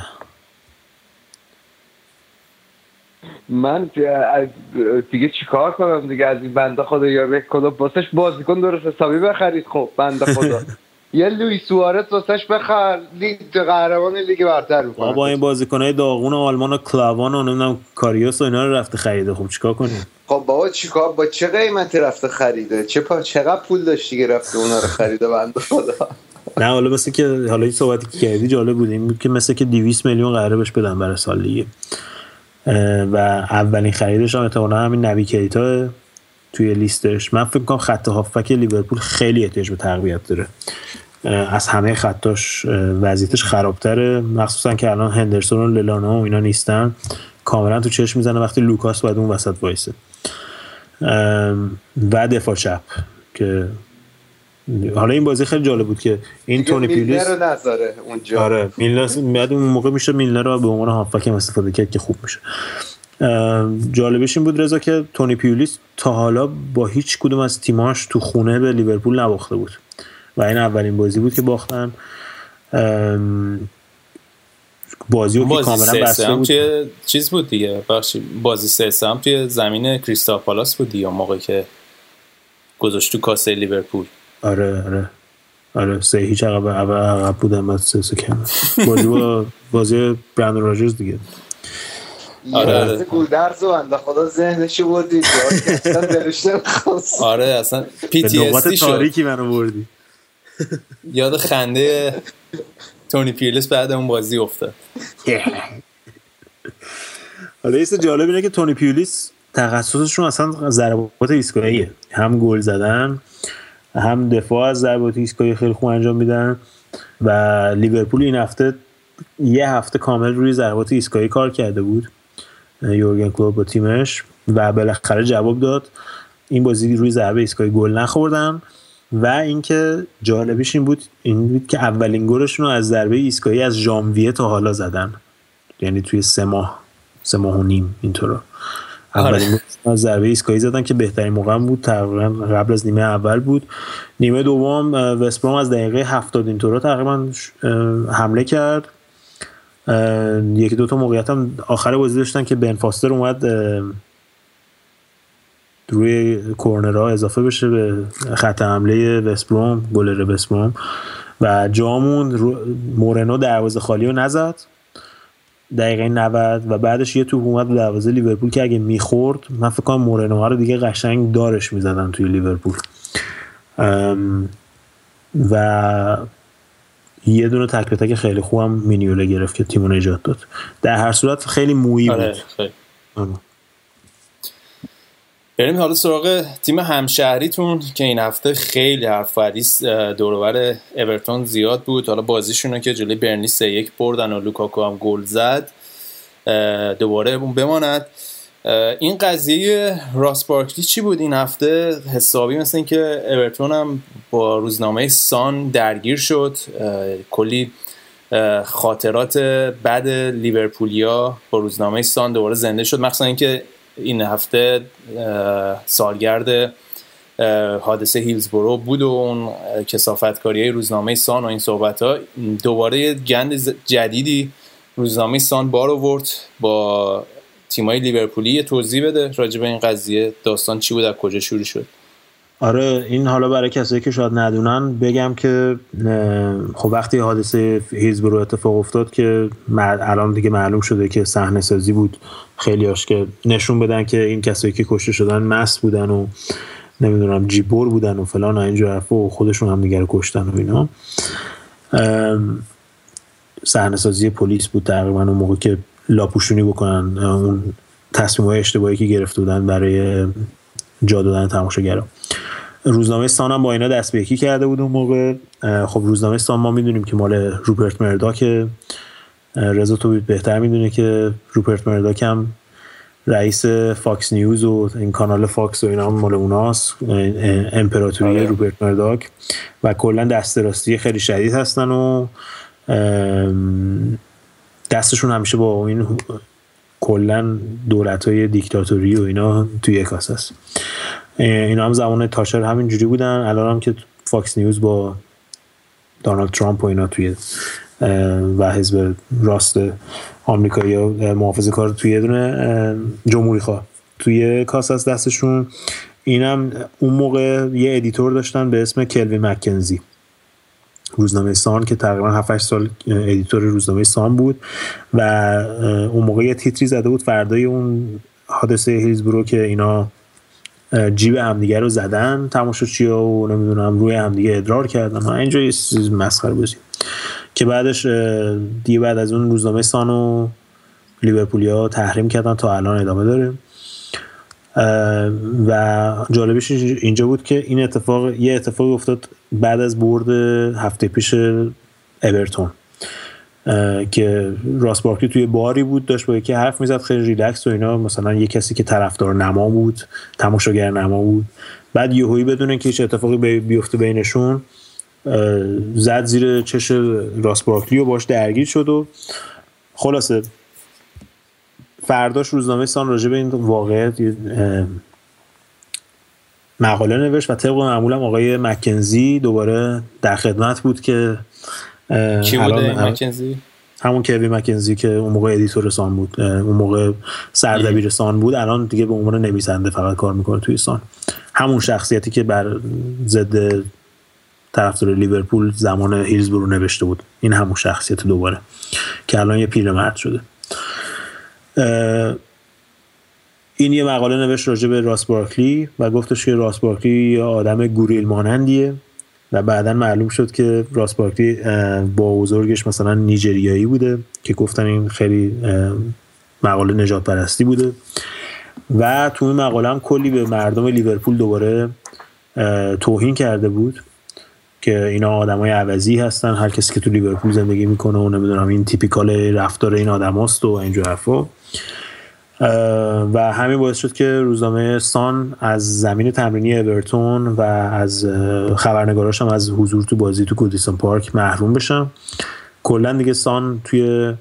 من دیگه چیکار کنم دیگه از این بنده خدا یا به خدا واسش بازیکن درست حسابی بخرید. خب بنده خدا یه لوئیس سوارز واسش بخر، لیگ قهرمان لیگ برتر میکنه. بابا این بازیکنای داغون آلمان و کلاوان و نمیدونم کاریوس و اینا رو رفته خریده. خب چیکار کنیم؟ خب بابا چیکار با چه قیمتی رفته خریده؟ چه پا چقدر پول داشتی که رفته اونا رو خریده بنده خدا؟ نه حالا مثل که حالا این صحبتی که کردی جالب بود، این بود که مثل که دویست میلیون قراره بهش بدن برای سال دیگه و اولین خریدش هم احتمالاً همین نبی کیتا توی لیستش. من فکر می‌کنم خط هافبک لیورپول خیلی احتیاج به تقویت داره، از همه خطاش وضعیتش خرابتره، مخصوصا که الان هندرسون و للانا و اینا نیستن، کاملا تو چشم میزنه وقتی لوکاس باید اون وسط وایسه. و دفاع چپ که حالا این بازی خیلی جالب بود که این تونی پیولیس رو نذاره اونجا. آره میلنر بعد اون موقع میشه میلنر رو به عنوان هافبک استفاده کرد که خوب میشه. جالبش این بود رضا که تونی پیولیس تا حالا با هیچ کدوم از تیماش تو خونه به لیورپول نباخته بود و این اولین بازی بود که باختن. بازی رو که کاملا بسته بود. توی چیز بود دیگه، بخشی بازی سه سه هم توی زمین کریستال پالاس بود دیگه، موقعی که گذاشت تو کاسه لیورپول. آره آره آره سه هیچ عقب عقب بودن بعد سه سه کردن. بازی با بازی برندن راجرز دیگه. آره آره گودرز و بنده خدا ذهنش بردی اصلا دلش نمی‌خواست. آره اصلا پی تی اس دی شد. تاریکی منو بردی. یاد خنده تونی پیولیس بعد اون بازی افتاد. حالا یه جالب اینه که تونی پیولیس تخصصشون اصلا ضربات ایستگاهیه، هم گل زدن هم دفاع از ضربات ایستگاهی خیلی خوب انجام میدن و لیورپول این هفته یه هفته کامل روی ضربات ایستگاهی کار کرده بود یورگن کلوپ با تیمش و بالاخره جواب داد. این بازی روی ضربه ایستگاهی گل نخوردن و اینکه جالبیش این بود این بود که اولین گلشون رو از ضربه ایستگاهی از ژانویه تا حالا زدن، یعنی توی سه ماه سه ماه و نیم اینطورا اولین گل از ضربه ایستگاهی زدن که بهترین موقع بود، تقریبا قبل از نیمه اول بود. نیمه دوم وست بروم از دقیقه هفتاد اینطورا تقریبا حمله کرد، یکی دو تا موقعیت هم آخر بازی داشتن که بن فاستر اومد روی کورنرها اضافه بشه به خط حمله وست بروم، گلر وست بروم و جامون مورنو دروازه خالی رو نزد دقیقه نود و بعدش یه توپ اومد به دروازه لیورپول که اگه میخورد من فکر کنم مورنو رو دیگه قشنگ دارش میزدن توی لیورپول و یه دونه تک به تک خیلی خوبم مینیوله گرفت که تیمو نجات داد. در هر صورت خیلی مویی بود. آره خیلی. بریم حالا سراغ تیم همشهریتون که این هفته خیلی حرف و حدیث دور و بر اورتون زیاد بود. حالا بازیشون که جلوی برنلی سه یک بردن و لوکاکو هم گل زد، دوباره اون بماند. این قضیه راس بارکلی چی بود این هفته؟ حسابی مثل این که اورتون هم با روزنامه سان درگیر شد، کلی خاطرات بد لیورپولیا با روزنامه سان دوباره زنده شد، مخصوصا اینکه این هفته سالگرد حادثه هیلزبورو بود و اون کثافتکاری روزنامه سان و این صحبت‌ها. دوباره گند جدیدی روزنامه سان بار آورد با تیمای لیورپولی. توضیح بده راجع به این قضیه، داستان چی بود، از کجا شروع شد؟ آره این حالا برای کسایی که شاید ندونن بگم که خب وقتی حادثه هیلزبورو اتفاق افتاد که الان دیگه معلوم شده که صحنه سازی بود، خیلیاش که نشون بدن که این کسایی که کشته شدن مست بودن و نمیدونم جیبور بودن و فلان و اینجور حرفا و خودشون هم دیگه رو کشتن و اینا. صحنه سازی پلیس بود تقریبا اون موقع که لاپوشونی بکنن اون تصمیم‌های اشتباهی که گرفته بودن برای جا دادن تماشاگرا. روزنامه سان هم با اینا دست به یکی کرده بود اون موقع. خب روزنامه سان ما میدونیم که مال روپرت مرداک، رضا تو بهتر میدونه که روپرت مرداک هم رئیس فاکس نیوز و این کانال فاکس و اینا هم مال اوناست، امپراتوری آره. روپرت مرداک و کلا دست راستی خیلی شدید هستن و دستشون همیشه با این کلا دولت‌های دیکتاتوری و اینا توی کاسه است. اینا هم زمان تاشر همینجوری بودن، الان هم که فاکس نیوز با دونالد ترامپ و اینا توی و حزب راست آمریکایی محافظه کار توی دونه جمهوری خواه توی کاسه است دستشون. اینم اون موقع یه ادیتور داشتن به اسم کلوین مکنزی روزنامه سان که تقریبا هفت هشت سال ادیتور روزنامه سان بود و اون موقع یه تیتری زده بود فردای اون حادثه هیلزبورو که اینا جیب همدیگه رو زدن تماشاچی‌ها و نمیدونم روی همدیگه ادرار کردن و اینجا یه چیز مسخره بازی که بعدش دیگه بعد از اون روزنامه سان و لیورپولیا تحریم کردن تا الان ادامه داره. و جالبش اینجا بود که این اتفاق یه اتفاق افتاد بعد از برد هفته پیش اورتون که راس بارکلی توی باری بود داشت با یکی حرف میزد خیلی ریلکس و اینا، مثلا یه کسی که طرفدار نما بود تماشاگر نما بود، بعد یهویی بدون اینکه هیچ اتفاقی بیفته بینشون زد زیر چش راس بارکلی و باش درگیر شد و خلاصه فرداش روزنامه سان راجع به این واقعیت مقاله نوشت و طبق معمول آقای مکنزی دوباره در خدمت بود که کی بوده مکنزی؟ همون کوین مکنزی که اون موقع ادیتور سان بود، اون موقع سردبیر سان بود، الان دیگه به عنوان نویسنده فقط کار میکنه توی سان. همون شخصیتی که بر ضد طرفدار لیورپول زمان هیلزبورو نوشته بود، این همون شخصیت دوباره که الان یه پیرمرد شده. این یه مقاله نوشت راجع به راس بارکلی و گفتش که راس بارکلی یه آدم گوریل مانندیه و بعدن معلوم شد که راس بارکلی با بزرگش مثلا نیجریایی بوده که گفتن این خیلی مقاله نجات پرستی بوده و تو این مقاله هم کلی به مردم لیورپول دوباره توهین کرده بود که اینا آدمای عوضی هستن، هر کسی که تو لیورپول زندگی میکنه و نمیدونم این تیپیکال رفتار این آدماست و اینجور حرفا. و همین باعث شد که روزنامه سان از زمین تمرینی اورتون و از خبرنگاراش هم از حضور تو بازی تو گودیسون پارک محروم بشن. کلا دیگه سان توی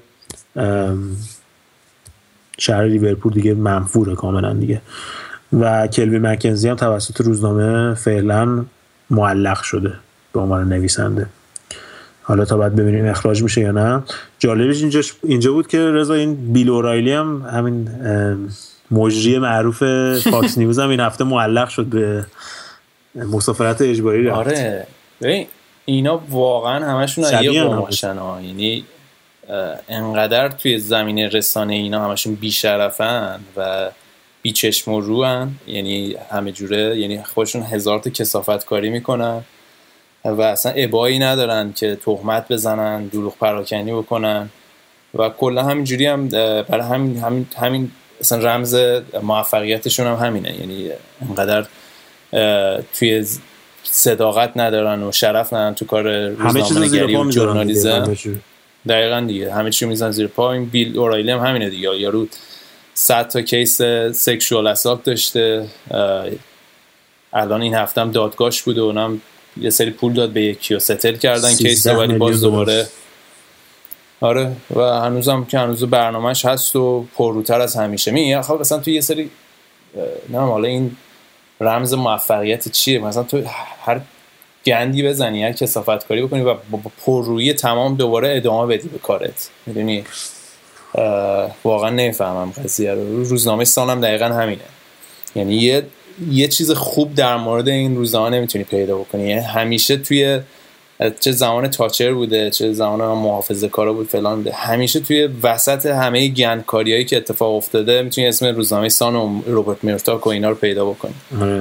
شهر لیورپول دیگه منفوره کاملا دیگه و کلوین مکنزی هم توسط روزنامه فعلا معلق شده به عنوان نویسنده. حالا تا بعد ببینیم اخراج میشه یا نه. جالبش اینجا اینجا بود که رضا این بیل اورایلی هم همین مجری معروف فاکس نیوز هم این هفته معلق شد به مسافرت اجباری رفت. آره ببین اینا واقعا همشون یه قماشن ها، یعنی انقدر توی زمینه رسانه اینا همشون بی‌شرفن و بی‌چشم و روان، یعنی همه جوره، یعنی خودشون هزار تا کثافتکاری میکنن و اصلا ابایی ندارن که تهمت بزنن، دروغ پراکنی بکنن و کلا همینجوری هم برای همین همین همین اصلا رمز موفقیتشون هم همینه، یعنی انقدر توی صداقت ندارن و شرف ندارن تو کار روزنامه‌نگاری و ژورنالیسم. دقیقاً دیگه همه چی میزنن زیر پا. این بیل اورایلی هم همینه دیگه، یارو صد تا کیس سکشوال اسالت داشته. الان این هفته هم دادگاهش بود و اونم یه سری پول داد به یکی و ستل کردن کیس رو، ولی باز دوباره آره و هنوزم که هنوز برنامهش هست و پرروتر از همیشه. میگه خب مثلا تو یه سری نه حالا این رمز موفقیت چیه؟ مثلا تو هر گندی بزنی، هر کثافت کاری بکنی و با پررویی تمام دوباره ادامه بدی به کارت. میدونی واقعا نمیفهمم قضیه رو. روزنامه سانم دقیقا همینه، یعنی یه یه چیز خوب در مورد این روزنامه نمیتونی پیدا بکنی. یعنی همیشه توی چه زمان تاچر بوده چه زمان محافظه کارا بود فلان بوده، همیشه توی وسط همه گندکاریایی که اتفاق افتاده میتونی اسم روزنامه سان و روبرت مرتاک و اینا رو پیدا بکنی.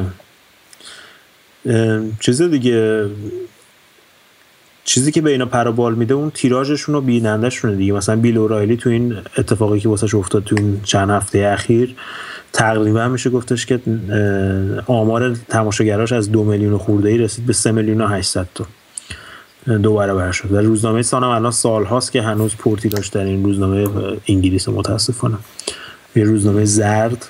چیز دیگه چیزی که به اینا پرابال میده اون تیراژشون و بینندهشونه دیگه. مثلا بیل اورایلی تو این اتفاقی که واسش افتاد تو این چند هفته اخیر تقریبا میشه گفتش که آمار تماشاگراش از دو میلیون خورده‌ای رسید به سه میلیون و هشتصد تا، دو برابر شد. و روزنامه سان هم الان سال هاست که هنوز پرتیراژ ترین روزنامه انگلیس متاسفانه، یه روزنامه زرد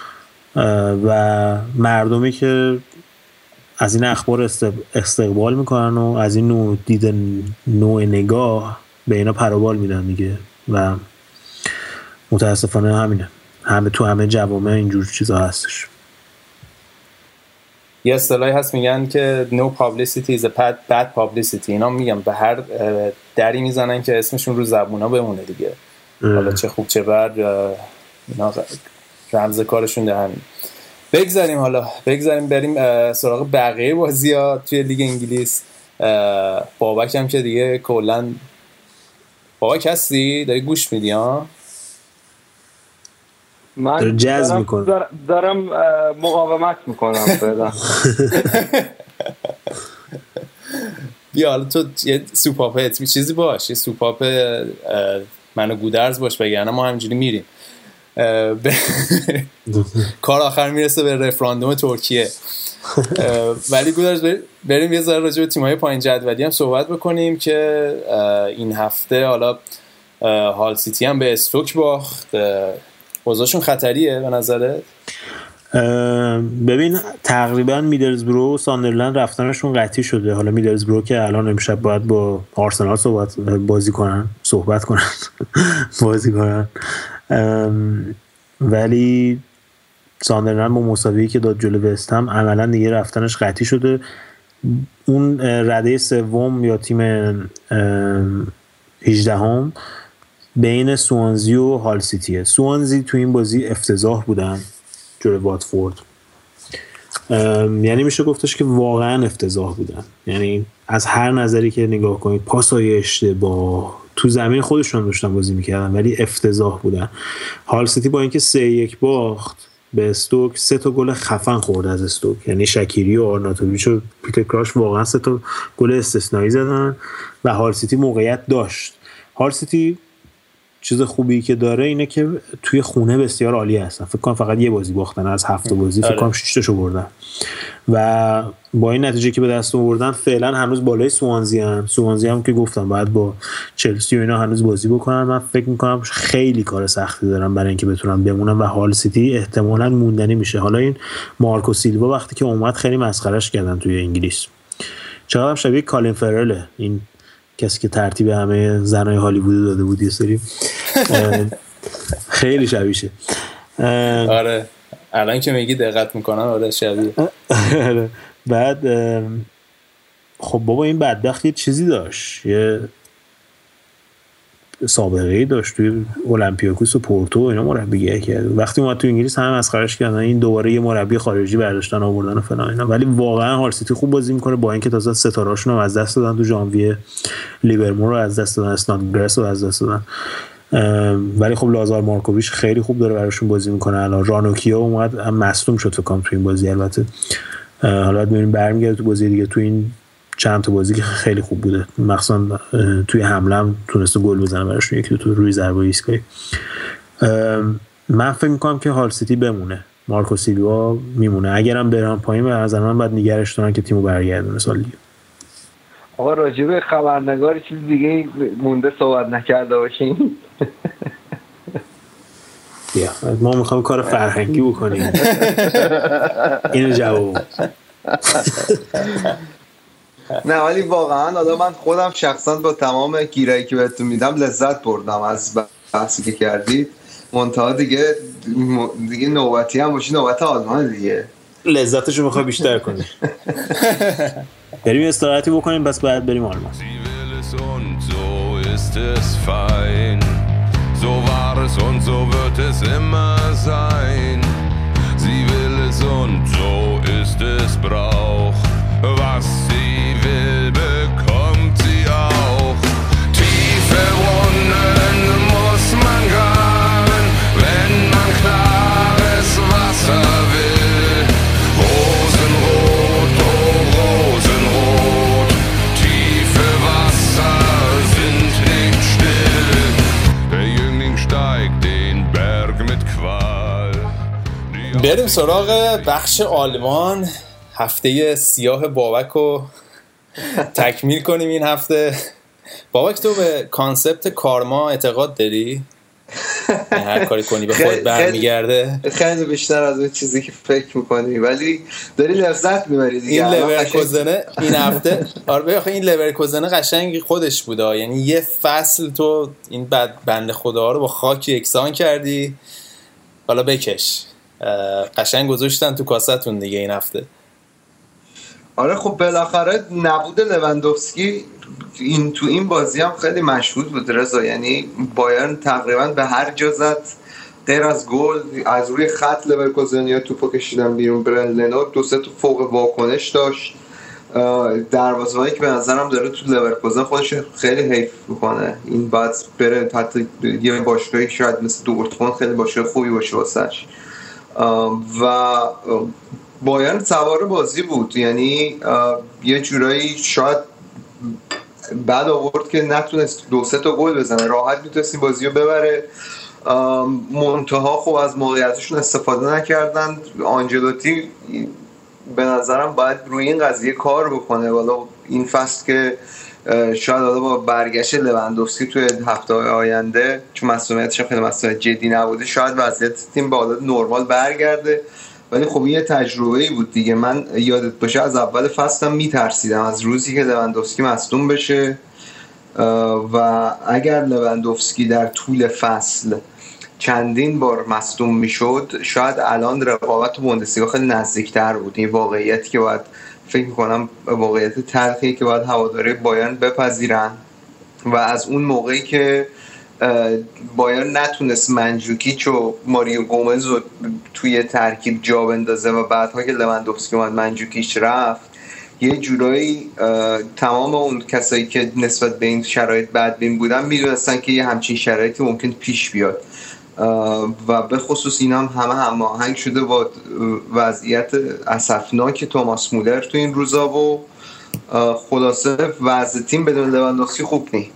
و مردمی که از این اخبار استقبال میکنن و از این نوع دید نوع نگاه به اینا پروبال میدن دیگه و متاسفانه همینه، همه تو همه جوامع اینجور چیزا هستش. یه اصطلاحی هست میگن که no publicity is a bad, bad publicity. اینا میگن به هر دری میزنن که اسمشون رو زبونا بمونه دیگه، حالا چه خوب چه بد اینا رمز کارشون ده همین. بگذاریم حالا بگذاریم بریم سراغ بقیه بازی‌ها توی لیگ انگلیس. بابک هم که دیگه کلا بابک هستی؟ داری گوش میدی ها؟ من جذب میکنم دارم, دارم مقاومت میکنم فعلا. بیا حالا تو یه سوپاپ هتمی چیزی باش، یه سوپاپ منو گودرز باش، بگرنه ما همینجوری میریم. ب... کار آخر میرسه به رفراندوم ترکیه. ولی گودرز بریم یه ذره راجع به تیم‌های پایین جدولی هم صحبت بکنیم که این هفته حالا هال سیتی هم به استوک باخت. اوضاعشون خطریه به نظرت؟ ببین تقریبا میدلزبرو و ساندرلند رفتنشون قطعی شده. حالا میدلزبرو که الان امشب باید با آرسنال صحبت بازی کنن صحبت کنن بازی کنن، ولی ساندرلند با مساوی که داد جلو وست هم عملا دیگه رفتنش قطعی شده. اون رده سوم یا تیم هجدهم بین سوانزی و هال سیتیه. سوانزی تو این بازی افتضاح بودن جلوی واتفورد، یعنی میشه گفتش که واقعا افتضاح بودن. یعنی از هر نظری که نگاه کنید، پاسای اشتباه، تو زمین خودشون داشتن بازی میکردن ولی افتضاح بودن. هال سیتی با اینکه سه یک باخت به استوک، سه تا گل خفن خورد از استوک، یعنی شکیری و آرناتوویچ و پیتر کراش واقعا سه تا گل استثنایی زدن و هال سیتی موقعیت داشت. هال سیتی چیز خوبی که داره اینه که توی خونه بسیار عالی هستن. فکر کنم فقط یه بازی باختن از هفت بازی، فکر کنم شش تاشو بردن و با این نتیجه که به دست آوردن فعلا هنوز بالای سوانزی ان. سوانزی هم که گفتم بعد با چلسی و اینا هنوز بازی بکنن. من فکر می‌کنم خیلی کار سختی دارن برای اینکه بتونن بمونن و هال سیتی احتمالاً موندنی میشه. حالا این مارکو سیلوا وقتی که اومد خیلی مسخرهش کردن توی انگلیس. چقدر شبیه کالین فرله، این کسی که ترتیب همه زنای هالیوود داده بود یه سری، خیلی شبیشه. آره الان که میگی دقت میکنم آره شبیه. بعد خب بابا این بدبخت یه چیزی داشت، یه سابقه‌ای داشت توی اولمپیاکوس و پورتو اینا مربیگری کرد. وقتی اومد تو انگلیس همه مسخرهش کردن، این دوباره یه مربی خارجی برداشتن آوردن و فلان اینا. ولی واقعا هال سیتی خوب بازی میکنه با اینکه تازه ستاره‌اشون رو از دست دادن تو ژانویه، لیورمور رو از دست دادن، اسنادگرس رو از دست دادن، ولی خب لازار مارکوویچ خیلی خوب داره براشون بازی میکنه. الان رانوکیا اومد هم مصدوم شد فکر کنم تو این بازی. البته حالا ببینیم برمیگرده تو بازی دیگه. تو این چند تا بازی که خیلی خوب بوده، مخصوصا توی حمله هم تونسته گل بزنه براشون، یکی دو تا روی ضربه ایستگاهی. من فکر میکنم که هال سیتی بمونه، مارکو سیلوا میمونه. اگرم برن پایین به نظر من بعد نگرش دارن که تیمو برگردونه سال دیگه. آقا راجب خبرنگار چیز دیگه مونده صحبت نکرده باشیم. بیا ما میخوام کار فرهنگی بکنیم. اینو جواب. نه ولی واقعا حالا من خودم شخصا با تمام گیرایی که بهتون میدم لذت بردم از بحثی که کردید. منتها دیگه دیگه نوبتی هم باشی، نوبت آلمان دیگه لذتشو میخوای بیشتر کنی. بریم استراحتی بکنیم بس بعد بریم آلمان. So war es und so wird es immer sein. Sie will es und so ist es Brauch. Was sie will, bekommt sie auch. Tiefe Wunden muss man graben, wenn man klares Wasser will. Rosenrot, oh Rosenrot, tiefe Wasser sind nicht still. Der Jüngling steigt den Berg mit Qual. بریم سراغ بخش آلمان. هفته سیاه بابک رو تکمیل کنیم این هفته. بابک تو به کانسپت کارما اعتقاد داری؟ هر کاری کنی به خود برمیگرده؟ خیلی بیشتر از اون چیزی که فکر میکنی، ولی داری لذت میبری دیگه. این لورکوزن این هفته آره این لورکوزن قشنگ خودش بوده، یعنی یه فصل تو این بد بنده خدا رو با خاک یکسان کردی، حالا بکش. قشنگ گذاشتن تو کاستون دیگه این هفته. آره خب بالاخره نبود لواندوفسکی این تو این بازی هم خیلی مشهود بود رضا، یعنی بایرن تقریبا به هر جا زد غیر از گل. از روی خط لورکوزنیا توپو کشیدن بیرون. برن لنو دو سه تا فوق واکنش داشت. دروازه‌بانی که به نظرم داره تو لورکوزن خودش خیلی حیف میکنه، این بعد بره حتی یه باشگاهی شاید مثل دورتموند خیلی باشگاه خوبی باشه واسش. و بایرن سوار بازی بود، یعنی یه جورایی شاید بعد آورد که نتونست دو سه تا گل بزنه، راحت میتونست این بازی رو ببره. منتها خب از موقعیتشون استفاده نکردن. آنجلوتی به نظرم باید روی این قضیه کار بکنه. والا این فصل که شاید حالا با برگشت لواندوفسکی توی هفته آینده، چون مسئولیتش خیلی مسئولیت جدی نبوده، شاید وضعیت تیم به حالت نرمال برگرده. ولی خب این یه تجربه‌ای بود دیگه. من یادت باشه از اول فصلم میترسیدم از روزی که لواندوفسکی مصدوم بشه و اگر لواندوفسکی در طول فصل چندین بار مصدوم میشد شاید الان رقابت تو بوندسلیگا خیلی نزدیکتر بود. این واقعیتی که باید فکر میکنم واقعیت تلخی که باید هواداری بایرن بپذیرن. و از اون موقعی که بایرن نتونست منجوکیچ و ماریو گومز رو توی ترکیب جا بندازه و بعدها که لواندوفسکی اومد منجوکیچ رفت، یه جورایی تمام اون کسایی که نسبت به این شرایط بدبین بودن میدونستن که یه همچین شرایطی ممکن پیش بیاد و به خصوص اینا هم همه هماهنگ شده با وضعیت اسفناک توماس مولر تو این روزا و خلاصه وضع تیم بدون لواندوفسکی خوب نیست.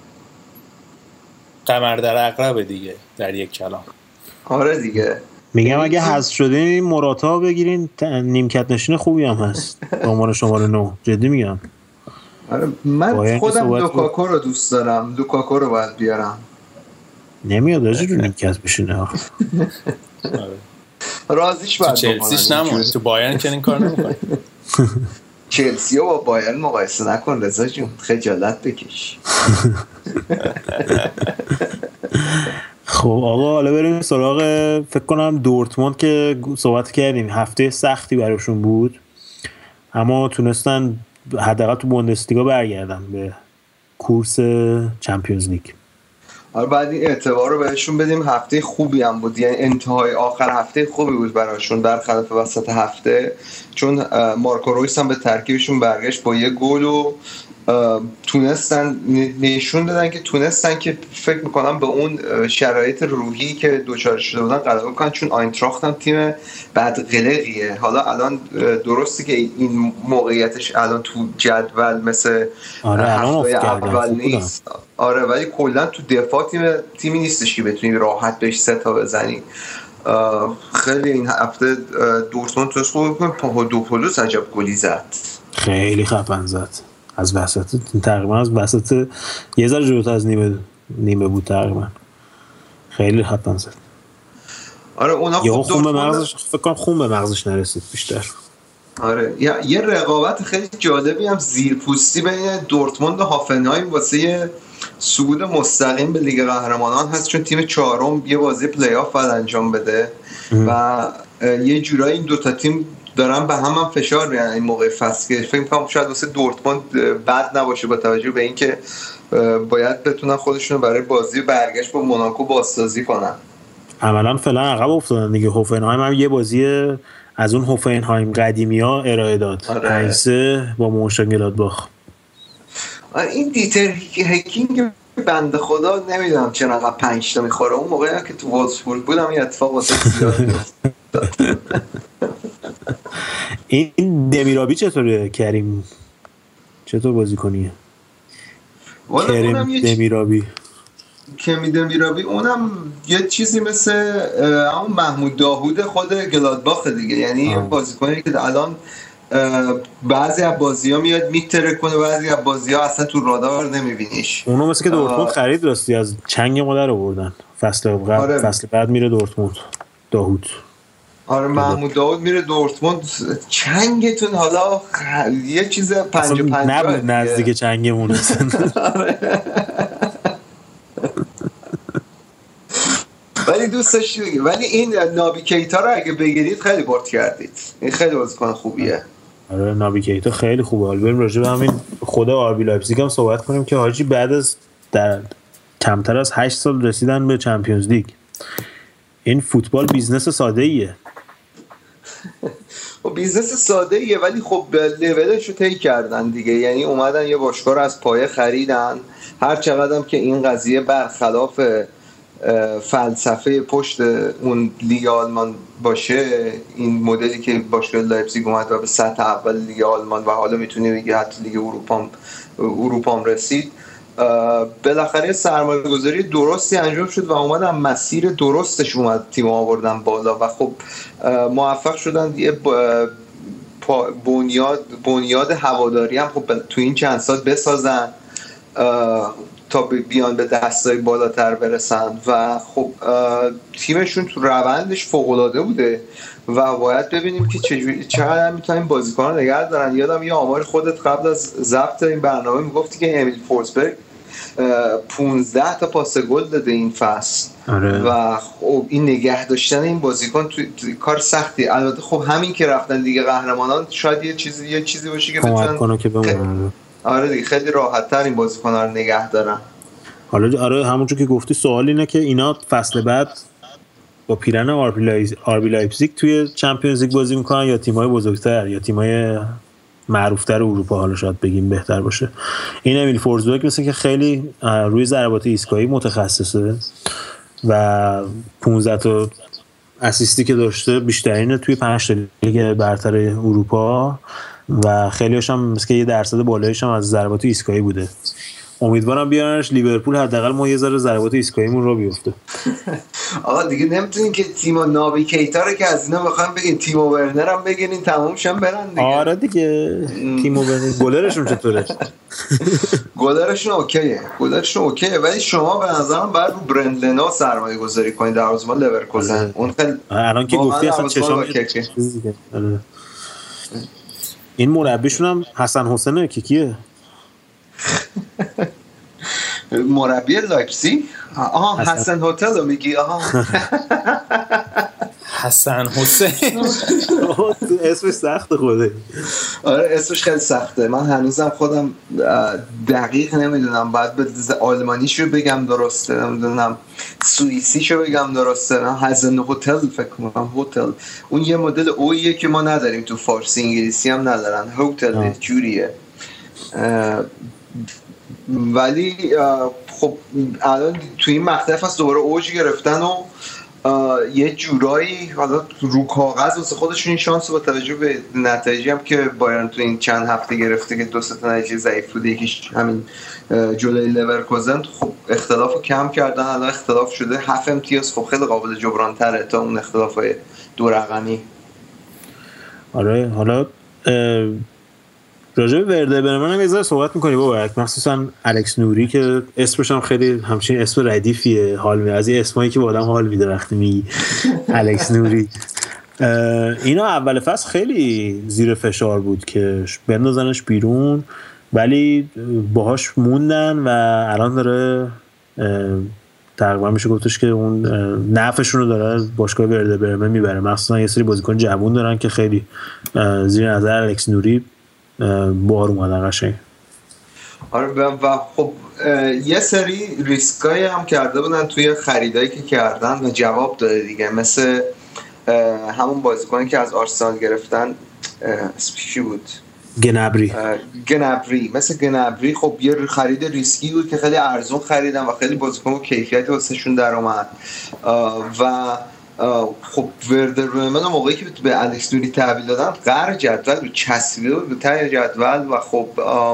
قمر در عقرب دیگه در یک کلام. آره دیگه میگم اگه حذف شدین موراتا بگیرین، نیمکت نشین خوبی هم هست به عنوان شماره نه. جدی میگم. آره من خودم لوکاکو رو دوست دارم. لوکاکو رو باید بیارم. نمیاد آجی رو نیمکت بشینه. رازیش باید بکنم. چلسیش نمون. تو بایرن که این کار نمیکنه. چلسی رو با بایرن مقایسه نکن رضا جون، خجالت بکش. خب آقا حالا بریم سراغ فکر کنم دورتموند که صحبت کردیم. هفته سختی براشون بود اما تونستن حداقل تو بوندسلیگا برگردن به کورس چمپیونز لیگ. آره بعد این اعتبار رو بهشون بدیم. هفته خوبی هم بود، یعنی انتهای آخر هفته خوبی بود براشون برخلاف وسط هفته، چون مارکو رویس هم به ترکیبشون برگشت با یه گل و تونستن نشون دادن که تونستن که فکر میکنم به اون شرایط روحی که دوچار شده بودن غلبه کنن، چون آینتراخت هم تیم بدقلقیه. حالا الان درسته که این موقعیتش الان تو جدول مثل آره هفته اول نیست، آره ولی کلا تو دفاع تیم تیمی نیستش که بتونی راحت بهش سه تا بزنی. خیلی این هفته دورتموند توش خوب کنه. پاپادوپولوس عجب گلی زد، خیلی خفن زد از وسط، تقریبا از وسط یه ذره جلوتر از نیمه نیمه بود تقریبا، خیلی خفن زد. آره اونا خوب خون به مغزش فکر کنم خون به مغزش نرسید بیشتر. آره یا یه رقابت خیلی جالبی هم زیرپوستی بین دورتموند و هافنهایم واسه صعود مستقیم به لیگ قهرمانان هست، چون تیم چهارم یه بازی پلی آف باید انجام بده ام. و یه جورایی این دوتا تیم دارن به هم, هم فشار میارن این موقع فصل که فکر کنم شاید واسه دورتموند بد نباشه با توجه به اینکه باید بتونن خودشونو برای بازی برگشت با موناکو بازسازی کنن. عملا فعلا عقب افتادن دیگه. هوفنهایم هم یه بازی از اون هوفنهایم قدیمی‌ها ارائه داد. آره. پنج سه با مونشنگلادباخ. این دیتر هکینگ بنده خدا نمیدونم چرا پنج تا میخوره. اون موقعی که تو وولفسبورگ بودم این اتفاق واسه زیاد میافتاد. این دمیرابی چطوره کریم؟ چطور بازی کنیه؟ کریم دمیرابی کمی دمیرابی اونم یه چیزی مثل همون محمود داوود خود گلادباخ دیگه، یعنی بازیکنی که الان بعضی از بازی‌ها میاد میتره کنه، بعضی از بازی‌ها اصلا تو رادار نمیبینیش. اونو مثل که دورتموند خرید راستی از چنگ مادر آوردن فصل قبل. آره. فصل بعد میره دورتموند داوود. آره محمود داوود میره دورتموند. چنگتون حالا یه چیز پنجاه پنجاه نبود نزدیک چنگمون. ولی دوستش دیگه. ولی این نابی کیتا رو اگه بگیرید خیلی برد کردید. این خیلی بازیکن خوبیه. آره نابی کیتا خیلی خوبه. حالا بریم راجع به همین خود آربی لایپزیگ هم صحبت کنیم که حاجی بعد از در کمتر از هشت سال رسیدن به چمپیونز لیگ. این فوتبال بیزنس ساده ایه. و بیزنس ساده ایه ولی خب لولش رو طی کردن دیگه. یعنی اومدن یه باشگاه رو از پایه خریدن. هر چقدرم که این قضیه برخلاف فلسفه پشت اون لیگ آلمان باشه، این مدلی که باشگاه لایپزیگ اومد و به سطح اول لیگ آلمان و حالا میتونه بگه حتی لیگ اروپا هم اروپا هم رسید، بالاخره سرمایه‌گذاری درستی انجام شد و اومدن مسیر درستش اومد تیم آوردن بالا و خب موفق شدن یه بنیاد بنیاد هواداری هم خب تو این چند سال بسازن تا بیان به دستای بالاتر برسن و خب تیمشون تو روندش فوق‌العاده بوده و باید ببینیم که چجوری چقدر میتونن بازیکن‌ها نگه دارن. یادم یه آمار خودت قبل از ضبط این برنامه میگفتی که امیل فورسبرگ پانزده تا پاس گل داده این فصل. آره. و خب این نگه داشتن این بازیکن تو, تو کار سختی. البته خب همین که رفتن دیگه قهرمانان شاید یه چیزی یه چیزی باشه که بتونن که بمونن. آره دیگه خیلی راحت‌تر این بازیکن‌ها رو نگه دارن. حالا آره همونجور که گفتی سوال اینه که اینا فصل بعد با پیرن آربی لایپزیگ توی چمپیونز لیگ بازی میکنن یا تیم‌های بزرگتر یا تیم‌های معروفتر اروپا، حالا شاید بگیم بهتر باشه. این امیل فورسبرگ مثل که خیلی روی ضربات ایستگاهی متخصصه و پانزده تا اسیستی که داشته بیشترینه توی پنج تا لیگ برتر اروپا و خیلی هاشم مثل که یه درصد بالایش هم از ضربات ایستگاهی بوده. امیدوارم بیارنش لیورپول حداقل ما یه ذره ضربات ایستگاهیمون رو بیفته. آقا دیگه نمیتونین که تیم نابی کیتا رو که از اینا بخوام بگین تیم ورنر هم بگین تمومشم برن دیگه. آره دیگه تیم ورنر گلرشون چطوره؟ گلرشون اوکیه. گلرشون اوکیه ولی شما به نظرم باید رو برندلنا سرمایه گذاری کنید در دروازه‌بان لورکوزن. اون خیلی الان که گفتی اصلا چشام این مربیشون هم حسن حسینه که کیه؟ مربی لایپزیگ؟ آها حسن هتل رو میگی؟ آها حسن حسین اسمش سخته خوده. آره اسمش خیلی سخته. من هنوزم خودم دقیق نمیدونم، باید به آلمانیشو بگم درسته، نمیدونم سوئیسیشو بگم درسته. حسن هتل فکر کنم هتل اون یه مدل اویه که ما نداریم تو فارسی، انگلیسی هم ندارن. هتل جوریه ولی خب الان توی این مقطع هست دوباره اوج گرفتن و یه جورایی حالا رو کاغذ واسه خودشون این شانس با توجه به نتایجی هم که بایرن تو این چند هفته گرفته که دو سه تا نتیجه ضعیف بوده، یکیش همین جلوی لورکوزن، خب اختلافو کم کردن. الان اختلاف شده هفت امتیاز. خب خیلی قابل جبران تره تا اون اختلافای دو رقمی. آره حالا راجع به ورده برمن هم یه ذره صحبت می‌کنی بابا، مخصوصا الکس نوری که اسمش هم خیلی همچین اسم ردیفیه، حال می از این اسمایی که با آدم حال میده وقتی میگی الکس نوری. اینا اول فصل خیلی زیر فشار بود که بندازنش بیرون، ولی باهاش موندن و الان داره تقریبا میشه گفتش که اون نفعشون رو داره باشگاه ورده برمن میبره، مخصوصا یه سری بازیکن جوون دارن که خیلی زیر نظر الکس نوری بار اومدن قشنگ. آره و خب یه سری ریسکایی هم کرده بودن توی خریدایی که کردن و جواب داده دیگه، مثل همون بازیکنی که از آرسنال گرفتن اسمش چی بود؟ گنبری. گنبری مثل گنبری خب یه خرید ریسکی بود که خیلی ارزون خریدن و خیلی بازیکن با کیفیت واسهشون در اومد و خب وردر برمن موقعی که به الکس نوری تحویل دادن قرار جدول رو چسبیده بود به ته جدول و خب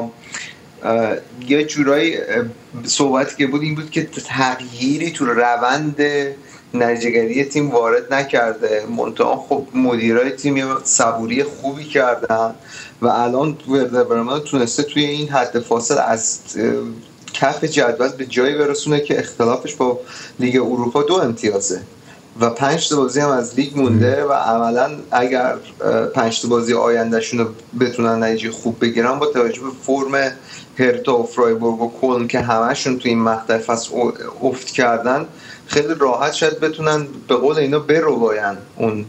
یه جورایی صحبتی که بود این بود که تغییری تو روند نتیجه‌گیری تیم وارد نکرده، منتها خب مدیرای تیم یه صبوری خوبی کردن و الان وردر برمن تونسته توی این حد فاصل از کف جدول به جایی برسونه که اختلافش با لیگ اروپا دو امتیازه و پنج تا بازی هم از لیگ مونده و عملا اگر پنج تا بازی آیندهشون رو بتونن نتیجه خوب بگیرن با توجه به فرم هرتا و فرایبورگ و کلن که همشون تو این مقطع فصل افت کردن خیلی راحت شاید بتونن به قول اینا برباین اون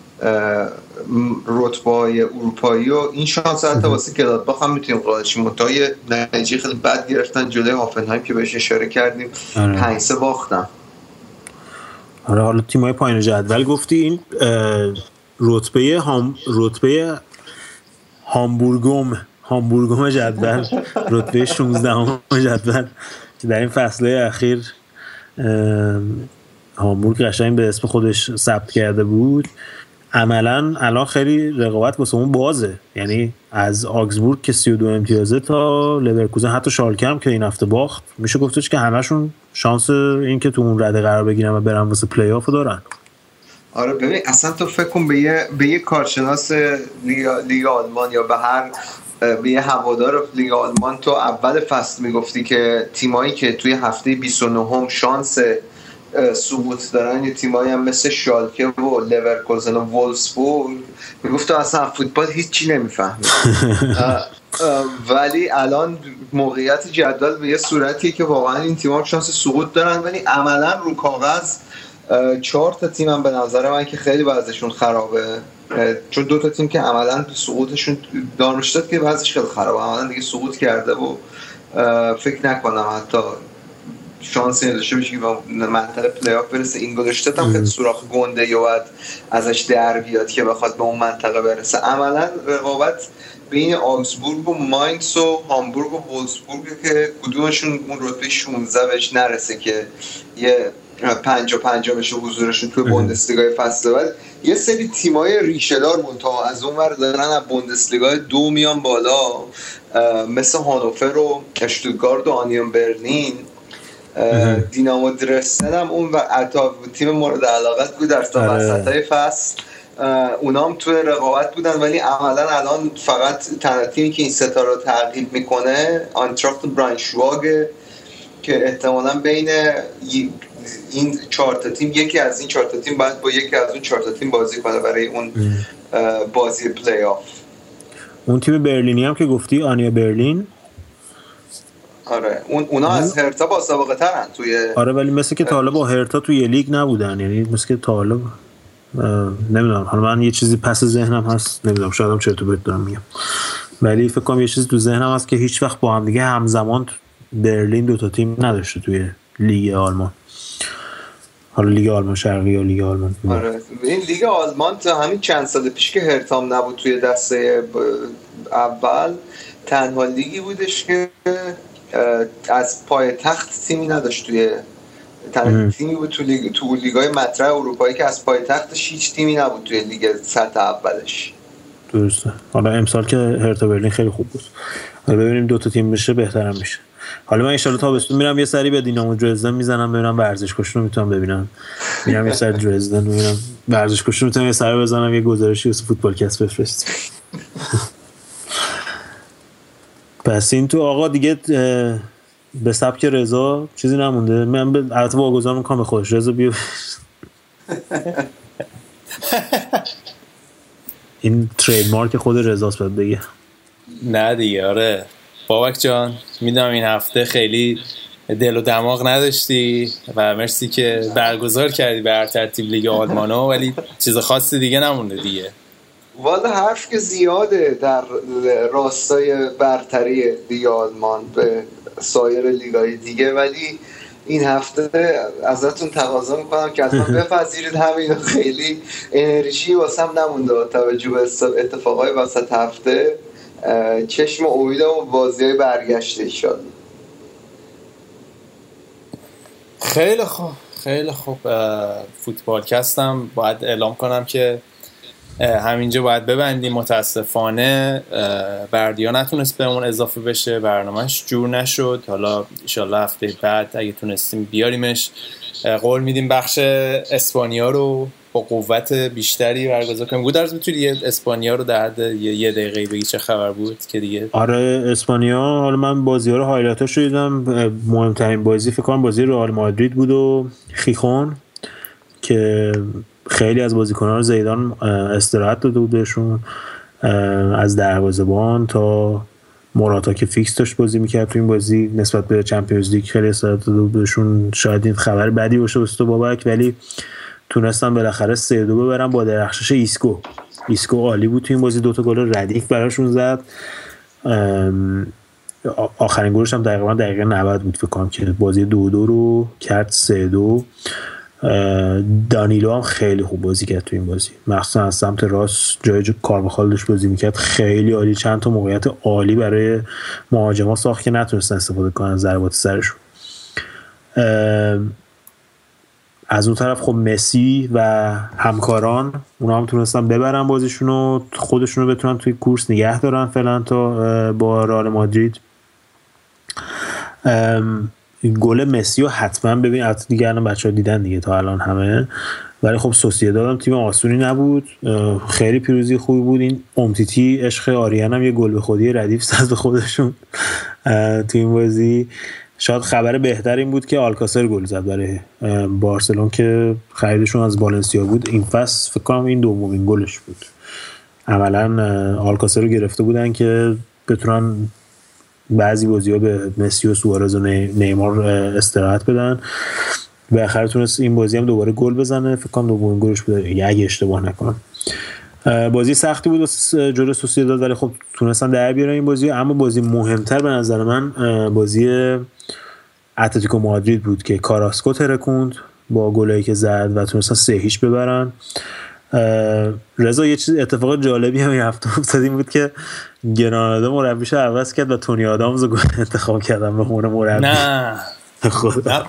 رتبه‌های اروپایی و این شانس حتی واسه گلادباخ هم میتونیم قائلشیم. متای نتیجه خیلی بد گرفتن جلوی هافنهایم که بهش اشاره کردیم، پنج سه باختن. آره حالا تیم‌های پایین جدول گفتی، این رتبه هام رتبه هامبورگوم هامبورگوم جدول رتبه شانزدهم جدول که در این فصله اخیر هامبورگ قشنگ به اسم خودش ثبت کرده بود، عملا الان خیلی رقابت واسه اون بازه، یعنی از آگزبورگ که سی و دو امتیازه تا لورکوزن حتی شالکه هم که این هفته باخت، میشه گفتش که همشون شانس این که تو اون رده قرار بگیرن و برن واسه پلی آف دارن. آره ببین اصلا تو فکر کن به یه به یه کارشناس لیگ لیگ آلمان یا به هر به یه هوادار لیگ آلمان تو اول فصل میگفتی که تیمایی که توی هفته بیست و نه شانس سقوط دارن یه تیمایی هم مثل شالکه و لورکوزن و وولفسبورگ، میگفت تو اصلا فوتبال هیچی نمیفهمی. ولی الان موقعیت جدول به یه صورتیه که واقعا این تیم‌ها شانس سقوط دارن، ولی عملا رو کاغذ چهار تا تیم هم به نظر من که خیلی وضعشون خرابه، چون دو تا تیم که عملا سقوطشون دانشتاد که وضعش خیلی خرابه، عملا دیگه سقوط کرده و فکر نکنم حتی شانسی نداشته باشه که با منطقه پلی آف برسه. این گذاشته هم خیلی سوراخ گنده یا باید ازش در بیاد که بخواد به اون منطقه برسه. عملا رقابت بین آگزبورگ و ماینز و هامبورگ و وولفسبورگ که کدومشون اون رتبه شانزده بهش نرسه که یه پنجا پنجا بشه حضورشون توی بوندسلیگای فصل بعد. یه سری تیمای ریشه‌دار منتها از اون ور دارن از بوندسلیگای دو میان بالا، مثل هانوفر و اشتوتگارت و آنیون برلین، دینامو درسدن هم اون و اتا تیم مورد علاقت بود در وسطای فصل، اونا هم توی رقابت بودن، ولی عملا الان فقط تنها تیمی که این ستا رو تعقیب میکنه آنتراخت براینشواگ که احتمالاً بین این چهار تا تیم یکی از این چهار تا تیم باید با یکی از اون چهار تا تیم بازی کنه برای اون بازی پلی آف. اون تیم برلینی هم که گفتی آنیا برلین، آره اون اونا از هرتا با سابقه ترن توی، آره ولی مثل که تا حالا با هرتا توی لیگ نبودن، یعنی مثل که تا حالا نمیدونم، حالا من یه چیزی پس ذهنم هست نمیدونم، شاید هم چرت و پرت دارم میگم، ولی فکر کنم یه چیزی تو ذهنم هست که هیچ وقت با هم دیگه همزمان برلین دو تا تیم نداشته توی لیگ آلمان، حالا لیگ آلمان شرقی یا لیگ آلمان. آره این لیگ آلمان تا همین چند سال پیش که هرتام نبود توی دسته اول تنها لیگی بودش که از پای تخت تیمی نداشت، توی تنها تیمی بود تو لیگ تو لیگ‌های مطرح اروپایی که از پای تختش هیچ تیمی نبود توی لیگ سطح اولش. درسته. حالا امسال که هرتا برلین خیلی خوب بود، حالا ببینیم دو تا تیم بشه بهترم میشه. حالا من ان شاءالله تابستون میرم یه سری به دینامو درزدن میزنم ببینم ورزشکشون رو میتونم ببینم، میرم یه سری درزدن ببینم ورزشکشون میتونم یه سری بزنم، یه گزارشی واسه فوتبال کست بفرستم. پس این تو آقا دیگه به سبک رضا چیزی نمونده. من به البته واگذار میکنم به خودش. رضا بیا این ترید مارک خود رضاست باید بگه. نه دیگه آره بابک جان میدونم این هفته خیلی دل و دماغ نداشتی و مرسی که برگزار کردی به هر ترتیب لیگ آلمانو، ولی چیز خاصی دیگه نمونده دیگه. والا حرف که زیاده در راستای برتری لیگ آلمان به سایر لیگای دیگه، ولی این هفته ازتون تقاضا میکنم که اصلا بپذیرید همین خیلی انرژی واسم نمونده با توجه به اتفاقای وسط هفته. چشم امیدم و بازی‌های برگشته شد. خیلی خوب خیلی خوب. فوتبالکستم باید اعلام کنم که همینجا باید ببندیم. متاسفانه بردیا نتونست بهمون اضافه بشه، برنامهش جور نشد. حالا انشالله هفته بعد اگه تونستیم بیاریمش. قول میدیم بخش اسپانیا رو با قوت بیشتری برگزار کنیم. گودرز میتونی یه اسپانیا رو در حد یه دقیقه بگی چه خبر بود که دیگه؟ آره اسپانیا، حالا من بازی‌ها رو هایلایت‌هاش رو دیدم. مهمترین بازی فکر کنم بازی رئال مادرید بود و خیخون که خیلی از بازیکنان رو زیدان استراحت داده بود بهشون، از دروازه‌بان تا موراتا که فیکس داشت بازی میکرد تو این بازی نسبت به چمپیونز لیگ خیلی استراحت داده بود بهشون. شاید این خبر بدی باشه واسه تو بابک، ولی تونستن بالاخره سه دو ببرن با درخشش ایسکو. ایسکو عالی بود تو این بازی، دوتا گل ردیف براشون زد. آخرین گلش هم تقریبا دقیقه نود بود فکر کنم که بازی دو دو رو کرد سه دو. دانیلو هم خیلی خوب بازی کرد تو این بازی، مخصوصا از سمت راست جای جو کارواخال داشت بازی میکرد، خیلی عالی. چند تا موقعیت عالی برای مهاجما ساخت که نتونستن استفاده کنن ضربات سرشون. از اون طرف خب مسی و همکاران اونا هم تونستن ببرن بازیشون و خودشون رو بتونن توی کورس نگه دارن فعلا تا با رئال مادرید. این گل مسی رو حتما ببین، البته دیگه الان بچه‌ها دیدن دیگه تا الان همه، ولی خب سوسییداد هم تیم آسونی نبود، خیلی پیروزی خوبی بود. این امتیتی عشق آریان هم یه گل به خودی ردیف زد به خودشون تو این بازی. شاید خبر بهتر این بود که آلکاسر گل زد برای بارسلون که خریدشون از والنسیا بود این فصل، فکر کنم این دومین گلش بود. عملا آلکاسر رو گرفته بودن که بتونن بعضی بازی‌ها به مسی و سوارز و نیمار استراحت بدن. به آخر تونست این بازی هم دوباره گل بزنه، فکر کنم دومین گلش بود اگه اشتباه نکنم. بازی سختی بود جلوی سوسییداد ولی خب تونستن در بیارن این بازی. اما بازی مهمتر به نظر من بازی اتلتیکو مادرید بود که کاراسکو ترکوند با گلایی که زد و تونستن سه هیچ ببرن. رضا یه چیز اتفاق جالبی هم این هفته افتاد این بود که گرانادا مربیشو عوض کرد و تونی آدامز رو انتخاب کردن به عنوان مربی. نه خدا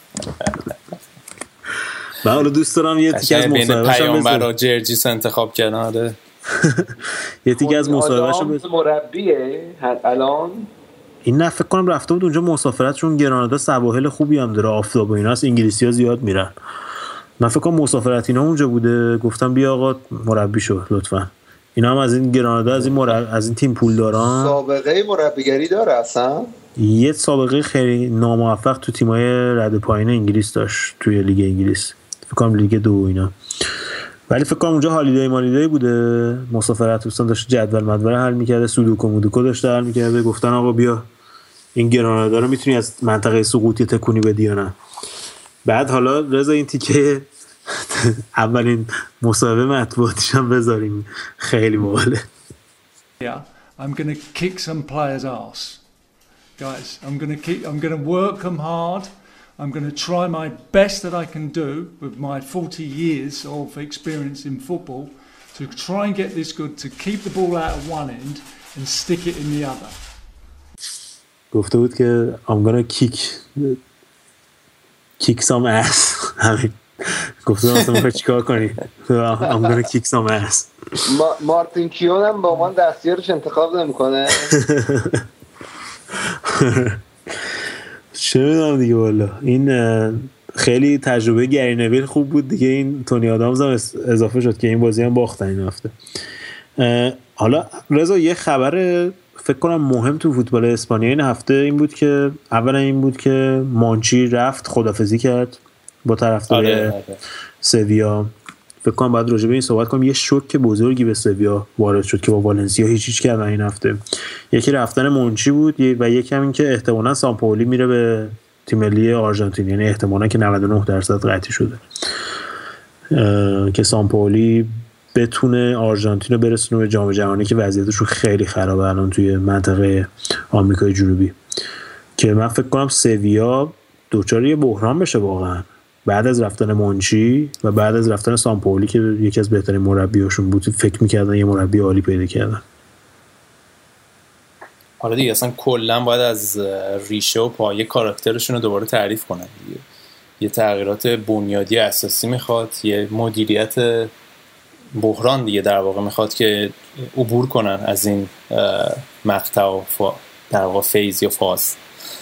من حالا دوست دارم یه تیکه از مصاحبه‌اش هم بذارم. برای جرجیس انتخاب کردن. آره یه تیکه از مصاحبه‌اش بذارم. مربیه الان این نه فکر کنم رفته بود اونجا مسافرت، چون گرانادا سواحل خوبی هم داره، آفتاب و ایناست، انگلیسی‌ها زیاد میرن. من فکر کنم مسافرت اینا اونجا بوده، گفتم بیا آقا مربی شو لطفا. اینا هم از این گرانادا از این مرب... از این تیم پول دارن. سابقه مربیگری داره اصلا. یه سابقه خیلی ناموفق تو تیمای رده پایین انگلیس داشت توی لیگ انگلیس، فکر کنم لیگ دو اینا. ولی فکر کنم اونجا هالیدی مالیدی بوده، مسافرت دوستان داشت جدول مدور حل می‌کرده، سودوکو مودوکو داشت حل می‌کرده، گفتن آقا بیا این گرانادا رو میتونی از منطقه سقوطی تکونی بدی یا نه. بعد حالا رضا این تیکه اولین مصاحبه مطبوعاتیش هم بذاریم، خیلی باحاله. Yeah, I'm going to kick some players' ass. Guys, I'm going to keep I'm going to work them hard. I'm going to try my best that I can do with my forty years of experience in football to try and get this good, to keep the ball out of one end and stick it in the other. گفته بود که I'm going to kick kick some ass. همین گفته بود اصلا میخوای چیکار کنی؟ I'm going to kick some ass. مارتین کیون هم با من دستیارش انتخاب نمیکنه. چه میدونم دیگه والا. این خیلی تجربه گری نویل خوب بود دیگه. این تونی آدامز هم اضافه شد که این بازی هم باختن این هفته. حالا رضا یه خبر فکر کنم مهم تو فوتبال اسپانیا این هفته این بود که اولا این بود که مانچی رفت خدافظی کرد با طرفدارای آره، آره. سویا. فکر کنم بعد راجع به این صحبت کنم. یه شوک بزرگی به سویا وارد شد که با والنسیا هیچ هیچ کردن این هفته. یکی رفتن مانچی بود و یکی هم این که احتمالاً سامپولی میره به تیم ملی آرژانتین، یعنی احتمالاً که نود و نه درصد قطعی شده که سامپولی بتونه آرژانتین رو برسونه به جام جهانی که وضعیتشون خیلی خرابه الان توی منطقه آمریکای جنوبی، که من فکر کنم سویا دوچار یه بحران بشه واقعا بعد از رفتن مانچی و بعد از رفتن سامپولی که یکی از بهترین مربیاشون بود. فکر می‌کردن یه مربی عالی پیدا کردن. حالا دیگه اصلا کلا باید از ریشه و پایه کاراکترشون رو دوباره تعریف کنن دیگه. یه تغییرات بنیادی اساسی میخواد، یه مدیریت بحران دیگه در واقع میخواد که عبور کنن از این مقطع و فا در واقع فیز یا فاز.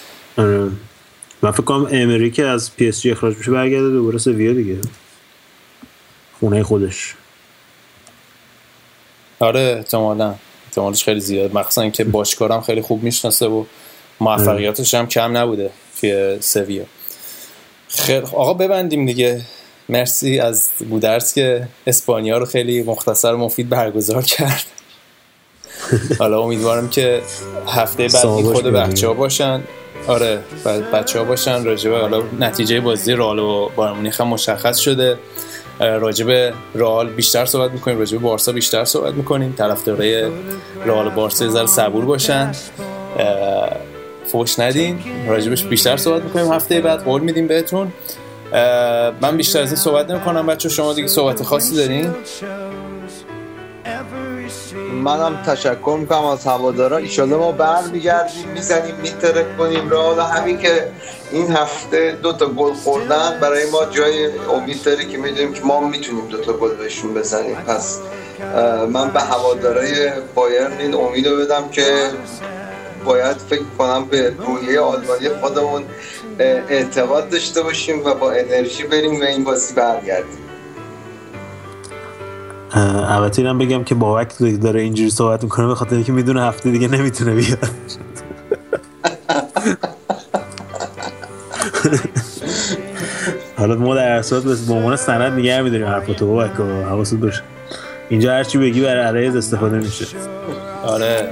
من فکر کنم امری که از پی اس جی اخراج بشه برگرده دوباره سویا دیگه، خونه خودش. آره احتمالاً احتمالش خیلی زیاد، مخصوصا اینکه باشگاه‌ام خیلی خوب میشناسه و موفقیتش هم کم نبوده توی سویا. خیلی آقا ببندیم دیگه. مرسی از گودرز که اسپانیا رو خیلی مختصر و مفید برگزار کرد. حالا امیدوارم که هفته بعد خود بچه‌ها باشن. آره بچه‌ها باشن. راجع به حالا نتیجه بازی رئال و بایر مونیخ هم مشخص شده. راجع به رئال بیشتر صحبت می‌کنیم، راجع به بارسا بیشتر صحبت می‌کنیم. طرفدارای رئال و بارسا زر صبور باشن، فوش ندین. راجبش بیشتر صحبت می‌کنیم هفته بعد، قول میدیم بهتون. من بیشتر از این صحبت نمی‌کنم بچه. شما دیگه صحبت خاصی دارین؟ منم تشکر میکنم از هوادارا. ایشالله ما برمیگردیم میزنیم میترک کنیم راه و همین که این هفته دو تا گل خوردن برای ما جای امید داره که میدونیم که ما میتونیم دو تا گل بهشون بزنیم. پس من به هوادارای بایرن این امیدو بدم که باید فکر کنم به روحیه آلمانی خودمون اعتقاد داشته باشیم و با انرژی بریم و این بازی برگردیم. البته اینم بگم که بابک داره اینجوری صحبت میکنه به خاطر اینکه میدونه هفته دیگه نمیتونه بیاد. حالا ما در اصل به عنوان سند نگه میداریم حرفاتو بابک و حواست باشه اینجا هرچی بگی برای علیه استفاده میشه. آره آره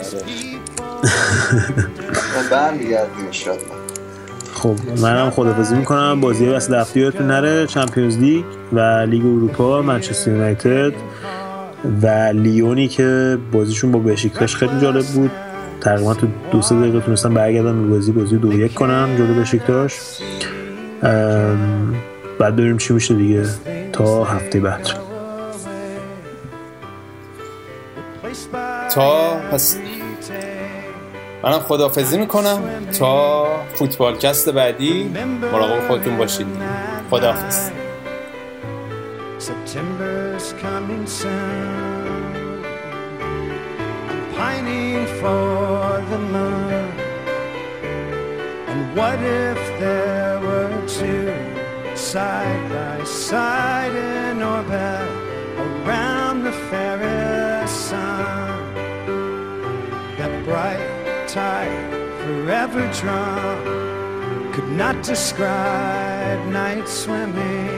ما برمیگردیم انشالله. خب منم خداحافظی میکنم. بازی واسه دفتیاتون نره. چمپیونز لیگ و لیگ اروپا، منچستر یونایتد و لیونی که بازیشون با بشیکتاش خیلی جالب بود. تقریبا تو دو سه دقیقه تونستن برگردن به بازی بازی دو یک کنن جلو بشیکتاش. بعد ببینیم چی میشه دیگه تا هفته بعد. تا پس منم خداحافظی میکنم تا فوتبالکست بعدی. مراقب خودتون باشید. خداحافظ. September's coming soon. I'm pining for the moon. And what if there were two side by side in orbit around the fairest sun? That bright tide forever drunk could not describe night swimming.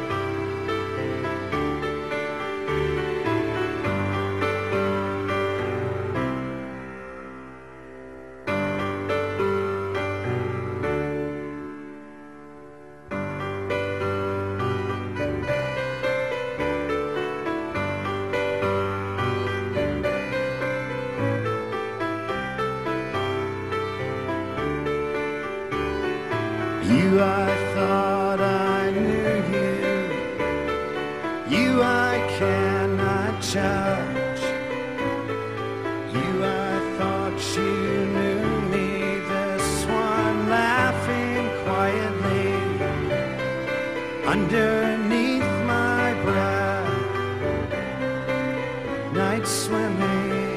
You, I thought I knew you. You, I cannot judge. You, I thought you knew me. This one laughing quietly underneath my breath. Night swimming.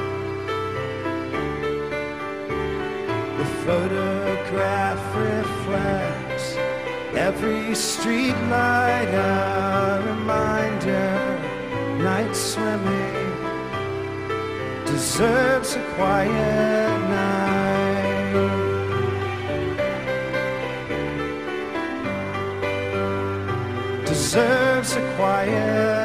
The photograph reflects every street light, a reminder. Night swimming, deserves a quiet night. Deserves a quiet